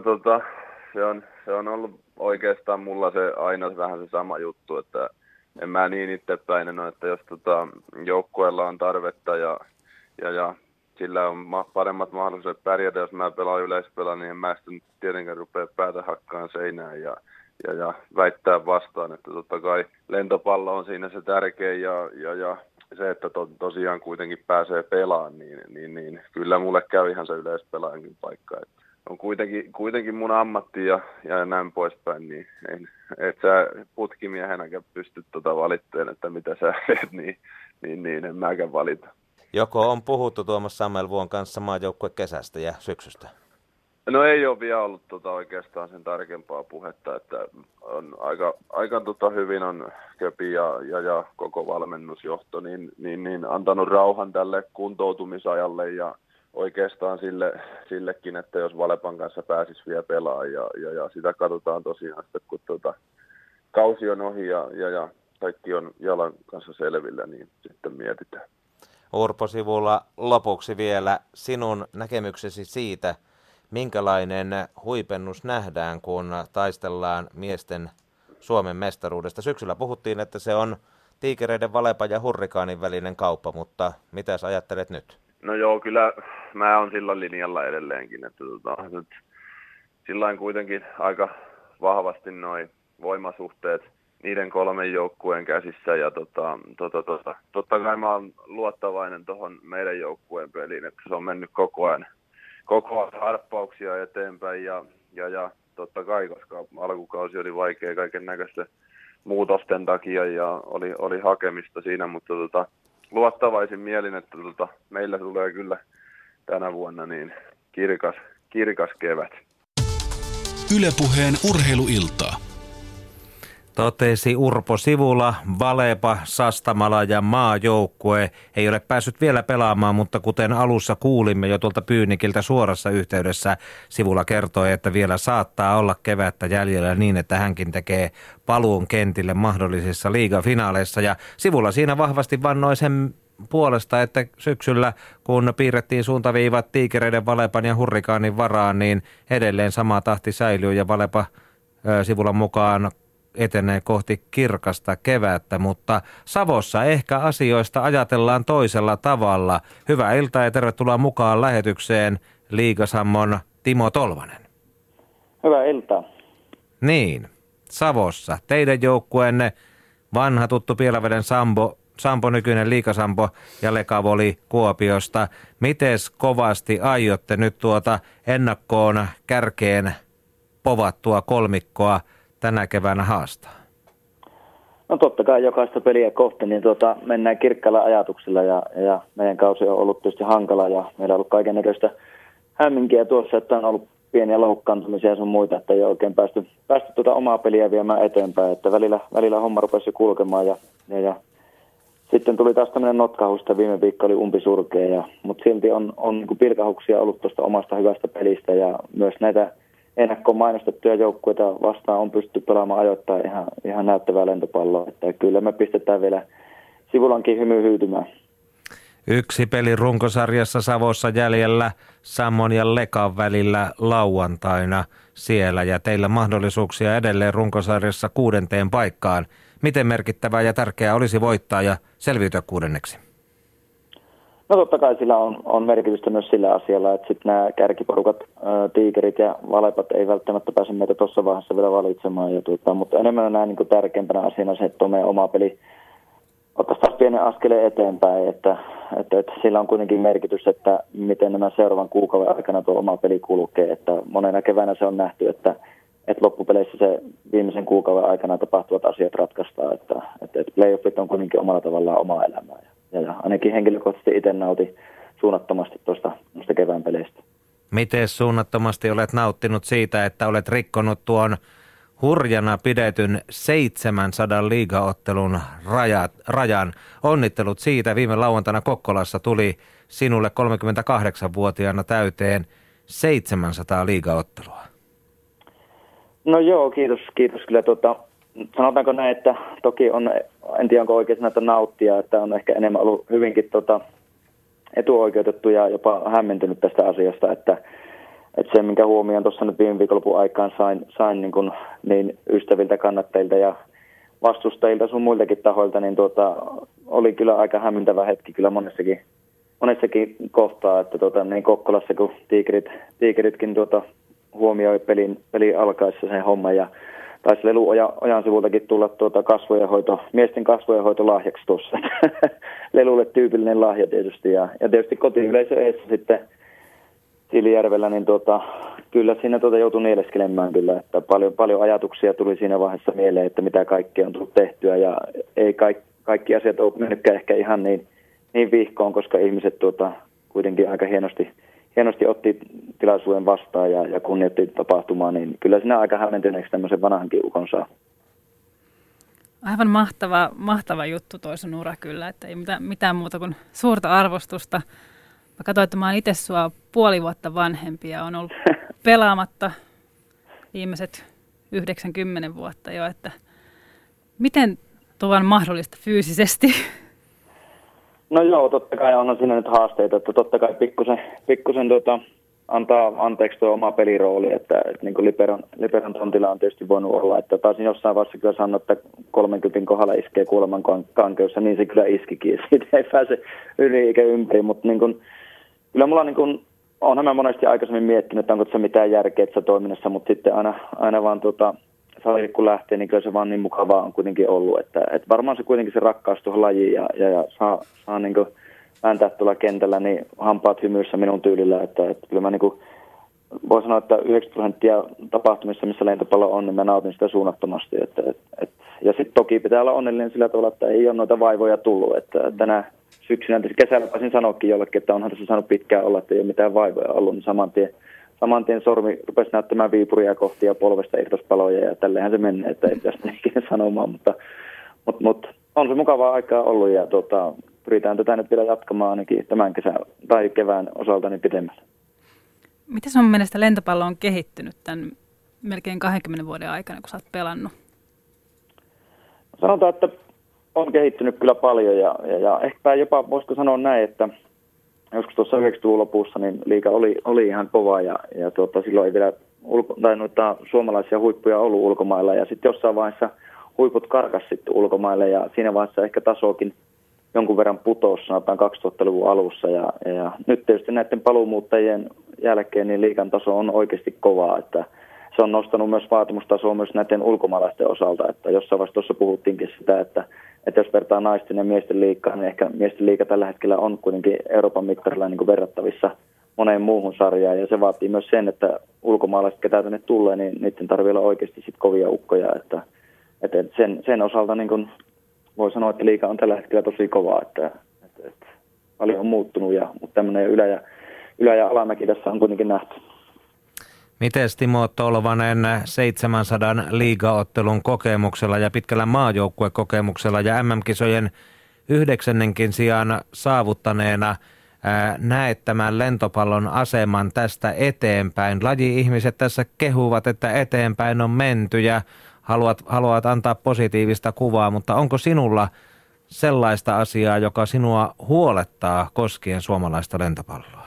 Speaker 12: se on ollut oikeastaan mulla se aina vähän se sama juttu, että en mä niin itsepäinen ole, että jos joukkueella on tarvetta ja sillä on paremmat mahdollisuudet pärjätä, jos mä pelaan yleispelaa, niin en mä sitten tietenkään rupea päätä hakkaan seinään ja väittää vastaan, että totta kai lentopallo on siinä se tärkein ja se, että tosiaan kuitenkin pääsee pelaamaan, niin kyllä mulle käy ihan se yleispelaajankin paikka. Että on kuitenkin mun ammatti ja näin poispäin, niin et sä putkimiehenäkään pysty valitteen, että mitä sä teet, niin en mäkään valita.
Speaker 2: Joko on puhuttu Tuomas Sammelvuon kanssa maajoukkue kesästä ja syksystä?
Speaker 12: No ei ole vielä ollut oikeastaan sen tarkempaa puhetta, että on aika hyvin on Köpi ja koko valmennusjohto niin antanut rauhan tälle kuntoutumisajalle ja oikeastaan sillekin, että jos Valepan kanssa pääsisi vielä pelaamaan ja sitä katsotaan tosiaan sitten, kun kausi on ohi ja kaikki on jalan kanssa selvillä, niin sitten mietitään.
Speaker 2: Urpo Sivula, lopuksi vielä sinun näkemyksesi siitä, minkälainen huipennus nähdään, kun taistellaan miesten Suomen mestaruudesta. Syksyllä puhuttiin, että se on Tiikereiden, Valepan ja Hurrikaanin välinen kauppa, mutta mitäs ajattelet nyt?
Speaker 12: No joo, kyllä mä oon sillä linjalla edelleenkin, että nyt sillain kuitenkin aika vahvasti noi voimasuhteet niiden 3 joukkueen käsissä ja totta kai mä oon luottavainen tuohon meidän joukkueen peliin, että se on mennyt koko ajan harppauksia eteenpäin ja totta kai, koska alkukausi oli vaikea kaiken näköisten muutosten takia ja oli hakemista siinä, mutta luottavaisin mielin, että meillä tulee kyllä tänä vuonna niin kirkas kevät.
Speaker 1: Yle Puheen urheiluiltaa.
Speaker 2: Totesi Urpo Sivula, Valepa, Sastamala ja maajoukkue ei ole päässyt vielä pelaamaan, mutta kuten alussa kuulimme jo tuolta Pyynikiltä suorassa yhteydessä, Sivula kertoi, että vielä saattaa olla kevättä jäljellä niin, että hänkin tekee paluun kentille mahdollisissa liigafinaaleissa. Ja Sivula siinä vahvasti vannoi sen puolesta, että syksyllä kun piirrettiin suuntaviivat Tiikereiden, Valepan ja Hurrikaanin varaan, niin edelleen sama tahti säilyy ja Valepa Sivulan mukaan etenee kohti kirkasta kevättä, mutta Savossa ehkä asioista ajatellaan toisella tavalla. Hyvää iltaa ja tervetuloa mukaan lähetykseen Liigasammon Timo Tolvanen.
Speaker 13: Hyvää iltaa.
Speaker 2: Niin, Savossa. Teidän joukkueenne vanha tuttu Pielaveden Sampo, nykyinen Liigasampo ja Lekavoli Kuopiosta. Mites kovasti aiotte nyt ennakkoon kärkeen povattua kolmikkoa tänä keväänä haastaa?
Speaker 13: No totta kai jokaista peliä kohti, niin mennään kirkkailla ajatuksilla ja meidän kausi on ollut tietysti hankala ja meillä on ollut kaikennäköistä hämminkiä tuossa, että on ollut pieniä loukkaantumisia ja sun muita, että ei ole oikein päästy omaa peliä viemään eteenpäin, että välillä homma rupesi kulkemaan ja sitten tuli taas tämmöinen notkahusta, viime viikko oli umpisurkea, mutta silti on niin pilkahuksia ollut tuosta omasta hyvästä pelistä ja myös näitä ennakkoon mainostettuja joukkueita vastaan on pystytty pelaamaan ajoittain ihan näyttävää lentopalloa. Että kyllä me pistetään vielä Sivulankin hymy hyytymään.
Speaker 2: Yksi peli runkosarjassa Savossa jäljellä Sammon ja Lekan välillä lauantaina siellä ja teillä mahdollisuuksia edelleen runkosarjassa 6. paikkaan. Miten merkittävää ja tärkeää olisi voittaa ja selviytyä 6?
Speaker 13: No totta kai sillä on merkitystä myös sillä asialla, että sitten nämä kärkiporukat, Tiikerit ja Valepat ei välttämättä pääse meitä tuossa vaiheessa vielä valitsemaan. Mutta enemmän näin niin tärkeimpänä asiana se, että meidän oma peli ottaisi taas pienen askeleen eteenpäin, että sillä on kuitenkin merkitys, että miten nämä seuraavan kuukauden aikana tuo oma peli kulkee. Että monena keväänä se on nähty, että loppupeleissä se viimeisen kuukauden aikana tapahtuvat asiat ratkaistaan, että playoffit on kuitenkin omalla tavallaan omaa elämää. Ja ainakin henkilökohtaisesti itse nautin suunnattomasti tuosta kevään peleistä.
Speaker 2: Miten suunnattomasti olet nauttinut siitä, että olet rikkonut tuon hurjana pidetyn 700 liigaottelun rajan? Onnittelut siitä. Viime lauantaina Kokkolassa tuli sinulle 38-vuotiaana täyteen 700 liigaottelua.
Speaker 13: No joo, kiitos kyllä. Sanotaanko näin, että toki en tiedä onko oikein sanata nauttia, että on ehkä enemmän ollut hyvinkin etuoikeutettu ja jopa hämmentynyt tästä asiasta, että se minkä huomioon tuossa nyt viime viikonlopun aikaan sain niin ystäviltä, kannattajilta ja vastustajilta sun muiltakin tahoilta, niin oli kyllä aika hämmentävä hetki kyllä monessakin kohtaa, että niin Kokkolassa kun Tiikeritkin huomioi pelin alkaessa sen homman ja taisi Lelu Ojan sivultakin tulla miesten kasvojenhoito lahjaksi tuossa. Lelulle tyypillinen lahja tietysti ja tietysti kotiyleisö eessä sitten Siilijärvellä, niin kyllä siinä joutui nieleskelemään kyllä, että paljon ajatuksia tuli siinä vaiheessa mieleen, että mitä kaikkea on tullut tehtyä ja ei kaikki asiat ole mennytkään ehkä ihan niin vihkoon, koska ihmiset kuitenkin aika hienosti otti tilaisuuden vastaan ja kunnioitti tapahtumaa, niin kyllä siinä aika hämmentyneeksi tämmöisen vanhankin ukon saa.
Speaker 5: Aivan mahtava juttu toi sun ura kyllä, että ei mitään muuta kuin suurta arvostusta. Mä katsoin, että mä oon itse sua puoli vuotta vanhempi ja on ollut pelaamatta viimeiset 90 vuotta jo, että miten tuo on mahdollista fyysisesti?
Speaker 13: No joo, totta kai onhan siinä nyt haasteita, että totta kai pikkusen antaa anteeksi tuo oma pelirooli, että niin kuin Liberon tontilla on tietysti voinut olla, että taisin jossain vaiheessa kyllä sanoa, että 30 kohdalla iskee kuoleman kankeus, ja niin se kyllä iskikin, ja siitä ei pääse yli eikä ympäri, mutta niin kuin, kyllä mulla niin kuin, onhan mä monesti aikaisemmin miettinyt, että onko se mitään järkeä tässä toiminnassa, mutta sitten aina vaan salille kun lähtee, niin kyllä se vaan niin mukavaa on kuitenkin ollut, että varmaan se kuitenkin se rakkaus tuohon lajiin ja saa niin kuin vääntää tuolla kentällä niin hampaat hymyissä minun tyylillä, että kyllä mä niin kuin voi sanoa, että 90% tapahtumissa, missä lentopallo on, niin mä nautin sitä suunnattomasti. Ja sitten toki pitää olla onnellinen sillä tavalla, että ei ole noita vaivoja tullut, että tänä syksynä, kesällä pääsin sanoakin jollekin, että onhan tässä saanut pitkään olla, että ei ole mitään vaivoja ollut, niin saman tien sormi rupesi näyttämään viipuria kohti ja polvesta irtospaloja ja tälleenhän se menee, että ei pitäisi ikinä sanomaan, mutta on se mukavaa aikaa ollut ja pyritään tätä nyt vielä jatkamaan ainakin tämän kesän tai kevään osalta niin pidemmälle.
Speaker 5: Miten sun mielestä lentopallo on kehittynyt tämän melkein 20 vuoden aikana, kun sä oot pelannut?
Speaker 13: Sanotaan, että on kehittynyt kyllä paljon ja ehkä jopa voisiko sanoa näin, että joskus tuossa 90-luvun lopussa niin liiga oli ihan kova ja silloin ei vielä noita suomalaisia huippuja ollut ulkomailla ja sitten jossain vaiheessa huiput karkas sitten ulkomaille ja siinä vaiheessa ehkä tasokin jonkun verran putosi, sanotaan 2000-luvun alussa ja nyt tietysti näiden paluumuuttajien jälkeen niin liigan taso on oikeasti kovaa, että se on nostanut myös vaatimustasoa myös näiden ulkomaalaisten osalta, että jossain vaiheessa tuossa puhuttiinkin sitä, että jos vertaa naisten ja miesten liigaa, niin ehkä miesten liiga tällä hetkellä on kuitenkin Euroopan mittarilla niin kuin verrattavissa moneen muuhun sarjaan ja se vaatii myös sen, että ulkomaalaiset, ketä tänne tulee, niin niiden tarvitsee olla oikeasti sit kovia ukkoja, että sen osalta niin kuin voi sanoa, että liiga on tällä hetkellä tosi kovaa, että paljon on muuttunut, mutta tämmöinen ylä- ja alamäki tässä on kuitenkin nähty.
Speaker 2: Miten Timo Tolvanen 700 liigaottelun kokemuksella ja pitkällä maajoukkuekokemuksella ja MM-kisojen 9. sijaan saavuttaneena näet tämän lentopallon aseman tästä eteenpäin? Laji-ihmiset tässä kehuvat, että eteenpäin on menty ja haluat antaa positiivista kuvaa, mutta onko sinulla sellaista asiaa, joka sinua huolettaa koskien suomalaista lentopalloa?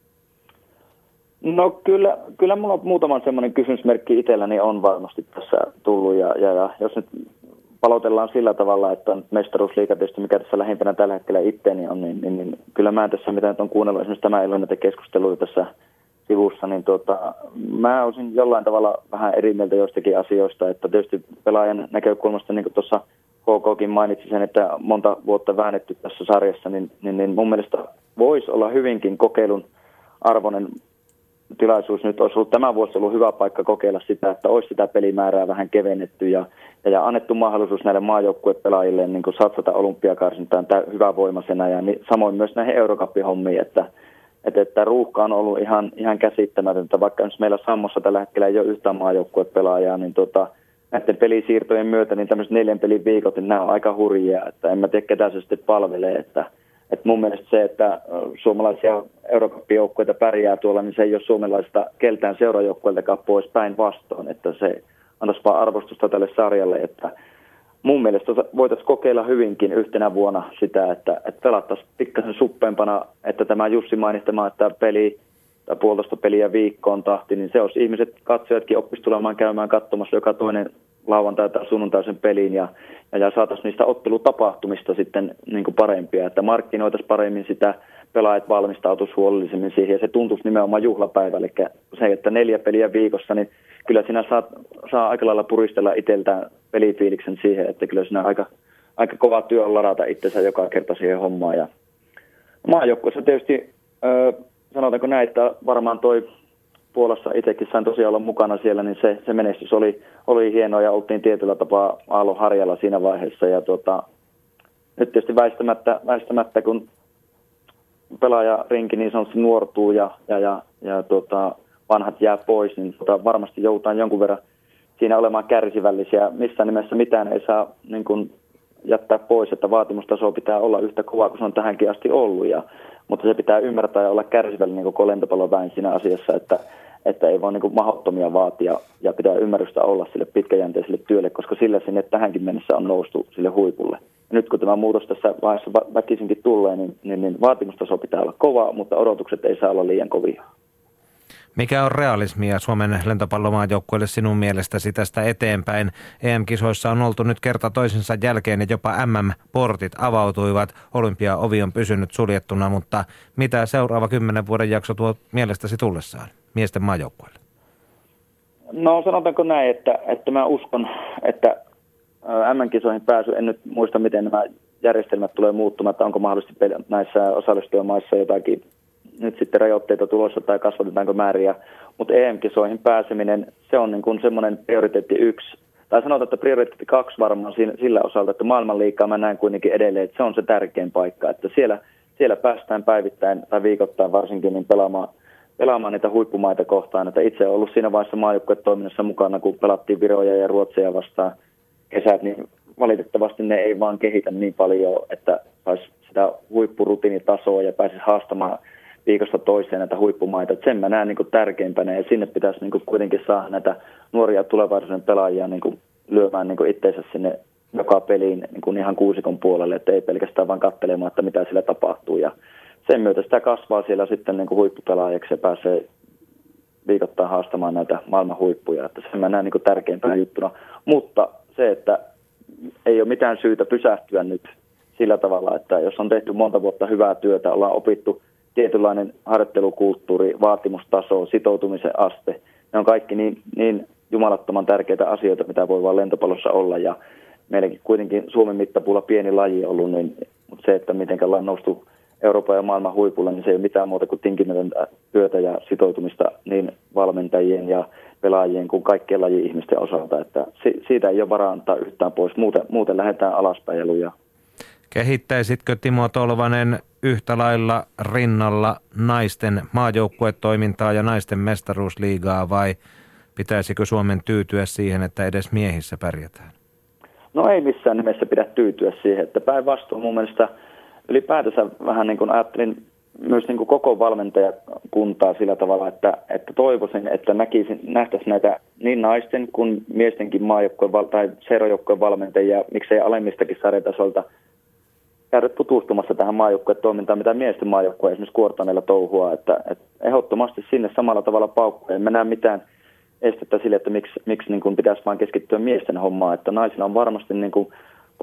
Speaker 13: No kyllä mulla on muutama semmoinen kysymysmerkki itselläni on varmasti tässä tullut ja jos nyt palotellaan sillä tavalla, että mestaruusliiga tietysti, mikä tässä lähimpänä tällä hetkellä itteeni on, niin kyllä mä tässä, mitä nyt on kuunnellut esimerkiksi tämä illan näitä keskusteluja tässä sivussa, niin mä olisin jollain tavalla vähän eri mieltä joistakin asioista, että tietysti pelaajan näkökulmasta, niin kuin tuossa HKkin mainitsi sen, että monta vuotta väännetty tässä sarjassa, niin mun mielestä voisi olla hyvinkin kokeilun arvoinen tilaisuus. Nyt olisi ollut tämä vuosi ollut hyvä paikka kokeilla sitä, että olisi sitä pelimäärää vähän kevennetty ja annettu mahdollisuus näille maajoukkuepelaajille niin kuin satsata olympiakarsintaan hyvävoimaisena ja samoin myös näihin Eurocup-hommiin, että ruuhka on ollut ihan käsittämätöntä, vaikka jos meillä Sammossa tällä hetkellä ei ole yhtään maajoukkuepelaajaa, niin näiden pelisiirtojen myötä niin tämmöiset 4 pelin viikot, niin nämä on aika hurjia, että en mä tiedä ketä se sitten palvelee, että mun mielestä se, että suomalaisia Eurocup-joukkueita pärjää tuolla, niin se ei ole suomalaisista keltään seurajoukkueiltakaan pois päinvastoin, että se antaisi vaan arvostusta tälle sarjalle, että mun mielestä voitaisiin kokeilla hyvinkin yhtenä vuonna sitä, että pelattaisiin pikkasen suppeempana, että tämä Jussi mainitsema, että puolitoista peliä viikkoon tahti, niin se olisi ihmiset, katsojatkin oppisi tulemaan käymään katsomassa joka toinen lauantai tai sunnuntaisen peliin ja saataisiin niistä ottelutapahtumista sitten niin kuin parempia, että markkinoitaisiin paremmin sitä, pelaajat valmistautuisi huolellisemmin siihen ja se tuntuisi nimenomaan juhlapäivä, eli se, että 4 peliä viikossa, niin kyllä siinä saa aika lailla puristella itseltään pelifiiliksen siihen, että kyllä siinä aika kova työ on ladata itsensä joka kerta siihen hommaan ja maajoukkueessa tietysti sanotaanko näin, että varmaan toi Puolassa itsekin sain tosiaan olla mukana siellä, niin se menestys oli hienoa ja oltiin tietyllä tapaa aallon harjalla siinä vaiheessa. Ja nyt tietysti väistämättä kun pelaajarinki niin sanotusti nuortuu ja vanhat jää pois, niin varmasti joudutaan jonkun verran siinä olemaan kärsivällisiä. Missään nimessä mitään ei saa niin kuin jättää pois, että vaatimustaso pitää olla yhtä kova kuin se on tähänkin asti ollut. Mutta se pitää ymmärtää ja olla kärsivällinen koko lentopalloväen siinä asiassa, että ei vaan niin mahdottomia vaatia ja pitää ymmärrystä olla sille pitkäjänteiselle työlle, koska sillä sinne tähänkin mennessä on noustu sille huipulle. Ja nyt kun tämä muutos tässä vaiheessa väkisinkin tulee, niin vaatimustaso pitää olla kova, mutta odotukset ei saa olla liian kovia.
Speaker 2: Mikä on realismia Suomen lentopallomaajoukkueelle sinun mielestäsi tästä eteenpäin? EM-kisoissa on oltu nyt kerta toisensa jälkeen ja jopa MM-portit avautuivat. Olympiaovi on pysynyt suljettuna, mutta mitä seuraava 10 vuoden jakso tuo mielestäsi tullessaan miesten maajoukkueelle? No
Speaker 13: sanotaanko näin, että mä uskon, että MM-kisoihin pääsy, en nyt muista miten nämä järjestelmät tulee muuttumaan, että onko mahdollisesti näissä osallistujamaissa jotakin nyt sitten rajoitteita tulossa tai kasvatetaanko määriä, mutta EM-kisoihin pääseminen, se on niin kuin semmoinen prioriteetti 1, tai sanotaan, että prioriteetti 2 varmaan sillä osalta, että maailmanliigaa mä näen kuitenkin edelleen, että se on se tärkein paikka, että siellä päästään päivittäin tai viikoittain varsinkin niin pelaamaan niitä huippumaita kohtaan, että itse olen ollut siinä vaiheessa maajoukkuetoiminnassa mukana, kun pelattiin Viroja ja Ruotsia vastaan kesät, niin valitettavasti ne ei vaan kehitä niin paljon, että saisi sitä huippurutiinitasoa ja pääsisi haastamaan viikosta toiseen näitä huippumaita. Että sen mä näen niin kuin tärkeimpänä ja sinne pitäisi niin kuin kuitenkin saada näitä nuoria tulevaisuuden pelaajia niin kuin lyömään niin kuin itseensä sinne joka peliin niin kuin ihan kuusikon puolelle, että ei pelkästään vaan katselemaan, että mitä siellä tapahtuu. Ja sen myötä sitä kasvaa siellä sitten niin kuin huippupelaajaksi ja pääsee viikoittain haastamaan näitä maailman huippuja. Että sen mä näen niin kuin tärkeimpänä juttuna. Mutta se, että ei ole mitään syytä pysähtyä nyt sillä tavalla, että jos on tehty monta vuotta hyvää työtä, ollaan opittu tietynlainen harjoittelukulttuuri, vaatimustaso, sitoutumisen aste. Ne on kaikki niin jumalattoman tärkeitä asioita, mitä voi vaan lentopallossa olla. Ja meilläkin kuitenkin Suomen mittapuulla pieni laji ollut, niin se, että miten ollaan noustu Euroopan ja maailman huipulla, niin se ei ole mitään muuta kuin tinkimätöntä työtä ja sitoutumista niin valmentajien ja pelaajien kuin kaikkien laji-ihmisten osalta. Että siitä ei ole varaa antaa yhtään pois. Muuten lähdetään alaspäin ja lujaa.
Speaker 2: Kehittäisitkö Timo Tolvanen yhtä lailla rinnalla naisten maajoukkuetoimintaa ja naisten mestaruusliigaa vai pitäisikö Suomen tyytyä siihen, että edes miehissä pärjätään?
Speaker 13: No ei missään nimessä pidä tyytyä siihen, että päinvastoin mun mielestä ylipäätänsä vähän niin kuin ajattelin myös niin kuin koko valmentajakuntaa sillä tavalla, että toivoisin, että nähtäisiin näitä niin naisten kuin miestenkin maajoukkueen tai seurajoukkueen valmentajia, miksei alemmistakin sarjatasolta käydä tutustumassa tähän maajoukkuetoimintaan, mitä miesten maajoukkue esimerkiksi Kuortaneella touhua, että ehdottomasti sinne samalla tavalla paukkuja. En mä näe estettä sille, että miksi niin kuin pitäisi vaan keskittyä miesten hommaan, että naisilla on varmasti niin kuin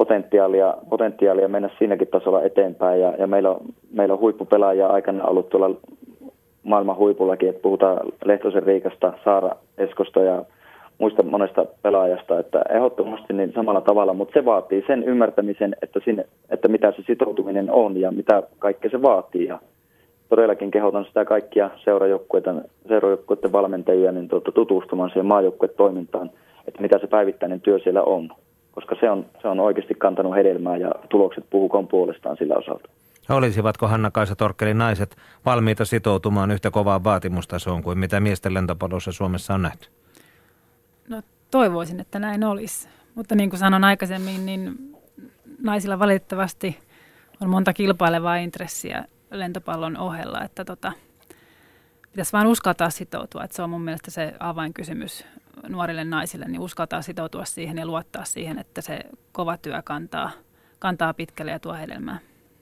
Speaker 13: potentiaalia mennä siinäkin tasolla eteenpäin ja meillä on huippupelaajia aikana ollut tuolla maailman huipullakin, että puhutaan Lehtosen Riikasta, Saara Eskosta ja muista monesta pelaajasta, että ehdottomasti niin samalla tavalla, mutta se vaatii sen ymmärtämisen, että mitä se sitoutuminen on ja mitä kaikkea se vaatii. Ja todellakin kehotan sitä kaikkia seurajoukkueiden valmentajia niin tutustumaan siihen maajoukkuetoimintaan, että mitä se päivittäinen työ siellä on, koska se on oikeasti kantanut hedelmää ja tulokset puhukoon puolestaan sillä osalta.
Speaker 2: Olisivatko Hanna-Kaisa Torkkelin naiset valmiita sitoutumaan yhtä kovaan vaatimustasoon kuin mitä miesten lentopallossa Suomessa on nähty?
Speaker 5: No toivoisin, että näin olisi. Mutta niin kuin sanoin aikaisemmin, niin naisilla valitettavasti on monta kilpailevaa intressiä lentopallon ohella, että pitäisi vain uskaltaa sitoutua. Että se on mun mielestä se avainkysymys nuorille naisille, niin uskaltaa sitoutua siihen ja luottaa siihen, että se kova työ kantaa pitkälle ja tuo hedelmää.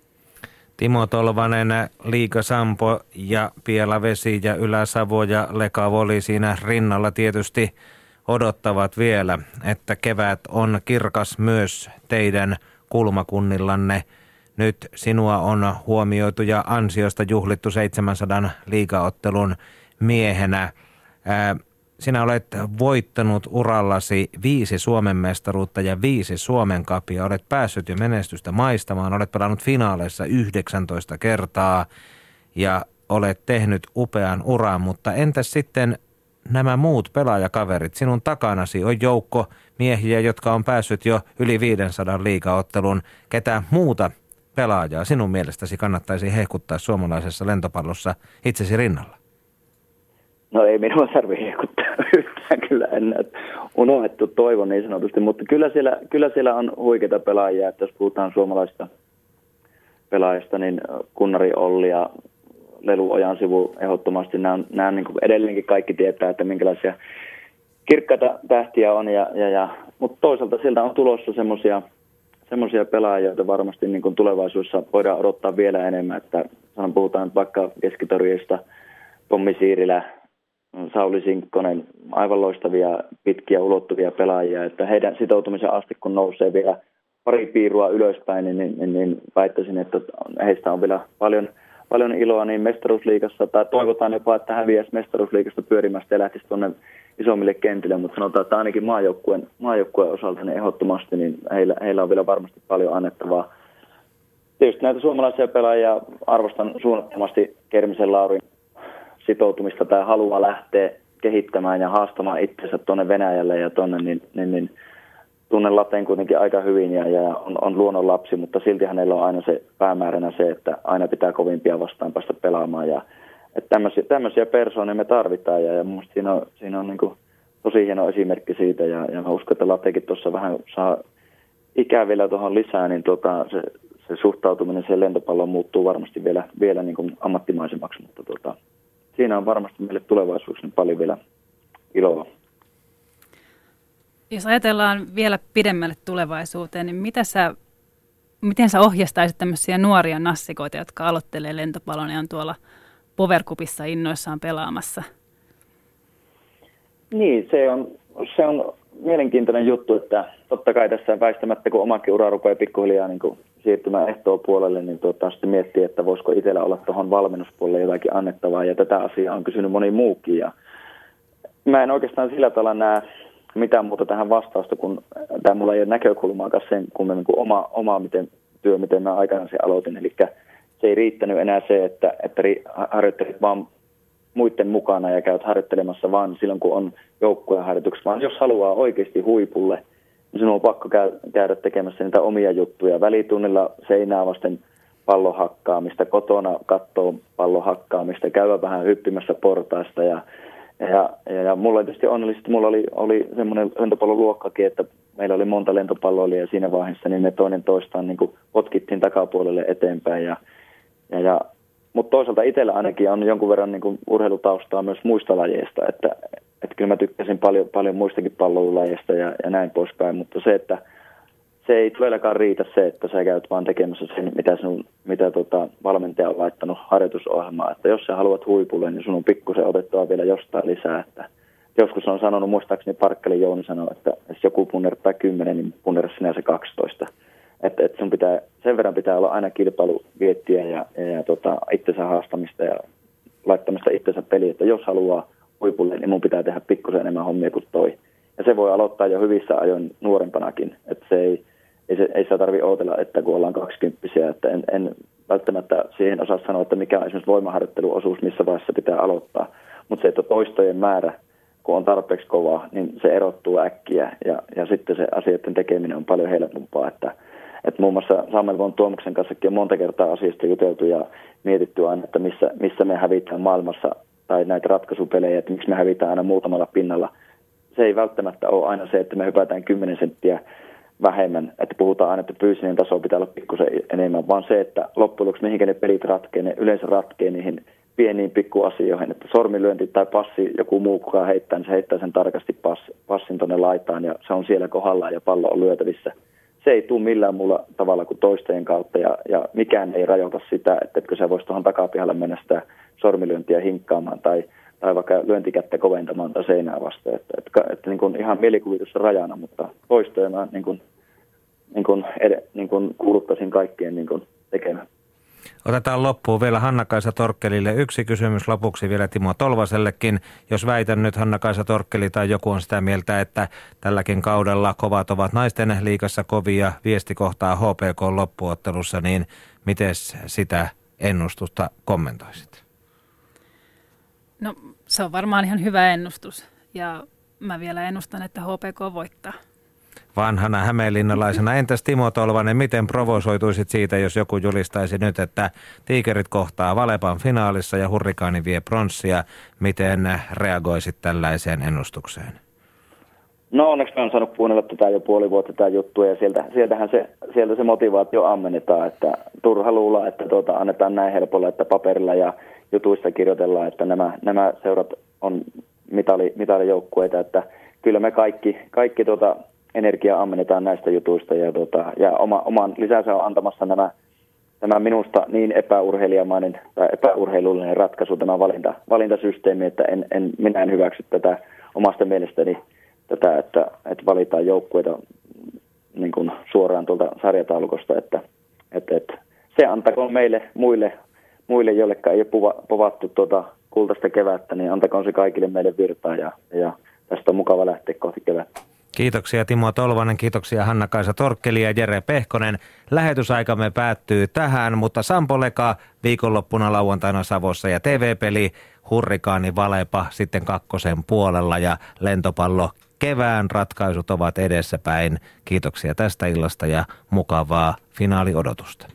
Speaker 2: Timo Tolvanen, Liiga Sampo ja Pielavesi ja Ylä-Savo ja Lekavoli siinä rinnalla tietysti odottavat vielä, että kevät on kirkas myös teidän kulmakunnillanne. Nyt sinua on huomioitu ja ansiosta juhlittu 700 liigaottelun miehenä. Sinä olet voittanut urallasi 5 Suomen mestaruutta ja 5 Suomen cupia. Olet päässyt jo menestystä maistamaan, olet pelannut finaaleissa 19 kertaa ja olet tehnyt upean uran, mutta entäs sitten nämä muut pelaajakaverit? Sinun takanasi on joukko miehiä, jotka on päässyt jo yli 500 liigaottelun. Ketä muuta pelaajaa sinun mielestäsi kannattaisi hehkuttaa suomalaisessa lentopallossa itsesi rinnalla?
Speaker 13: No ei minua tarvitse hehkuttaa yhtään, kyllä en unohdettu toivon niin sanotusti, mutta kyllä siellä on huikeita pelaajia, että jos puhutaan suomalaisista pelaajista, niin Kunnari Olli ja Lelu Ojansivu ehdottomasti, nämä niin kuin edelleenkin kaikki tietää, että minkälaisia kirkkaita tähtiä on, mutta toisaalta sieltä on tulossa semmoisia pelaajia, joita varmasti niin kuin tulevaisuudessa voidaan odottaa vielä enemmän, että puhutaan nyt vaikka Keskitorjesta, Tommi Siirilä, Sauli Sinkkonen, aivan loistavia, pitkiä, ulottuvia pelaajia, että heidän sitoutumisen asti, kun nousee vielä pari piirua ylöspäin, niin väittäisin, että heistä on vielä paljon iloa niin mestaruusliigassa, tai toivotaan jopa, että häviäisi mestaruusliigasta pyörimästä ja lähtisi tuonne isommille kentille, mutta sanotaan, että ainakin maajoukkueen osalta niin ehdottomasti, niin heillä on vielä varmasti paljon annettavaa. Tietysti näitä suomalaisia pelaajia arvostan suunnattomasti Kermisen Laurin sitoutumista tai halua lähteä kehittämään ja haastamaan itsensä tuonne Venäjälle ja tuonne, niin tunnen Lateen kuitenkin aika hyvin ja on luonnon lapsi, mutta silti hänellä on aina se päämääränä se, että aina pitää kovimpia vastaan päästä pelaamaan ja että tämmöisiä persoonia me tarvitaan ja mun mielestä siinä on niin kuin tosi hieno esimerkki siitä ja mä uskon, että Lateekin tuossa vähän saa ikää vielä tuohon lisää, niin se suhtautuminen siihen lentopalloon muuttuu varmasti vielä niin kuin ammattimaisemmaksi, mutta siinä on varmasti meille tulevaisuudessa paljon vielä iloa.
Speaker 5: Jos ajatellaan vielä pidemmälle tulevaisuuteen, niin miten sä ohjastaisit tämmöisiä nuoria nassikoita, jotka aloittelee lentopallon ja on tuolla Power Cupissa innoissaan pelaamassa? Niin,
Speaker 13: se on mielenkiintoinen juttu, että totta kai tässä väistämättä, kun omakin ura rupeaa pikkuhiljaa niin kuin siirtymään ehtoon puolelle, niin sitten miettii, että voisiko itsellä olla tuohon valmennuspuolelle jotakin annettavaa, ja tätä asiaa on kysynyt moni muukin, ja mä en oikeastaan sillä tavalla näe mitään muuta tähän vastausta, kun tämä mulla ei ole näkökulmaakaan sen kummemmin kuin oma miten mä aikanaan sen aloitin, eli se ei riittänyt enää se, että harjoittelit vaan muiden mukana ja käyt harjoittelemassa vaan silloin, kun on joukkueen harjoituksia, vaan jos haluaa oikeasti huipulle, niin sinun on pakko käydä tekemässä niitä omia juttuja. Välitunnilla seinää vasten pallon hakkaamista, kotona kattoo pallon hakkaamista, käydä vähän hyppimässä portaista ja mulla tietysti onnellisesti mulla oli semmoinen lentopalloluokkakin, että meillä oli monta lentopalloilijaa ja siinä vaiheessa niin me toinen toistaan niin kuin potkittiin takapuolelle eteenpäin mutta toisaalta itsellä ainakin on jonkun verran niin kuin urheilutaustaa myös muista lajeista, että kyllä mä tykkäsin paljon muistakin palloilulajeista ja näin poispäin, mutta se, että se ei todellakaan riitä se, että sä käyt vaan tekemässä sen, mitä valmentaja on laittanut harjoitusohjelmaan, että jos sä haluat huipulle, niin sun on pikkusen otettava vielä jostain lisää, että joskus on sanonut, muistaakseni Parkkelin Jouni sanoi, että jos joku punnertaa 10, niin punnerra sinä se 12. Että sun pitää, sen verran pitää olla aina kilpailuviettiä ja itsensä haastamista ja laittamista itsensä peliin, että jos haluaa huipulle, niin mun pitää tehdä pikkusen enemmän hommia kuin toi. Ja se voi aloittaa jo hyvissä ajoin nuorempanakin, että se ei sitä tarvitse odotella, että kun ollaan 20, että en välttämättä siihen osaa sanoa, että mikä on esimerkiksi voimaharjoitteluosuus, missä vaiheessa pitää aloittaa. Mutta se, että toistojen määrä, kun on tarpeeksi kovaa, niin se erottuu äkkiä ja sitten se asioiden tekeminen on paljon helpompaa. Että muun muassa Samuel von Tuomuksen kanssakin on monta kertaa asiasta juteltu ja mietitty aina, että missä me hävitään maailmassa tai näitä ratkaisupelejä, että miksi me hävitään aina muutamalla pinnalla. Se ei välttämättä ole aina se, että me hypätään 10 senttiä vähemmän, että puhutaan aina, että fyysinen taso pitää olla pikkusen enemmän, vaan se, että loppujen lopuksi mihinkä ne pelit ratkee, ne yleensä ratkee niihin pieniin pikkuasioihin, että sormilyönti tai passi, joku muu kukaan heittää, niin se heittää sen tarkasti passin tuonne laitaan ja se on siellä kohdallaan ja pallo on lyötävissä. Se ei tule millään muulla tavalla kuin toistojen kautta ja mikään ei rajoita sitä, että etkö sä voisi tuohon takapihalle mennä sitä sormilyöntiä hinkkaamaan tai vaikka lyöntikättä koventamaan tai seinää vastaan. Että niin kuin ihan mielikuvitus rajana, mutta toistoja mä niin kuin kuuluttaisin kaikkien niin kuin tekemään.
Speaker 2: Otetaan loppuun vielä Hanna-Kaisa Torkkelille yksi kysymys, lopuksi vielä Timo Tolvasellekin. Jos väitän nyt Hanna-Kaisa Torkkeli tai joku on sitä mieltä, että tälläkin kaudella kovat ovat naisten liigassa kovia, viesti kohtaa HPK loppuottelussa, niin miten sitä ennustusta kommentoisit?
Speaker 5: No se on varmaan ihan hyvä ennustus ja mä vielä ennustan, että HPK voittaa.
Speaker 2: Vanhana hämeenlinnalaisena. Entäs Timo Tolvanen, miten provosoituisit siitä, jos joku julistaisi nyt, että Tiikerit kohtaa Valepan finaalissa ja Hurrikaani vie pronssia? Miten reagoisit tällaiseen ennustukseen?
Speaker 13: No onneksi mä oon saanut kuunnella tätä jo puoli vuotta tätä juttua ja sieltä se motivaatio ammennetaan, että turha luulla, että annetaan näin helpolla, että paperilla ja jutuissa kirjoitellaan, että nämä seurat on mitalijoukkueita, että kyllä me kaikki energiaa ammennetaan näistä jutuista ja oman lisänsä on antamassa tämä minusta niin epäurheilijamainen tai epäurheilullinen ratkaisu, tämä valintasysteemi, että minä en hyväksy tätä omasta mielestäni, että valitaan joukkueita niin kuin suoraan tuolta sarjataulukosta, että se antakoon meille muille, joilleka ei ole povattu kultaista kevättä, niin antakoon se kaikille meille virtaa ja tästä on mukava lähteä kohti kevättä.
Speaker 2: Kiitoksia Timo Tolvanen, kiitoksia Hanna-Kaisa Torkkeli ja Jere Pehkonen. Lähetysaikamme päättyy tähän, mutta Sampo Leka viikonloppuna lauantaina Savossa ja TV-peli Hurrikaani Valepa sitten kakkosen puolella ja lentopallo kevään ratkaisut ovat edessäpäin. Kiitoksia tästä illasta ja mukavaa finaaliodotusta.